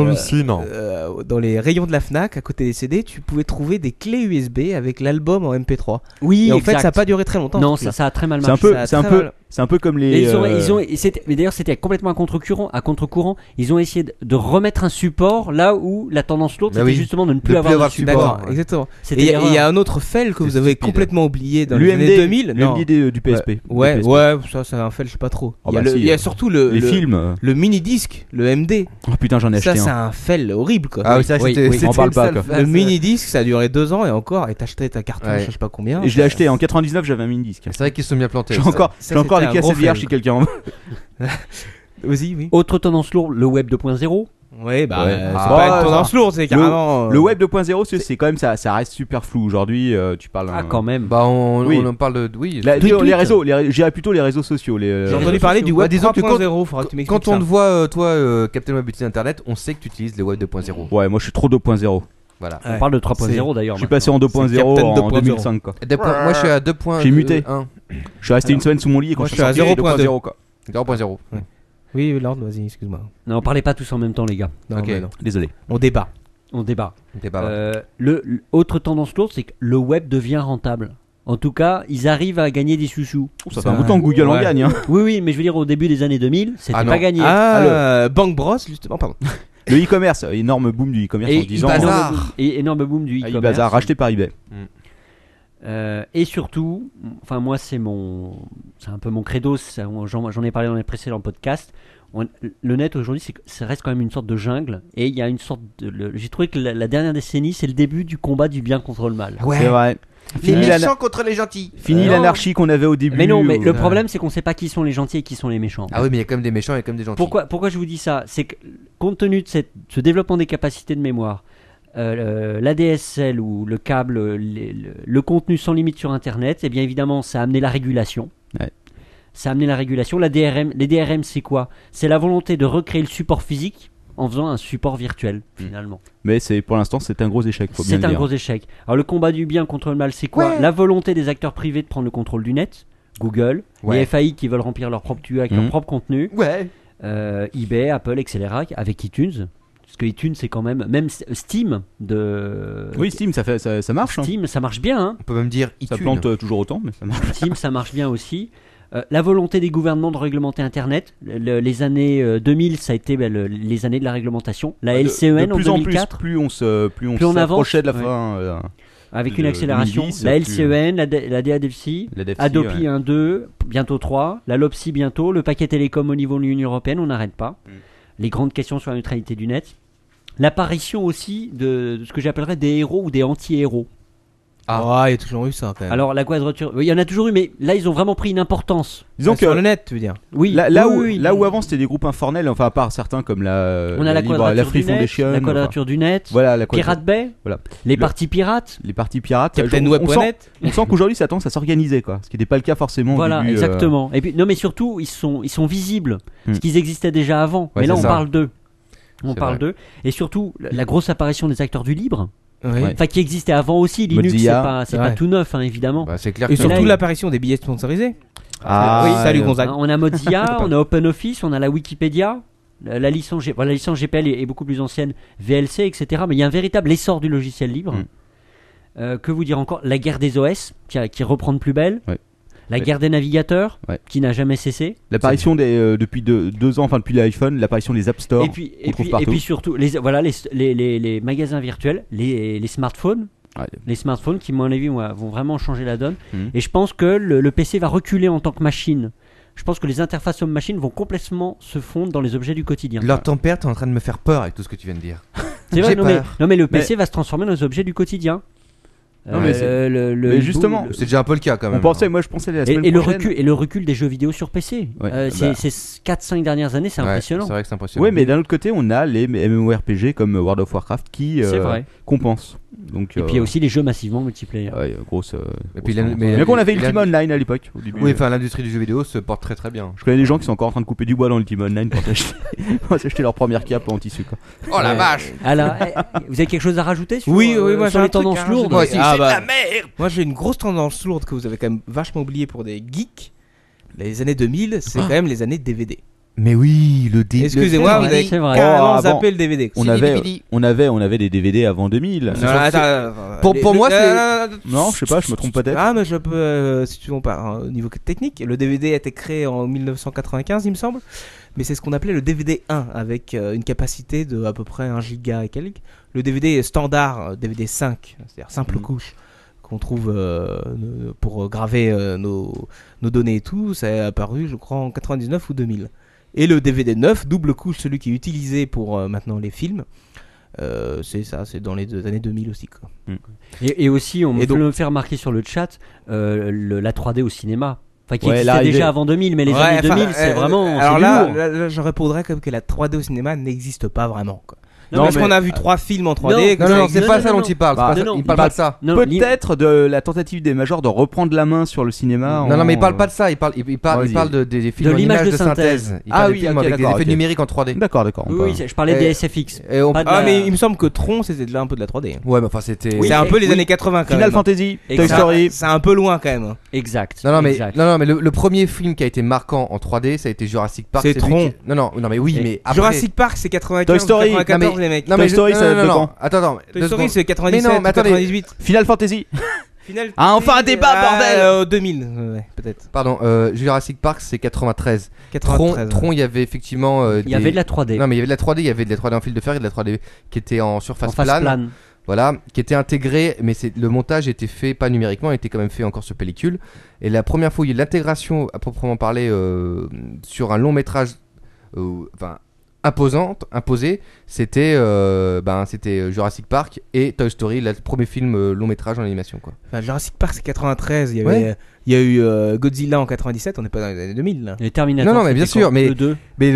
Dans les rayons de la Fnac, à côté des CD, tu pouvais trouver des clés USB avec l'album en MP3. Oui, Et en exact. fait, ça n'a pas duré très longtemps. Non, ce truc-là. ça a très mal C'est un marché. peu, ça a c'est un très peu, mal. c'est un peu comme Et les. mais d'ailleurs, c'était complètement à contre-courant. Ils ont essayé de remettre un support là où la tendance lourde, Bah c'était oui. justement de ne De plus avoir de support. D'accord, ouais. exactement. C'était Et il y l'erreur. a un autre fail que vous C'est avez stupide. complètement oublié dans les années L'UMD 2000. Non. L'UMD du PSP. Ouais, du PSP. ouais, ça un fail, je sais pas trop. Oh Il y a bah le- si, il y a surtout le Les films. le mini disque, le MD. Oh putain, j'en ai Ça, acheté c'est un. un fail horrible, quoi. Ah oui, ça Oui, c'était. oui, c'était on parle une pas, sale quoi. phase. Le mini disque, ça a duré 2 ans et encore, et t'achetais ta cartouche, Ouais. je sais pas combien. Et je l'ai acheté en 99, j'avais un mini disque. C'est vrai qu'ils se sont bien plantés. J'ai ça. encore, ça, j'ai encore c'était des un gros cassettes vierges fail. chez quelqu'un. Vas-y, oui. Autre tendance lourde, le web 2.0. Ouais, bah, Ouais. c'est Ah, pas une ça. tendance lourde, c'est carrément. Le web 2.0, c'est quand même ça reste super flou aujourd'hui. Tu parles. Ah, quand même. Bah, Oui. on en parle de. Oui. Les Tweet. réseaux, j'irais plutôt les réseaux sociaux. J'ai entendu parler du Bah, web disons que 3.0, faudra que tu m'expliques Quand on ça. te voit, toi, Captain Web utilise Internet, on sait que tu utilises le web 2.0. Ouais, moi je suis trop 2.0. Voilà. On parle de 3.0 d'ailleurs. Je suis passé en 2.0 Captain en 2.0. 2005 quoi. Moi, je suis à 2.1. J'ai muté. Je suis resté une semaine sous mon lit et quand moi, je je suis à suis sorti, 0.2 quoi. 0.0. Oui, Lord, vas-y, excuse-moi. Non, parlez pas tous en même temps, les gars. Non, Ok. mais non. Désolé. On débat. On débat. T'es pas mal. Autre tendance lourde, c'est que le web devient rentable. En tout cas, ils arrivent à gagner des sous-sous. Ça fait un bout de temps que Google en Ouais. gagne. Hein. Oui, mais je veux dire, au début des années 2000, c'était Ah non. pas gagné. Bank Bros, justement, pardon. Le e-commerce, énorme boom du e-commerce en 10 ans. énorme boom du e-commerce. eBazaar, racheté par eBay. Et surtout, enfin moi c'est un peu mon credo, j'en ai parlé dans les précédents podcasts. Le net aujourd'hui, ça reste quand même une sorte de jungle, et il y a une sorte j'ai trouvé que la dernière décennie, c'est le début du combat du bien contre le mal. C'est vrai. Les Fini méchants contre les gentils. Fini Non. l'anarchie qu'on avait au début. Mais non, mais le où- problème c'est qu'on sait pas qui sont les gentils et qui sont les méchants. Ah oui, mais il y a quand même des méchants et quand même des gentils. Pourquoi je vous dis ça? C'est que compte tenu de ce développement des capacités de mémoire, l'ADSL ou le câble, le contenu sans limite sur Internet, et bien évidemment, ça a amené la régulation. Ouais. Ça a amené la régulation. Les DRM, c'est quoi? C'est la volonté de recréer le support physique en faisant un support virtuel, finalement. Mais pour l'instant, c'est un gros échec. Faut bien C'est le un dire. gros échec. Alors, le combat du bien contre le mal, c'est quoi? Ouais. La volonté des acteurs privés de prendre le contrôle du net. Google, Ouais. les FAI qui veulent remplir leur propre tuyau avec leur propre contenu. Ouais. eBay, Apple, etc. avec iTunes. Parce que iTunes, c'est quand même Steam de. Oui, Steam, ça marche. Hein. Steam, ça marche bien. Hein. On peut même dire Ça iTunes. plante toujours autant, mais ça marche. Steam, ça marche bien aussi. La volonté des gouvernements de réglementer Internet. Les années 2000, ça a été les années de la réglementation. La LCEN de plus en en 2004, plus on on s'approchait de la avance, fin. avec une de accélération. 2010, La plus- LCEN, la DADFC, La DFC, Adopi ouais. 1, 2, bientôt 3, la LOPSI bientôt, le paquet télécom au niveau de l'Union Européenne, on n'arrête pas. Les grandes questions sur la neutralité du net. L'apparition aussi de ce que j'appellerais des héros ou des anti-héros. Ah, il y a toujours eu ça quand même. Alors la quadrature, oui, il y en a toujours eu, mais là ils ont vraiment pris une importance. Disons sur que le net, tu veux dire. Oui, là oui, où avant c'était des groupes informels, enfin à part certains comme on a la quadrature Free du net, Foundation, la quadrature du net, voilà, Pirate Bay, Voilà. les partis pirates. les partis pirates. CaptainWeb.net. On sent qu'aujourd'hui ça tend à s'organiser quoi, ce qui n'était pas le cas forcément. au Voilà, début, exactement. Et puis non, mais surtout ils sont visibles, parce Hmm. qu'ils existaient déjà avant. Ouais, mais là c'est on ça. parle d'eux. On C'est parle vrai. d'eux. Et surtout la grosse apparition des acteurs du libre. Oui. Ouais. Enfin, qui existait avant aussi. Linux, Mozilla. c'est pas Ouais. tout neuf, hein, évidemment. Bah, c'est clair Et que surtout il- l'apparition des billets sponsorisés. Ah, oui, ouais, salut ouais. Gonzague. On a Mozilla, on a OpenOffice, on a la Wikipédia, la licence GPL est beaucoup plus ancienne, VLC, etc. Mais il y a un véritable essor du logiciel libre. Que vous dire encore? La guerre des OS, qui reprend de plus belle. Ouais. La Ouais. guerre des navigateurs, Ouais. qui n'a jamais cessé. L'apparition depuis 2 ans, enfin depuis l'iPhone, l'apparition des App Store. Et puis, on trouve partout. surtout, les magasins virtuels, les smartphones. Ouais. Les smartphones qui, à mon avis, vont vraiment changer la donne. Mhm. Et je pense que le PC va reculer en tant que machine. Je pense que les interfaces homme-machine vont complètement se fondre dans les objets du quotidien. Leur ton père, t'es en train de me faire peur avec tout ce que tu viens de dire. C'est vrai, J'ai non peur. mais le PC va se transformer dans les objets du quotidien. Non, mais mais justement, C'est déjà un peu le cas quand même. moi je pensais la Et semaine le prochaine. recul, et le recul des jeux vidéo sur PC. Ouais, Ces bah. 4-5 dernières années, c'est Ouais, impressionnant. C'est vrai que c'est impressionnant. Ouais, mais d'un autre côté, on a les MMORPG comme World of Warcraft qui C'est vrai. compensent. Donc, Et puis il y a aussi les jeux massivement multiplayer. ouais, grosse. Et puis, grosse mais tendance. Bien qu'on avait il a- Ultima Online à l'époque. Au début. Oui, enfin, l'industrie du jeu vidéo se porte très très bien. Je connais des gens qui sont encore en train de couper du bois dans Ultima Online pour s'acheter leur première cape en tissu. Quoi. Oh la vache. Alors, vous avez quelque chose à rajouter sur, Oui, moi sur j'ai les un truc tendances à lourdes? rajouter. Moi aussi, Ah, bah, Moi j'ai une grosse tendance lourde que vous avez quand même vachement oublié pour des geeks. Les années 2000, c'est quand même les années DVD. Mais oui, le dé. Excusez-moi, c'est vous vrai, avez c'est vrai. carrément Oh, avant- zappé le DVD. On C'est avait, des DVD. on avait des DVD avant 2000. Non, attends, Pour moi, c'est- Non, je sais pas, je me trompe peut-être. Ah, mais je peux, si tu veux, au niveau technique, le DVD a été créé en 1995, il me semble. Mais c'est ce qu'on appelait le DVD 1, avec une capacité de à peu près 1 giga et quelques. Le DVD standard, DVD 5, c'est-à-dire simple couche, qu'on trouve pour graver nos données et tout, ça est apparu, je crois, en 99 ou 2000. Et le DVD 9, double couche, celui qui est utilisé pour maintenant les films, c'est ça, c'est dans les années 2000 aussi, quoi. Et aussi, on Et peut donc- me faire remarquer sur le chat la 3D au cinéma. Enfin, qui Ouais, existait l'arrivée- déjà avant 2000, mais les Ouais, années enfin, 2000, c'est vraiment. Alors c'est là, du lourd. là, je répondrais comme que la 3D au cinéma n'existe pas vraiment. Quoi. Non, Parce mais- qu'on a vu 3 films en 3D. que Non, ça non, existe. c'est pas ça non, dont il parle. Bah, c'est pas ça, non, il parle pas de ça. Non, Peut-être de la tentative des majors de reprendre la main sur le cinéma. Non, non, mais il parle en- pas de ça. Il parle Vas-y. des films en l'image images de de synthèse. Il Ah parle oui, des films ok, avec des d'accord, effets ok. numériques en 3D. D'accord, d'accord. on Oui, peut- oui, je parlais Et- des SFX. Et on- Pas de Ah, la- mais il me semble que Tron c'était déjà un peu de la 3D. Ouais, mais enfin, c'était. Oui, c'est un peu les oui. années 80 quand Final même. Fantasy, Toy Exact. Story. C'est un peu loin quand même. Exact. Non, non, mais, exact. non, non, mais le premier film qui a été marquant en 3D, ça a été Jurassic Park. C'est lui Tron. Non, non, non, mais oui, Et mais après. Jurassic Park c'est 95 Toy Story. 94 Non, les mecs. Non, mais Toy Story, non, ça non, date de non, quand non. Attends, Toy deux Story secondes. c'est 97 Mais non, mais attendez. 98. Final Fantasy. Final Ah, enfin, un débat, bordel 2000 ouais, peut-être. Pardon, Jurassic Park, c'est 93. 93. Tron, il y avait effectivement. Il y avait de la 3D. Non, mais il y avait de la 3D, il y avait de la 3D en fil de fer et de la 3D qui était en surface en face plane. plane. Voilà, qui était intégré, mais le montage était fait pas numériquement, il était quand même fait encore sur pellicule. Et la première fois où il y a eu l'intégration à proprement parler sur un long métrage, enfin imposé, c'était Jurassic Park et Toy Story, le premier film long métrage en animation quoi. Enfin, Jurassic Park c'est 93, il y a eu Godzilla en 97, on n'est pas dans les années 2000 là. Les Terminator. Non, non, mais bien c'était sûr, quand mais- le 2. Mais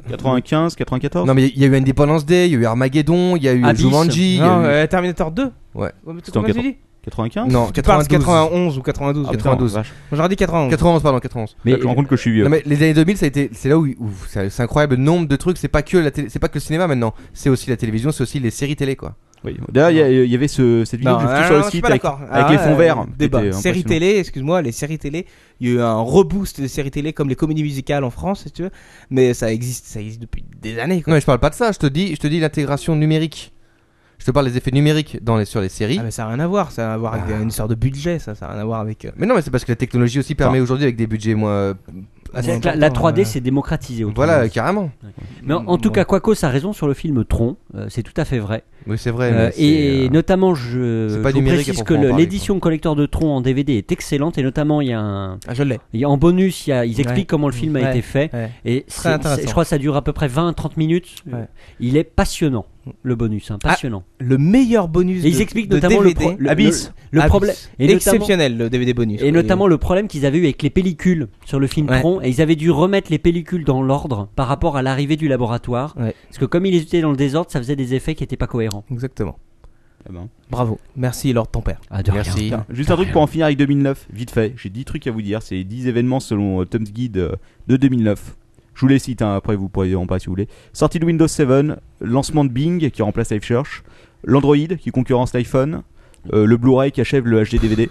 95, 94. non mais il y a eu Independence Day, il y a eu Armageddon, il y a eu Abyss. Jumanji, il y a Non, eu- Terminator 2. Ouais. Mais C'était en comment tu dis 95. non Tu parles 92. 91 ou 92. Ah, 92. putain, vache. Moi, j'aurais dit 91. 91 pardon 91. Là, je me rends compte que je suis vieux. Non, mais les années 2000 ça a été c'est là où c'est incroyable le nombre de trucs, c'est pas que c'est pas que le cinéma maintenant, c'est aussi la télévision, c'est aussi les séries télé quoi. Oui. D'ailleurs, il y avait cette vidéo Non, que j'ai vue non, sur le non, je suis site pas avec d'accord. les fonds verts. qui Débat. était Séries impressionnant. télé, excuse-moi, les séries télé, il y a eu un reboost des séries télé comme les comédies musicales en France, si tu veux. Mais ça existe depuis des années. Quoi. Non mais je parle pas de ça, je te dis l'intégration numérique. Je te parle des effets numériques sur les séries. Ah mais ça n'a rien à voir, ça a à voir avec une histoire de budget, ça n'a rien à voir avec. Mais non mais c'est parce que la technologie aussi permet aujourd'hui avec des budgets moins. C'est que la 3D s'est démocratisée. Voilà carrément. Mais en tout cas, Quacos a raison sur le film Tron. C'est tout à fait vrai. Oui c'est vrai. Mais Et c'est, notamment, c'est je pas vous numérique à précise que proprement parler, l'édition collector de Tron en DVD est excellente. Et notamment, il y a Ah, je l'ai. en bonus, ils expliquent Ouais. comment le film a Ouais. été fait. Ouais. Et Très intéressant. je crois que ça dure à peu près 20-30 minutes. Ouais. Il est passionnant, le bonus. Passionnant. Le meilleur bonus Et ils de, expliquent de notamment DVD, Abyss. le Abyss. problème. Et notamment, Exceptionnel le DVD bonus. et notamment le problème qu'ils avaient eu avec les pellicules sur le film Ouais. Tron. Et ils avaient dû remettre les pellicules dans l'ordre par rapport à l'arrivée du laboratoire. Ouais. Parce que comme ils étaient dans le désordre, ça faisait des effets qui n'étaient pas cohérents. Exactement. Ah ben. Bravo. Merci Lord ton père. Ah, de rien. merci. Tiens, juste un truc pour en finir avec 2009, vite fait. J'ai 10 trucs à vous dire. C'est 10 événements selon Tom's Guide de 2009. Je vous les cite, hein, après vous pourrez en parler si vous voulez. Sortie de Windows 7, lancement de Bing qui remplace Live Search, l'Android qui concurrence l'iPhone, le Blu-ray qui achève le HD DVD,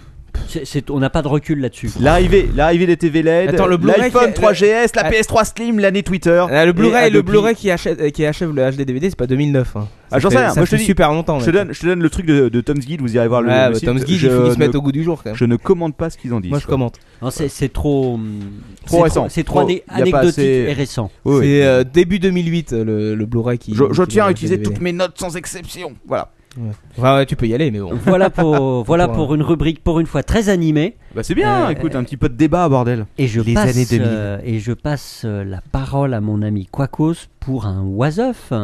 On n'a pas de recul là-dessus. l'arrivée des TV LED, Attends, le Blu-ray l'iPhone qui- 3GS, la PS3 Slim, l'année Twitter. Le Blu-ray, et le Adobe. Blu-ray qui achève le HD DVD, c'est pas 2009. Hein. Ah, j'en sais rien, Ça moi, je te fait dis- super longtemps. Je te donne le truc de Tom's Guide, vous irez voir le site. Tom's Guide, je il faut qu'ils se ne- mettent au goût du jour quand même. Je ne commande pas ce qu'ils en disent. Moi je quoi. commente. Non, c'est trop. Trop c'est récent. C'est trop Trop- y a pas anecdotique assez- et récent. Oui, oui. C'est début 2008 le Blu-ray qui. Je qui tiens à va utiliser DVD. toutes mes notes sans exception. Voilà. Ouais. Enfin, ouais, tu peux y aller, mais bon. Voilà pour une rubrique pour une fois très animée. Bah c'est bien, écoute, un petit peu de débat, bordel. Et je Les passe, années 2000. et je passe la parole à mon ami Quacos pour un was-of.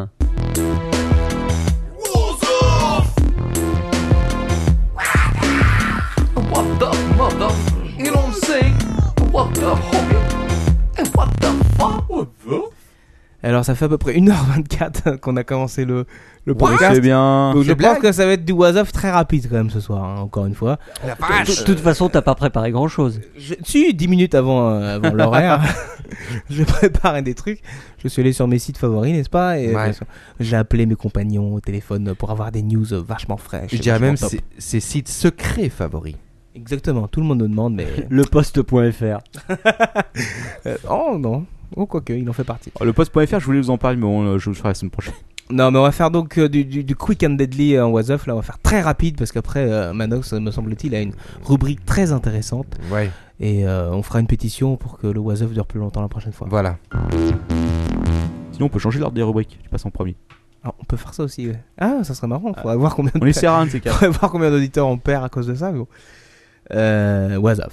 What the mother? You don't say. What the homie? And what the fuck? What the? Alors ça fait à peu près 1h24 qu'on a commencé le C'est podcast. bien. Donc je C'est pense blague. que ça va être du was-of très rapide quand même ce soir, hein, encore une fois. De toute façon, t'as pas préparé grand chose. Si 10 minutes avant l'horaire, je préparais des trucs. Je suis allé sur mes sites favoris, n'est-ce pas? Et Ouais. bien sûr, j'ai appelé mes compagnons au téléphone pour avoir des news vachement fraîches. Je dirais même vachement top. ses sites secrets favoris. Exactement, tout le monde nous demande, mais. Leposte.fr. Oh non, oh quoique, il en fait partie. Le post.fr, je voulais vous en parler, mais bon, je vous le ferai la semaine prochaine. Non, mais on va faire donc du quick and deadly en was-of. Là, on va faire très rapide parce qu'après, Manox, me semble-t-il, a une rubrique très intéressante. Ouais. Et on fera une pétition pour que le was-of dure plus longtemps la prochaine fois. Voilà. Sinon, on peut changer l'ordre des rubriques. Tu passes en premier. Ah, on peut faire ça aussi. Ouais. Ah, ça serait marrant. Faudrait voir combien On essaiera un de ces quatre. faudrait voir combien d'auditeurs on perd à cause de ça. Mais bon. Was-of.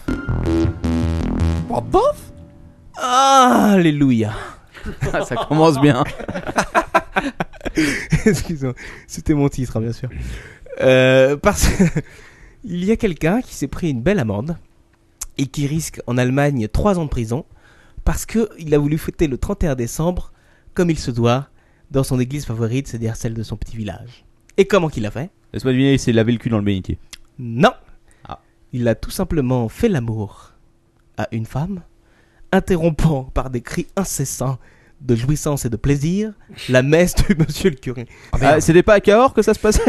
Alléluia. Ça commence bien. Excusez-moi, c'était mon titre, hein, bien sûr. Parce il y a quelqu'un qui s'est pris une belle amende et qui risque en Allemagne 3 ans de prison parce qu'il a voulu fêter le 31 décembre comme il se doit dans son église favorite, c'est-à-dire celle de son petit village. Et comment qu'il a fait? Laisse-moi deviner, il s'est lavé le cul dans le bénitier. Non. Ah. Il a tout simplement fait l'amour à une femme, interrompant par des cris incessants de jouissance et de plaisir la messe de monsieur le curé. C'était pas à Cahors que ça se passait?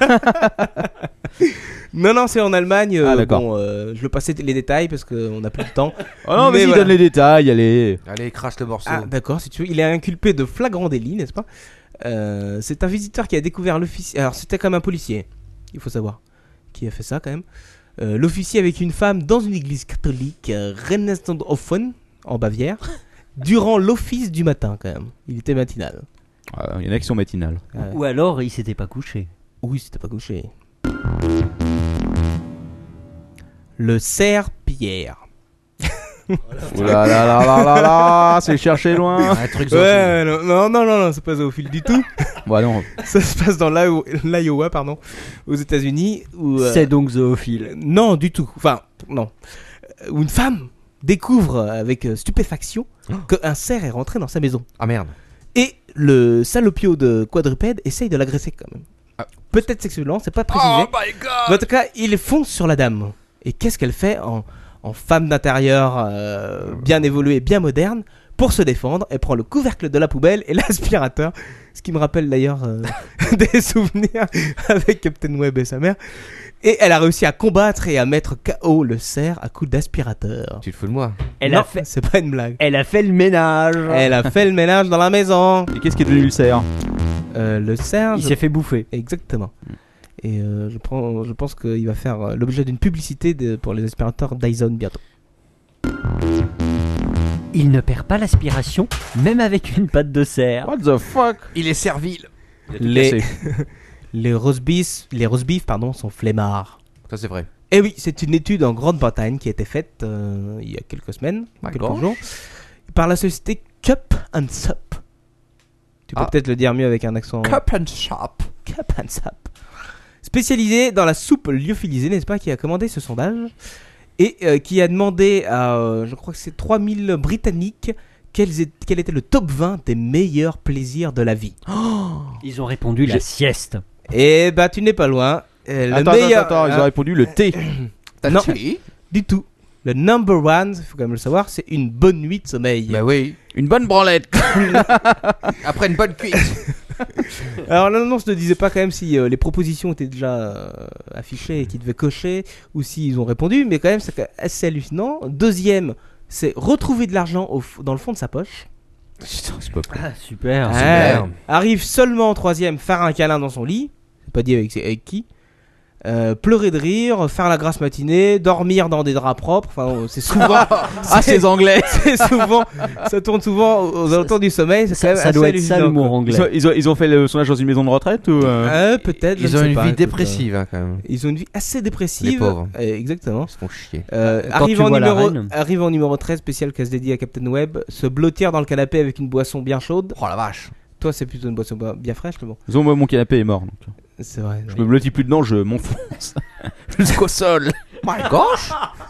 Non, c'est en Allemagne. Ah, d'accord. Bon, je vais passer les détails parce qu'on n'a plus de temps. Oh non, Mais vas-y, voilà. donne les détails, allez. Allez, crache le morceau. Ah, d'accord, si tu veux. Il est inculpé de flagrant délit, n'est-ce pas? C'est un visiteur qui a découvert l'officier. Alors, c'était comme un policier, il faut savoir, qui a fait ça quand même. L'officier avec une femme dans une église catholique, Renaissance-Hofen, en Bavière, durant l'office du matin quand même. Il était matinal. Il y en a qui sont matinales. Ou alors il s'était pas couché. Oui, c'était pas couché. Le cerf Pierre. Oh là là là là là là, c'est cherché loin. Un truc Ouais, non, c'est pas zoophile du tout. Bah non. Ça se passe dans l'Iowa, pardon, aux États-Unis. Où, C'est donc zoophile. Non, du tout. Enfin, non. Où une femme découvre avec stupéfaction qu'un cerf est rentré dans sa maison. Ah merde. Et le salopio de quadrupède essaye de l'agresser quand même. Peut-être sexuellement, c'est pas précisé. Oh my god. Mais en tout cas, il fonce sur la dame. Et qu'est-ce qu'elle fait en femme d'intérieur bien évoluée, bien moderne? Pour se défendre, elle prend le couvercle de la poubelle et l'aspirateur. Ce qui me rappelle d'ailleurs des souvenirs avec Captain Web et sa mère. Et elle a réussi à combattre et à mettre KO le cerf à coups d'aspirateur. Tu te fous de moi? Non, c'est pas une blague. Elle a fait le ménage. Elle a fait le ménage dans la maison. Et qu'est-ce qui est devenu le cerf? Le cerf... Il s'est fait bouffer. Exactement. Et je pense qu'il va faire l'objet d'une publicité pour les aspirateurs Dyson bientôt. Il ne perd pas l'aspiration, même avec une patte de cerf. What the fuck? Il est servile. Les roast beef, sont flemmards. Ça c'est vrai. Et oui, c'est une étude en Grande-Bretagne qui a été faite il y a quelques semaines, quelques jours, par la société Cup and Sup. Tu peux peut-être le dire mieux avec un accent. Cup and Shop. Cup and Sup. Spécialisé dans la soupe lyophilisée, n'est-ce pas, qui a commandé ce sondage et qui a demandé à, je crois que c'est 3000 Britanniques, quel était le top 20 des meilleurs plaisirs de la vie. Ils ont répondu la sieste. Et bah tu n'es pas loin. Attends, ils ont répondu le thé. Non, du tout. Le number one, il faut quand même le savoir, c'est une bonne nuit de sommeil. Bah oui. Une bonne branlette. Après une bonne cuite. Alors l'annonce ne disait pas quand même si les propositions étaient déjà affichées et qu'ils devaient cocher ou s'ils ont répondu, mais quand même c'est assez hallucinant. Deuxième, c'est retrouver de l'argent dans le fond de sa poche. Putain, c'est pas vrai. Ah, super. super. Arrive seulement en troisième, faire un câlin dans son lit. C'est pas dit avec qui. Pleurer de rire, faire la grasse matinée, dormir dans des draps propres. Enfin, c'est souvent. Ces Anglais. C'est souvent. Ça tourne souvent aux alentours du sommeil. Ça doit être ça l'humour anglais. Ils ont fait le sondage dans une maison de retraite ou peut-être. Ils ont une vie dépressive hein, quand même. Ils ont une vie assez dépressive. Les pauvres. Exactement. Ils se font chier. Arrive tu vois la reine. en numéro 13, spécial casse dédié à Captain Web. Se blottir dans le canapé avec une boisson bien chaude. Oh la vache. Toi, c'est plutôt une boisson bien fraîche, mais bon. Disons, moi, mon canapé est mort. Donc. C'est vrai. Je me blottis plus dedans, je m'enfonce jusqu'au sol. My gosh.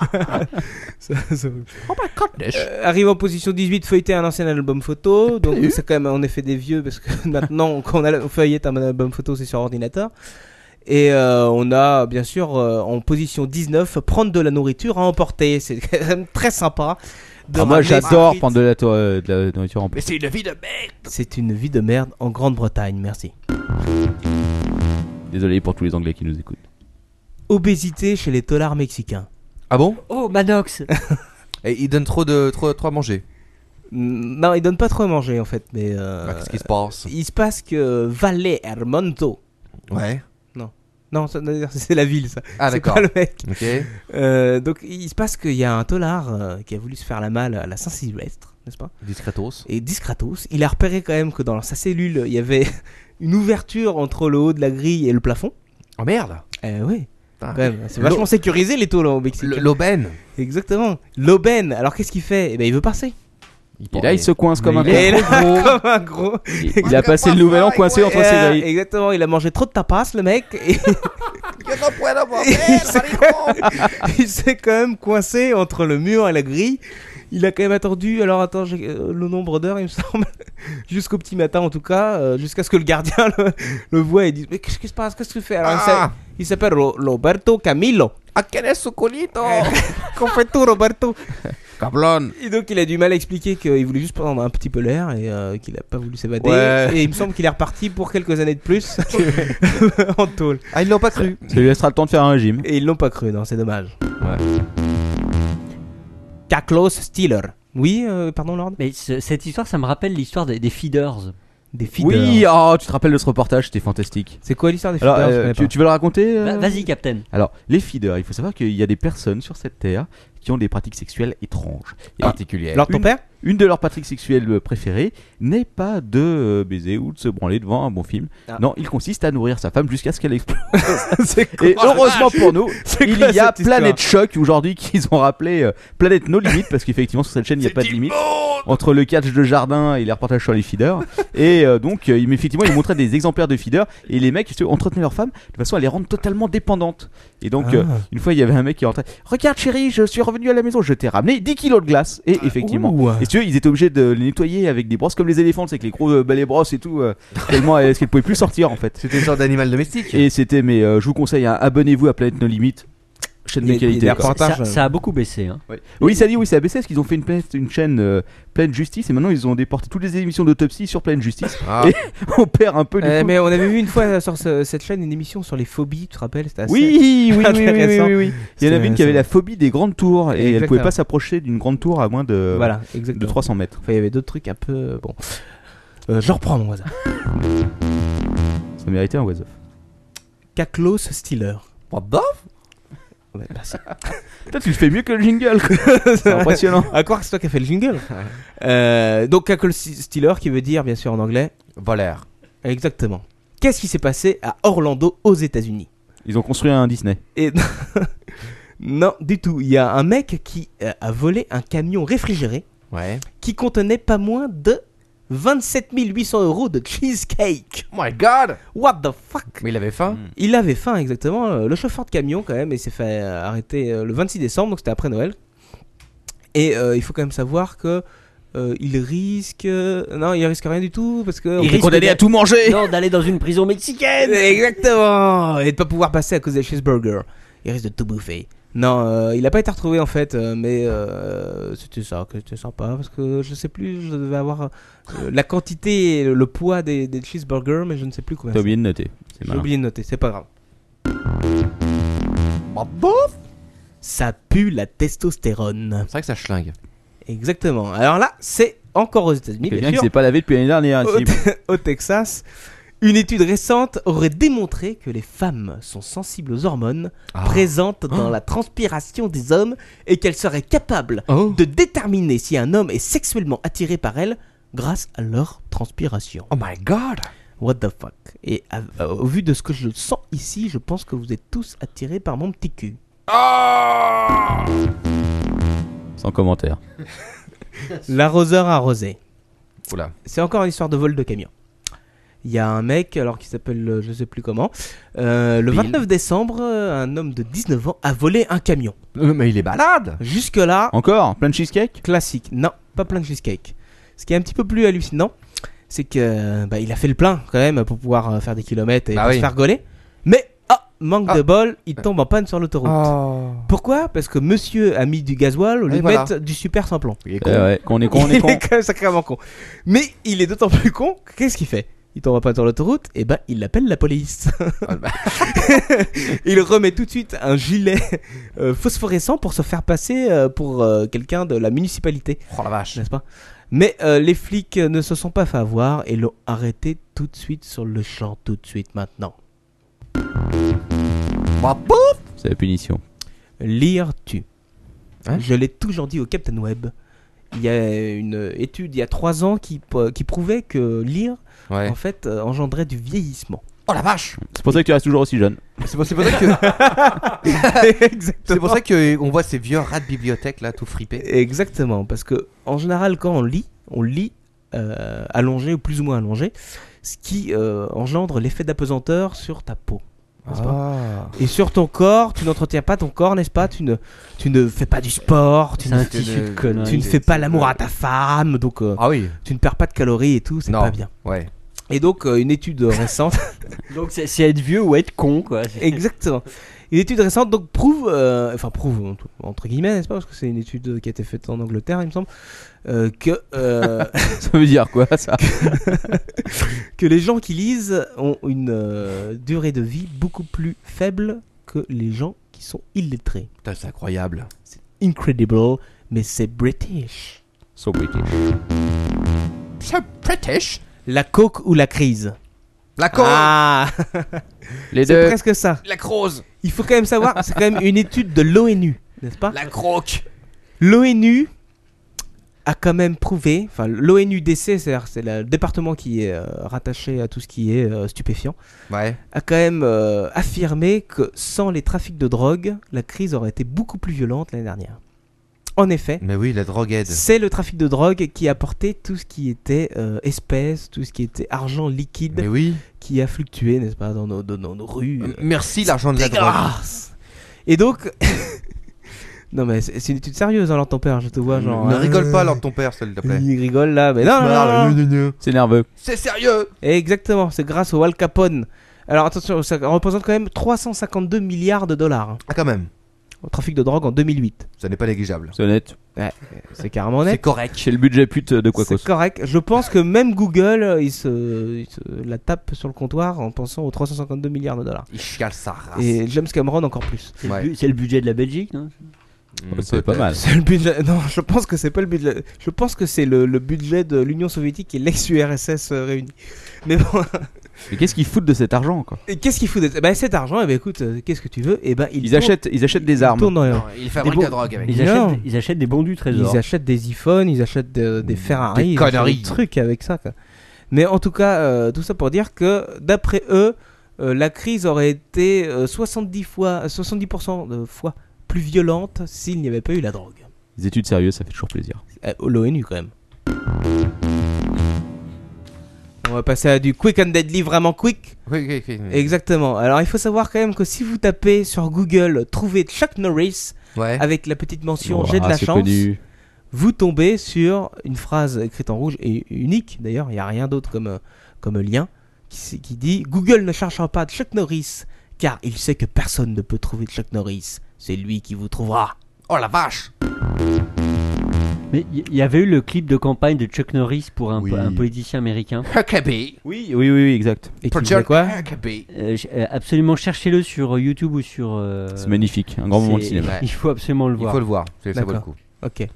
Oh my goodness. Arrive en position 18, feuilleter un ancien album photo. Donc c'est quand même en effet des vieux parce que maintenant quand on feuillette un album photo c'est sur ordinateur. Et on a bien sûr en position 19 prendre de la nourriture à emporter. C'est quand même très sympa. Moi j'adore prendre de la nourriture en Mais c'est une vie de merde. C'est une vie de merde en Grande-Bretagne, merci. Désolé pour tous les Anglais qui nous écoutent. Obésité chez les taulards mexicains. Ah bon? Oh, Manox. Et ils donnent trop à manger. Non, ils donnent pas trop à manger en fait, mais Qu'est-ce qui se passe? il se passe que Valle Hermoso. Ouais. Non, c'est la ville ça. Ah c'est d'accord. pas le mec. Ok. Donc il se passe qu'il y a un taulard qui a voulu se faire la malle à la Saint-Sylvestre, n'est-ce pas? Discretos. Et discretos, il a repéré quand même que dans sa cellule il y avait une ouverture entre le haut de la grille et le plafond. Oh merde. Oui. Ah. Quand même, c'est vachement sécurisé les taux là au Mexique. L'aubaine. Exactement. L'aubaine. Alors qu'est-ce qu'il fait? Eh ben il veut passer. Et là il se coince comme un Et con. là, comme un gros. Il a passé le nouvel an coincé entre ses grilles. Exactement. Il a mangé trop de tapas le mec. Et Il s'est quand même coincé entre le mur et la grille. Il a quand même attendu, alors attends, j'ai le nombre d'heures, il me semble, jusqu'au petit matin en tout cas, jusqu'à ce que le gardien le voit et dise mais qu'est-ce qui se passe, qu'est-ce que tu fais? Alors il s'appelle Roberto Camillo. Ah, quel est ce colito? Qu'on fait tout, Roberto. Cablon. Et donc il a du mal à expliquer qu'il voulait juste prendre un petit peu l'air et qu'il a pas voulu s'évader. Ouais. Et il me semble qu'il est reparti pour quelques années de plus en tôle. Ah, ils l'ont pas cru. Ça lui laissera le temps de faire un régime. Et ils l'ont pas cru, non, c'est dommage. Ouais. Carlos Steeler. Oui, pardon, Lord. Mais cette histoire, ça me rappelle l'histoire des feeders. Des feeders. Oui, oh, tu te rappelles de ce reportage, c'était fantastique. C'est quoi l'histoire des Alors, feeders? Je connais pas. tu veux le raconter Vas-y, Captain. Alors, les feeders, il faut savoir qu'il y a des personnes sur cette terre qui ont des pratiques sexuelles étranges. Et Particulière. Alors ton père? une de leurs pratiques sexuelles préférées n'est pas de baiser ou de se branler devant un bon film. Ah. Non, il consiste à nourrir sa femme jusqu'à ce qu'elle explose. C'est quoi? Et heureusement pour nous, C'est il quoi y a cette Planète Choc aujourd'hui qu'ils ont rappelé Planète No Limite parce qu'effectivement sur cette chaîne il n'y a pas de limite entre le catch de jardin et les reportages sur les feeders. Et donc effectivement ils montraient des exemplaires de feeders et les mecs entretenaient leurs femmes de façon à les rendre totalement dépendantes. Et donc une fois il y avait un mec qui rentrait, regarde chérie, je suis revenu à la maison, je t'ai ramené 10 kilos de glace. Et effectivement, Ouh. et si tu veux, ils étaient obligés de les nettoyer avec des brosses comme les éléphants, c'est que les gros balais brosses et tout, tellement est-ce qu'elles pouvaient plus sortir en fait. C'était une sorte d'animal domestique. Et c'était, mais je vous conseille, hein, abonnez-vous à Planète No Limite, chaîne de Il y a qualité. des quoi. reportages. Ça a beaucoup baissé. Hein. Ouais. Oui, ça dit, oui, c'est ABC parce qu'ils ont fait une chaîne Pleine Justice et maintenant ils ont déporté toutes les émissions d'autopsie sur Pleine Justice. Ah. Et on perd un peu du coup. Mais on avait vu une fois sur cette chaîne une émission sur les phobies, tu te rappelles? C'était assez... Oui. intéressant. Il y en avait une qui avait la phobie des grandes tours et elle Exactement. pouvait pas s'approcher d'une grande tour à moins de, Voilà, de exactement. 300 mètres. Enfin, il y avait d'autres trucs un peu... Bon. Je reprends mon hasard. Ça méritait un was off. Carlos Steeler. What the? Ouais, merci. Toi, tu le fais mieux que le jingle. C'est impressionnant. À croire que c'est toi qui as fait le jingle. Donc Carlos Steeler qui veut dire bien sûr en anglais. Volaire. Exactement. Qu'est-ce qui s'est passé à Orlando aux États-Unis? Ils ont construit un Disney. Et non, du tout. Il y a un mec qui a volé un camion réfrigéré Ouais. qui contenait pas moins de 27 800 € de cheesecake. Oh my god. What the fuck? Mais il avait faim. Il avait faim, exactement. Le chauffeur de camion, quand même, il s'est fait arrêter le 26 décembre, donc c'était après Noël. Et il faut quand même savoir que il risque. Non, il risque rien du tout parce que. Il risque condamné à tout manger. Non, d'aller dans une prison mexicaine. Exactement. Et de pas pouvoir passer à cause des cheeseburgers. Il risque de tout bouffer. Non, il a pas été retrouvé en fait, mais c'était ça, que c'était sympa parce que je sais plus, je devais avoir la quantité et le poids des cheeseburgers, mais je ne sais plus combien. T'as oublié de noter. C'est J'ai malin. oublié de noter, c'est pas grave. Ça pue la testostérone. C'est vrai que ça schlingue. Exactement. Alors là, c'est encore aux États-Unis, Quelqu'un bien qui sûr. s'est pas lavé depuis l'année dernière. Au, ici. au Texas, une étude récente aurait démontré que les femmes sont sensibles aux hormones présentes dans la transpiration des hommes et qu'elles seraient capables de déterminer si un homme est sexuellement attiré par elles grâce à leur transpiration. Oh my god. What the fuck? Et au vu de ce que je sens ici, je pense que vous êtes tous attirés par mon petit cul. Sans commentaire. L'arroseur arrosé. Oula. C'est encore une histoire de vol de camion. Il y a un mec, alors qui s'appelle, je sais plus comment, le 29 décembre, un homme de 19 ans a volé un camion. Mais il est balade. Jusque-là, Encore plein de cheesecake. classique. Non, pas plein de cheesecake. Ce qui est un petit peu plus hallucinant, c'est que il a fait le plein quand même pour pouvoir faire des kilomètres et Bah pas oui. se faire gauler. Mais manque de bol, il tombe en panne sur l'autoroute. Oh. Pourquoi? Parce que monsieur a mis du gasoil au lieu Et de voilà. mettre du super sans plomb. Il est con. Ouais, qu'on est con, on Il est con. est quand même sacrément con. Mais il est d'autant plus con que qu'est-ce qu'il fait? Il tombe pas sur l'autoroute, et il appelle la police. Ah, bah. Il remet tout de suite un gilet phosphorescent pour se faire passer pour quelqu'un de la municipalité, Oh la vache. n'est-ce pas? Mais les flics ne se sont pas fait avoir et l'ont arrêté tout de suite sur le champ, tout de suite maintenant. Bah, bouf. C'est la punition. Lire tue. Hein? Je l'ai toujours dit au Captain Web. Il y a une étude il y a 3 ans qui prouvait que lire Ouais. en fait engendrait du vieillissement. Oh la vache. C'est pour ça que tu restes toujours aussi jeune. C'est pour ça que Exactement. c'est pour ça que on voit ces vieux rats de bibliothèque là tout fripés. Exactement, parce que en général quand on lit allongé ou plus ou moins allongé, ce qui engendre l'effet d'apesanteur sur ta peau. n'est-ce pas ? Et sur ton corps, tu n'entretiens pas ton corps, n'est-ce pas ? Tu ne fais pas du sport, tu C'est ne, un tissu de conneries. tu ne fais pas l'amour à ta femme, donc Ah oui. tu ne perds pas de calories et tout, c'est Non. pas bien. Ouais. Et donc une étude récente, Donc c'est être vieux ou être con, quoi. exactement. Une étude récente donc prouve entre guillemets, n'est-ce pas, parce que c'est une étude qui a été faite en Angleterre, il me semble, que Ça veut dire quoi ça? que les gens qui lisent ont une durée de vie beaucoup plus faible que les gens qui sont illettrés. Putain, c'est incroyable. Incredible, mais c'est British. So British. C'est British. La coke ou la crise? La coke. Ah, Les c'est deux. presque ça. La crose. Il faut quand même savoir, c'est quand même une étude de l'ONU, n'est-ce pas? La croque. L'ONU a quand même prouvé, enfin l'ONUDC, c'est le département qui est rattaché à tout ce qui est stupéfiant, Ouais. a quand même affirmé que sans les trafics de drogue, la crise aurait été beaucoup plus violente l'année dernière. En effet, Mais oui, la drogue aide. c'est le trafic de drogue qui a apporté tout ce qui était espèces, tout ce qui était argent liquide, Mais oui. qui a fluctué, n'est-ce pas, dans nos rues. Merci l'argent de la drogue. Dégueulasse. Et donc, non mais c'est une étude sérieuse, alors ton père, je te vois genre. Ne rigole pas lors de ton père, s'il te plaît. Il rigole là, mais non. C'est nerveux. C'est sérieux. Exactement, c'est grâce au Al Capone. Alors attention, ça représente quand même 352 milliards de dollars Ah, quand même. au trafic de drogue en 200008. Ça n'est pas négligeable. C'est honnête. Ouais, c'est carrément C'est honnête. correct. C'est le budget pute de Quacos. C'est correct. Je pense que même Google, il se la tape sur le comptoir en pensant aux 352 milliards de dollars. Il chiale sa race. Et James Cameron encore plus. Ouais. C'est le budget de la Belgique, non? C'est pas mal. C'est le budget. Non, je pense que c'est pas le budget. Je pense que c'est le budget de l'Union soviétique et l'ex-URSS réunis. Mais bon. Mais qu'est-ce qu'ils foutent de cet argent quoi? Et qu'est-ce qu'il fout de... Bah, cet argent, eh ben, écoute, qu'est-ce que tu veux? Eh ben, Ils achètent des armes. Il fabrique la drogue avec. Non. Ils achètent des bons du trésor. Ils achètent des iPhones, ils achètent des Ferrari, Des ils achètent conneries. des trucs avec ça, quoi. Mais en tout cas, tout ça pour dire que d'après eux, la crise aurait été 70% de fois plus violente s'il n'y avait pas eu la drogue. Les études sérieuses, ça fait toujours plaisir. L'ONU quand même. On va passer à du quick and deadly, vraiment quick. Oui. Exactement. Alors il faut savoir quand même que si vous tapez sur Google trouver Chuck Norris Ouais. avec la petite mention Oh, j'ai de la c'est chance, connu. vous tombez sur une phrase écrite en rouge et unique d'ailleurs, il n'y a rien d'autre comme lien qui dit Google ne cherchera pas Chuck Norris car il sait que personne ne peut trouver Chuck Norris. C'est lui qui vous trouvera. Oh la vache. Mais il y avait eu le clip de campagne de Chuck Norris pour un, Oui. un politicien américain. Huckabee. Oui, exact. Et qui disait quoi? Huckabee. Absolument, cherchez-le sur YouTube ou sur. C'est magnifique, un grand moment de c'est- cinéma. Ouais. Il faut absolument le Il voir. faut le voir. Ça vaut le D'accord. coup. Ok.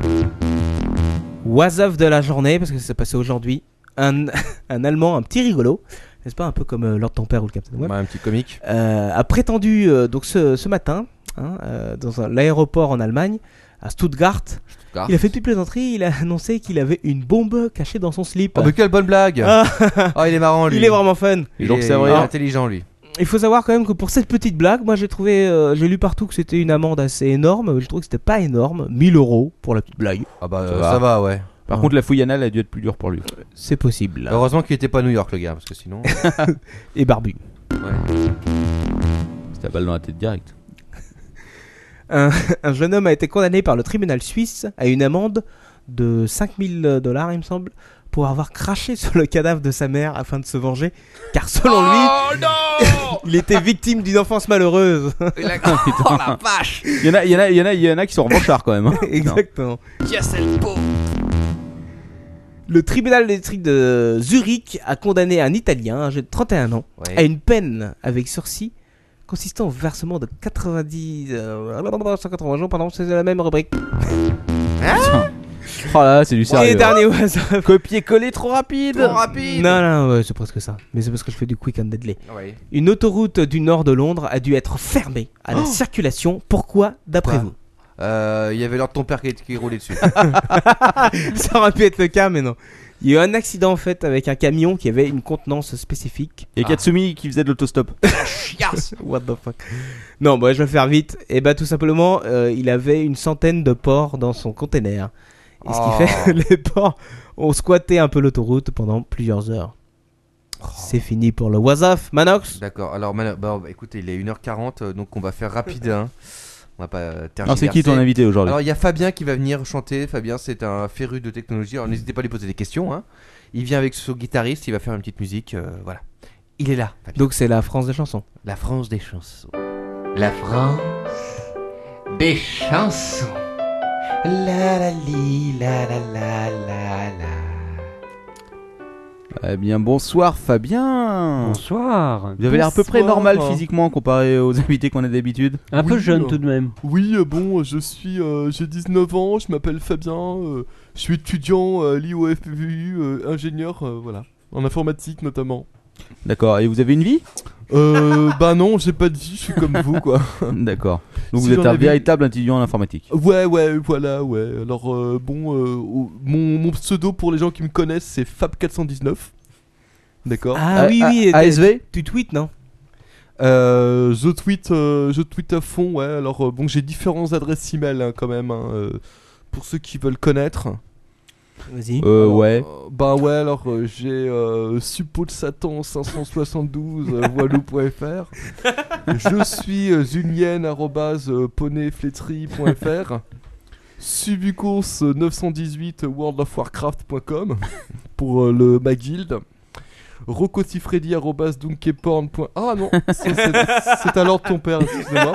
Was of de la journée, parce que ça s'est passé aujourd'hui. Un Allemand, un petit rigolo, n'est-ce pas, un peu comme Lord ton père ou le Captain Web, Ouais, un petit comique. a prétendu donc ce matin dans l'aéroport en Allemagne, à Stuttgart. Il a fait une petite plaisanterie, il a annoncé qu'il avait une bombe cachée dans son slip. Oh, mais quelle bonne blague. Ah, Oh, il est marrant lui. il est vraiment fun. Et donc, Il c'est est vrai. intelligent lui. Il faut savoir quand même que pour cette petite blague, moi j'ai trouvé, j'ai lu partout que c'était une amende assez énorme. Je trouve que c'était pas énorme, 1000 € pour la petite blague. Ah bah Ça ça va. va, ouais. Par contre, la fouille anale a dû être plus dure pour lui. C'est possible. Heureusement qu'il était pas à New York le gars, parce que sinon. Et barbu. Ouais. C'était la balle dans la tête direct. Un jeune homme a été condamné par le tribunal suisse à une amende de 5000 $, il me semble, pour avoir craché sur le cadavre de sa mère afin de se venger. Car selon lui, il était victime d'une enfance malheureuse. Oh la vache. Il y en a qui sont revanchards quand même. Hein. Exactement. Yes, elle peau. Le tribunal de district de Zurich a condamné un Italien âgé de 31 ans à une peine avec sursis consistant au versement de 180 jours, pardon, c'est la même rubrique. Oh là, c'est du Et sérieux. dernier hasard. Copier-coller trop rapide. Trop rapide. Non, ouais, c'est presque ça. Mais c'est parce que je fais du quick and deadly. Ouais. Une autoroute du nord de Londres a dû être fermée à la circulation. Pourquoi, d'après Quoi vous? Il y avait l'heure de ton père qui roulait dessus. Ça aurait pu être le cas, mais non. Il y a eu un accident en fait avec un camion qui avait une contenance spécifique. Et Katsumi qui faisait de l'autostop. Chiasse. What the fuck. Non, bah je vais le faire vite. Et bah tout simplement, il avait une centaine de porcs dans son container. Et ce qui fait que les porcs ont squatté un peu l'autoroute pendant plusieurs heures. C'est fini pour le was-off, Manox. D'accord, alors écoutez, il est 1h40, donc on va faire rapide. Hein. On va pas tergiverser. Alors c'est qui ton invité aujourd'hui? Alors il y a Fabien qui va venir chanter. Fabien, c'est un féru de technologie. Alors n'hésitez pas à lui poser des questions. Hein. Il vient avec son guitariste, il va faire une petite musique. Voilà. Il est là. Fabien. Donc c'est la France des chansons. La France des chansons. La France des chansons. La la li, la la la la la. Eh bien, bonsoir Fabien. Bonsoir. Vous avez l'air à peu près Bonsoir. normal physiquement comparé aux invités qu'on a d'habitude. Un peu Oui, jeune tout de même. Oui, bon, j'ai 19 ans, je m'appelle Fabien, je suis étudiant à l'IOFPU, ingénieur, voilà, en informatique notamment. D'accord, et vous avez une vie? Bah non, j'ai pas de vie, je suis comme vous, quoi. D'accord. Donc Si vous êtes j'en un avais- véritable étudiant en informatique. Ouais, voilà, ouais. Alors, mon pseudo pour les gens qui me connaissent, c'est Fab419. D'accord. Oui, ASV? tu tweets, non? Je tweete à fond, ouais. Alors, j'ai différentes adresses email hein, quand même, hein, pour ceux qui veulent connaître. Vas-y. Ouais. Bah ouais, alors j'ai suppôt de Satan 572 voilou.fr. Je suis julien@poneyflétrie.fr. Subucos 918 worldofwarcraft.com pour ma guilde. rocosifredi@donkeyporn. Ah non, c'est alors ton père, excusez-moi.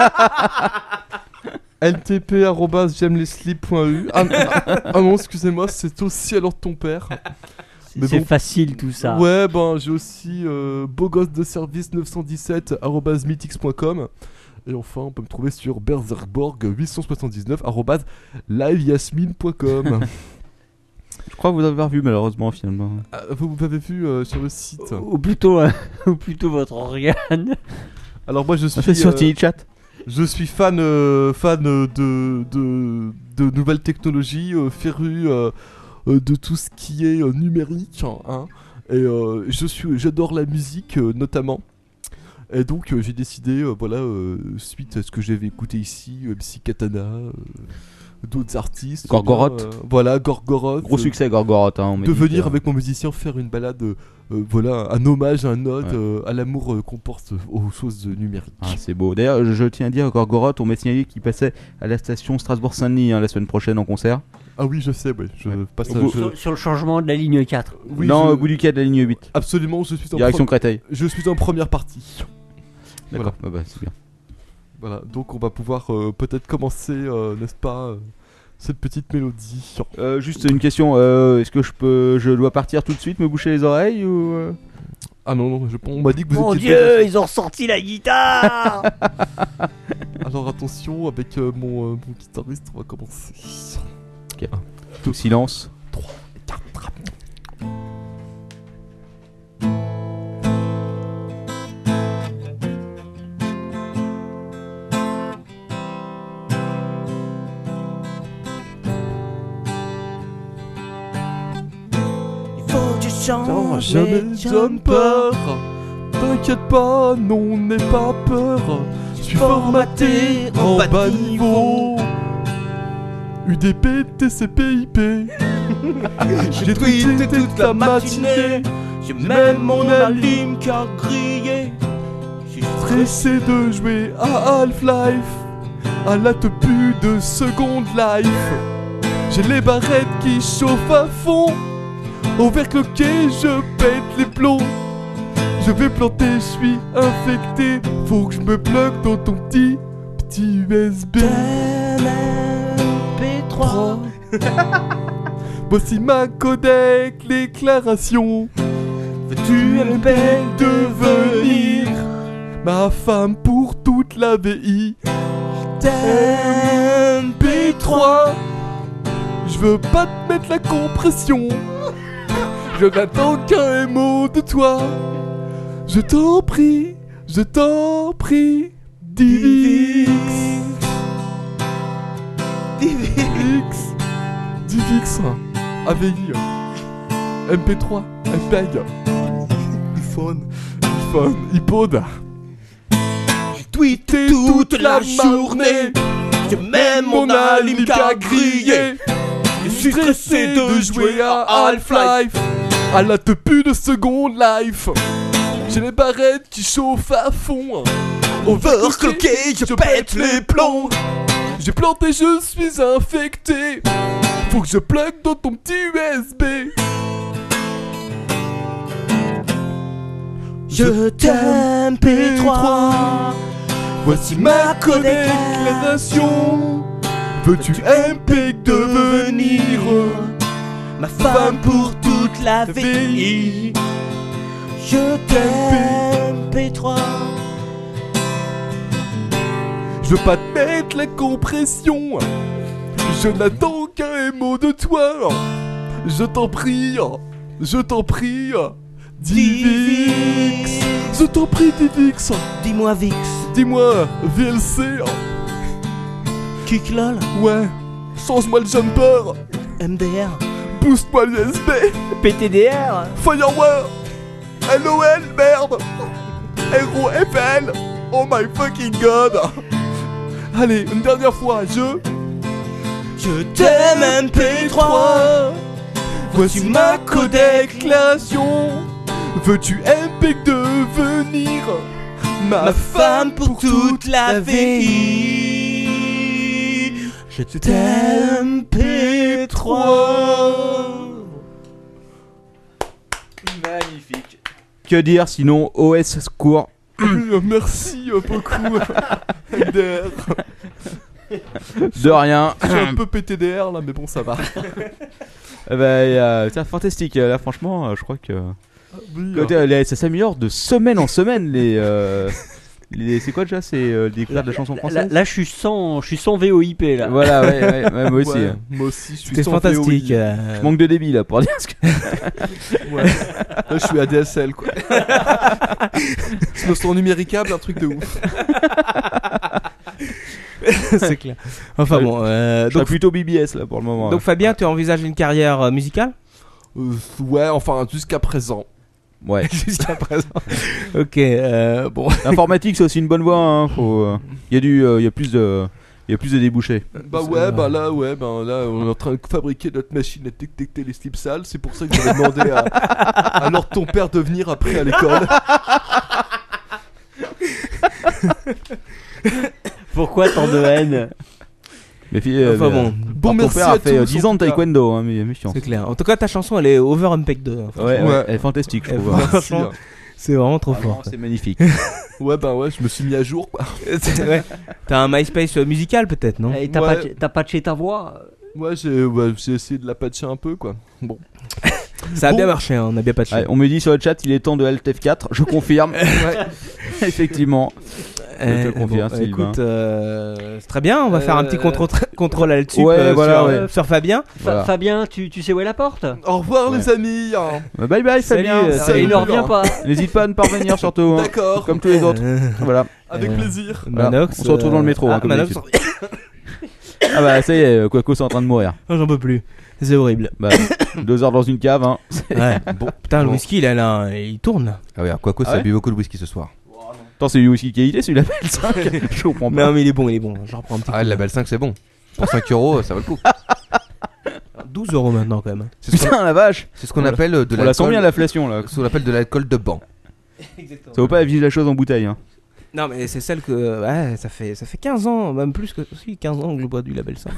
ltp@j'aimelesleep.eu. Ah non, excusez-moi, c'est aussi alors ton père. Mais C'est bon. facile tout ça. Ouais, ben j'ai aussi beaugosse de service 917 @mytix.com. Et enfin, on peut me trouver sur berserkborg 879 @liveyasmine.com. Je crois vous avoir vu malheureusement finalement. Vous m'avez vu sur le site. Ou plutôt votre organe. Alors moi je suis C'est sur Chat. je suis fan de nouvelles technologies, féru de tout ce qui est numérique, hein. Et j'adore la musique notamment. Et donc j'ai décidé, suite à ce que j'avais écouté ici, MC Katana, d'autres artistes, Gorgoroth. voilà Gorgoroth, Gros succès Gorgoroth. Hein, on m'a de dit venir que- avec mon musicien faire une balade, un hommage, un ode à l'amour qu'on porte aux choses numériques. Ah, c'est beau. D'ailleurs, je tiens à dire, Gorgoroth, on m'a signalé qu'il passait à la station Strasbourg-Saint-Denis la semaine prochaine en concert. Ah oui, je sais, ouais, je passe à... Sur le changement de la ligne 4. Oui, non, je- au bout du quai de la ligne 8. Absolument, je suis Direction Créteil. je suis en première partie. D'accord, bah, c'est bien. Voilà, donc on va pouvoir peut-être commencer, n'est-ce pas, cette petite mélodie. Juste une question, est-ce que je dois partir tout de suite, me boucher les oreilles ou Ah non, on m'a dit que vous Mon étiez... Dieu, ils ont ressorti la guitare. Alors attention, avec mon guitariste, on va commencer. tout silence? Non, jamais jumper. T'inquiète pas, non, n'aie pas peur. Je suis formaté en bas niveau. UDP, TCP/IP. J'ai tweeté toute la matinée. J'ai même mon anime qui a grillé. J'suis stressé de jouer à Half-Life. À la te pue de Second Life. J'ai les barrettes qui chauffent à fond. Overclocké, je pète les plombs. Je vais planter, je suis infecté. Faut que je me plug dans ton petit USB. P3. Voici ma codec déclaration. Veux-tu devenir ma femme pour toute la VI? P3. Je veux pas te mettre la compression. Je n'attends qu'un mot de toi. Je t'en prie, Divix. Divix, AVI, MP3, MPEG, iPhone, iPod. J'ai tweeté toute la journée. J'ai même mon anime qui a grillé. Je suis stressé de jouer à Half-Life. À la tepu de Second Life, j'ai les barrettes qui chauffent à fond. Overclocké, je pète les plombs. J'ai planté, je suis infecté. Faut que je plug dans ton petit USB. Je t'aime P3. Voici ma déclaration. Veux-tu MP devenir Ma femme pour toute la vie. Je t'aime P3. Je veux pas te mettre la compression. Je n'attends qu'un mot de toi. Je t'en prie. Je t'en prie. Divix. Je t'en prie, Divix. Dis-moi Vix. Dis-moi, VLC. Kicklol. Ouais. Change-moi le jumper. MDR. Boost-moi l'USB. PTDR. Firewall. LOL, merde. ROFL. Oh my fucking god. Allez, une dernière fois, je t'aime MP3. Voici ma déclaration. Veux-tu MP devenir Ma femme pour toute la vie. Je t'aime P3. Magnifique. Que dire sinon OS secours. Merci beaucoup, MDR. De rien. Je suis un peu PTDR là, mais bon, ça va. C'est fantastique. Là, franchement, je crois que Oui, ça s'améliore de semaine en semaine. C'est quoi déjà? C'est des découvertes de la chanson française. Là, je suis sans VOIP là. Voilà, ouais, moi aussi. ouais, moi aussi, je suis C'était sans fantastique. VOI. Je manque de débit là pour dire ce que. Ouais. Là, je suis ADSL quoi. Je me sens numéricable, un truc de ouf. C'est clair. Enfin bon. Je suis Donc, plutôt BBS là pour le moment. donc Fabien, tu envisages une carrière musicale? Ouais, enfin, jusqu'à présent. Ouais. Jusqu'à présent. Ok. Bon. L'informatique c'est aussi une bonne voie. Hein. Il y a plus de débouchés. Bah ouais, bah là, on est en train de fabriquer notre machine à détecter les slips sales. C'est pour ça que j'avais demandé à Lord ton père de venir après à l'école. Pourquoi tant de haine? Mais puis, Enfin bon. Bon, ton merci père à a fait tous, 10 en ans de tout cas. taekwondo, hein, mais méfiance. C'est clair. En tout cas, ta chanson, elle est over MPEG 2. Hein. Ouais, Ouais. elle est fantastique, je Elle trouve. est hein. franchement, c'est vraiment trop Vraiment, fort. c'est magnifique. Ouais, bah ouais, je me suis mis à jour quoi. Ouais. T'as un MySpace musical peut-être, non? Et Ouais. t'as patché ta voix? Ouais, j'ai essayé de la patcher un peu quoi. Bon. Ça a Bon. bien marché, hein, on a bien patché. Ouais, on me dit sur le chat, il est temps de Alt F4. Je confirme. Effectivement. Je te confirme, Sylvain. Écoute, c'est très bien, on va faire un petit contrôle là-dessus Ouais, voilà, sur Fabien. Voilà. Fabien, tu sais où est la porte? Au revoir Ouais. les amis. Bye bye, Salut, Fabien. salut. Il ne revient pas. N'hésite pas à ne pas revenir surtout. hein. D'accord. Comme tous les autres. Voilà. Avec plaisir. Voilà. Manox, On se retrouve dans le métro. hein, comme Manox, d'habitude. Ah bah ça y est, Quaco c'est en train de mourir. oh, j'en peux plus. C'est horrible. Bah, 2 heures dans une cave. Hein. Ouais. Bon, putain, le whisky, là, il tourne là. Ah oui, alors Quaco, Ah ça a ouais bu beaucoup de whisky ce soir. Attends, c'est du whisky qualité celui-là. Je comprends pas. Non, mais il est bon. Je reprends un petit Ah, coup. le label 5, c'est bon. Pour 5 €, ça vaut le coup. 12 € maintenant quand même. C'est ce qu'on Putain la vache. appelle de On la sent bien l'alcool. l'inflation là. Ce qu'on appelle de l'alcool de banc. Ça vaut pas aviser la chose en bouteille. Hein. Non, mais c'est celle que. Ouais, ça fait 15 ans, même plus que. Si, 15 ans que je bois du label 5.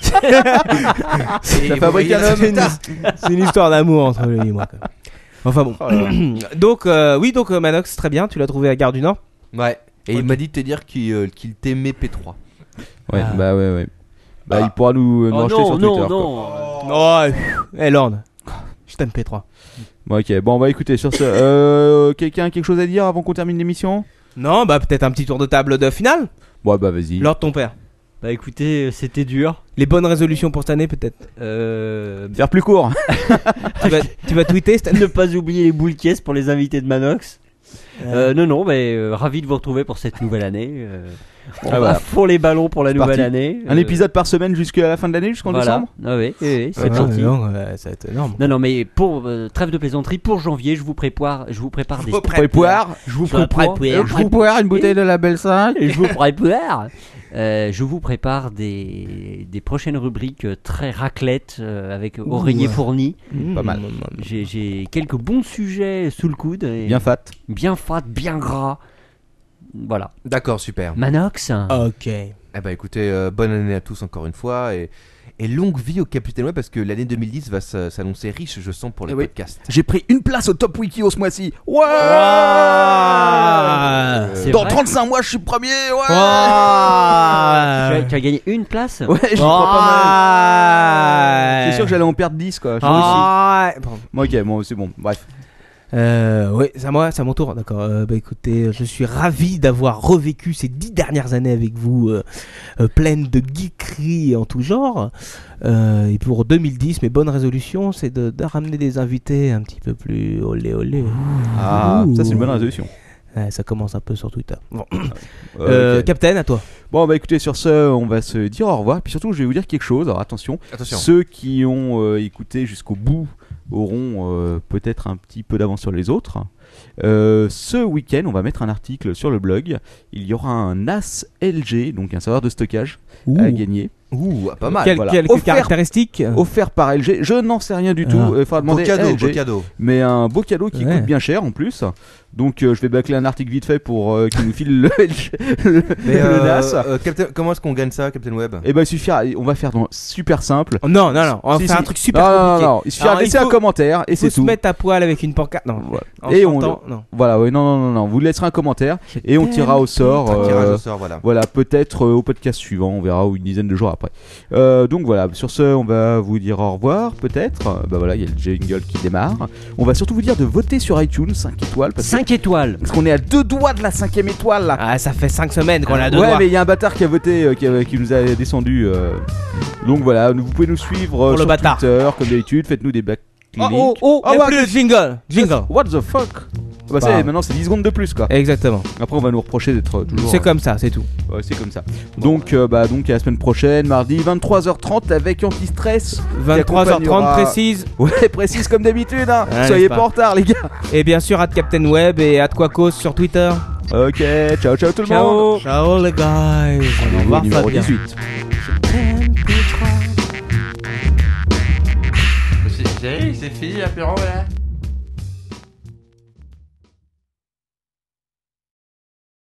Ça fabrique un homme. C'est une histoire d'amour entre lui et moi. Quand même. Enfin bon. Donc, donc Manox, très bien, tu l'as trouvé à Gare du Nord. Ouais. Et il m'a dit de te dire qu'il t'aimait P3. Ouais, Ah. bah ouais. Bah il pourra nous Oh acheter sur non, Twitter. non, quoi. non. Oh, Lord, je t'aime P3. Bon, ok, bon, on va écouter sur ce. Quelqu'un a quelque chose à dire avant qu'on termine l'émission? Non, bah peut-être un petit tour de table de finale. Ouais, bah vas-y. Lord, ton père. Bah écoutez, c'était dur. Les bonnes résolutions pour cette année, peut-être. Faire plus court. Tu vas tweeter cette année. Ne pas oublier les boules caisses pour les invités de Manox. Non, mais ravi de vous retrouver pour cette nouvelle année. On va voilà. fond les ballons pour la C'est nouvelle parti. année. Un épisode par semaine jusqu'à la fin de l'année, jusqu'en voilà. décembre. Ah oui, c'est Ah, parti. non, ça va être énorme. Non, mais pour trêve de plaisanterie, pour janvier, je vous prépare des Je vous prépare. je vous prépare une bouteille de label 5. et je vous prépare Je vous prépare des prochaines rubriques très raclette avec oreiller fourni. Pas mal. J'ai quelques bons sujets sous le coude. Et Bien fat. bien fat, bien gras. Voilà. D'accord, super. Manox. Ok. Eh ben écoutez, bonne année à tous encore une fois et longue vie au Capitaine Web parce que l'année 2010 va s'annoncer riche, je sens, pour les podcasts. J'ai pris une place au Top Wikio ce mois-ci. Ouais. C'est Dans vrai 35 mois, je suis premier. Ouais. Tu as gagné une place. Ouais, j'y crois pas mal. C'est sûr que j'allais en perdre 10 quoi. Moi, ok, bon, c'est bon. Bref. Oui, c'est à mon tour, d'accord. Écoutez, je suis ravi d'avoir revécu ces 10 dernières années avec vous, pleines de geekeries en tout genre. Et pour 2010, mes bonnes résolutions, c'est de ramener des invités un petit peu plus olé olé. Ah, ça c'est une bonne résolution. Ouais, ça commence un peu sur Twitter. Bon. Ok. Captain, à toi. Bon, bah écoutez, sur ce, on va se dire au revoir. Puis surtout, je vais vous dire quelque chose. Alors attention. Ceux qui ont écouté jusqu'au bout auront peut-être un petit peu d'avance sur les autres. Ce week-end, on va mettre un article sur le blog. Il y aura un NAS LG, donc un serveur de stockage à gagner. Pas mal. Quelles caractéristiques Offert par LG, je n'en sais rien du tout. Il faudra demander à LG, beau cadeau. mais un beau cadeau qui coûte bien cher en plus. Donc je vais bâcler un article vite fait pour qu'il nous file le NAS. Comment est-ce qu'on gagne ça, Captain Web? Et ben il suffira, on va faire super simple. Non, on va faire un truc super compliqué. Non, il suffira de laisser un commentaire et c'est tout. Faut se mettre à poil avec une pancarte. Non, et non, vous laisserez un commentaire et on tirera au sort. Voilà, peut-être au podcast suivant, on verra, ou une dizaine de jours après. Donc voilà, sur ce, on va vous dire au revoir, peut-être. Bah voilà, il y a le jingle qui démarre. On va surtout vous dire de voter sur iTunes 5 étoiles. 5 étoiles. Parce qu'on est à 2 doigts de la 5ème étoile là. Ah, ça fait 5 semaines qu'on a 2 doigts. Ouais, mais il y a un bâtard qui a voté, qui nous a descendu. Donc voilà, vous pouvez nous suivre sur Twitter, comme d'habitude. Faites-nous des backlinks. Plus le jingle. What the fuck? Bah maintenant c'est 10 secondes de plus quoi. Exactement. Après on va nous reprocher d'être toujours. C'est comme ça, c'est tout. Ouais, c'est comme ça. Donc à la semaine prochaine, mardi 23h30 avec Anti-Stress. 23h30 précise. Ouais, précise comme d'habitude hein. Ouais, soyez pas en retard les gars. Et bien sûr Captain Web et @Quacos sur Twitter. Ok, ciao tout le monde. Ciao les guys. Au revoir numéro 18. C'est fini l'apéro là.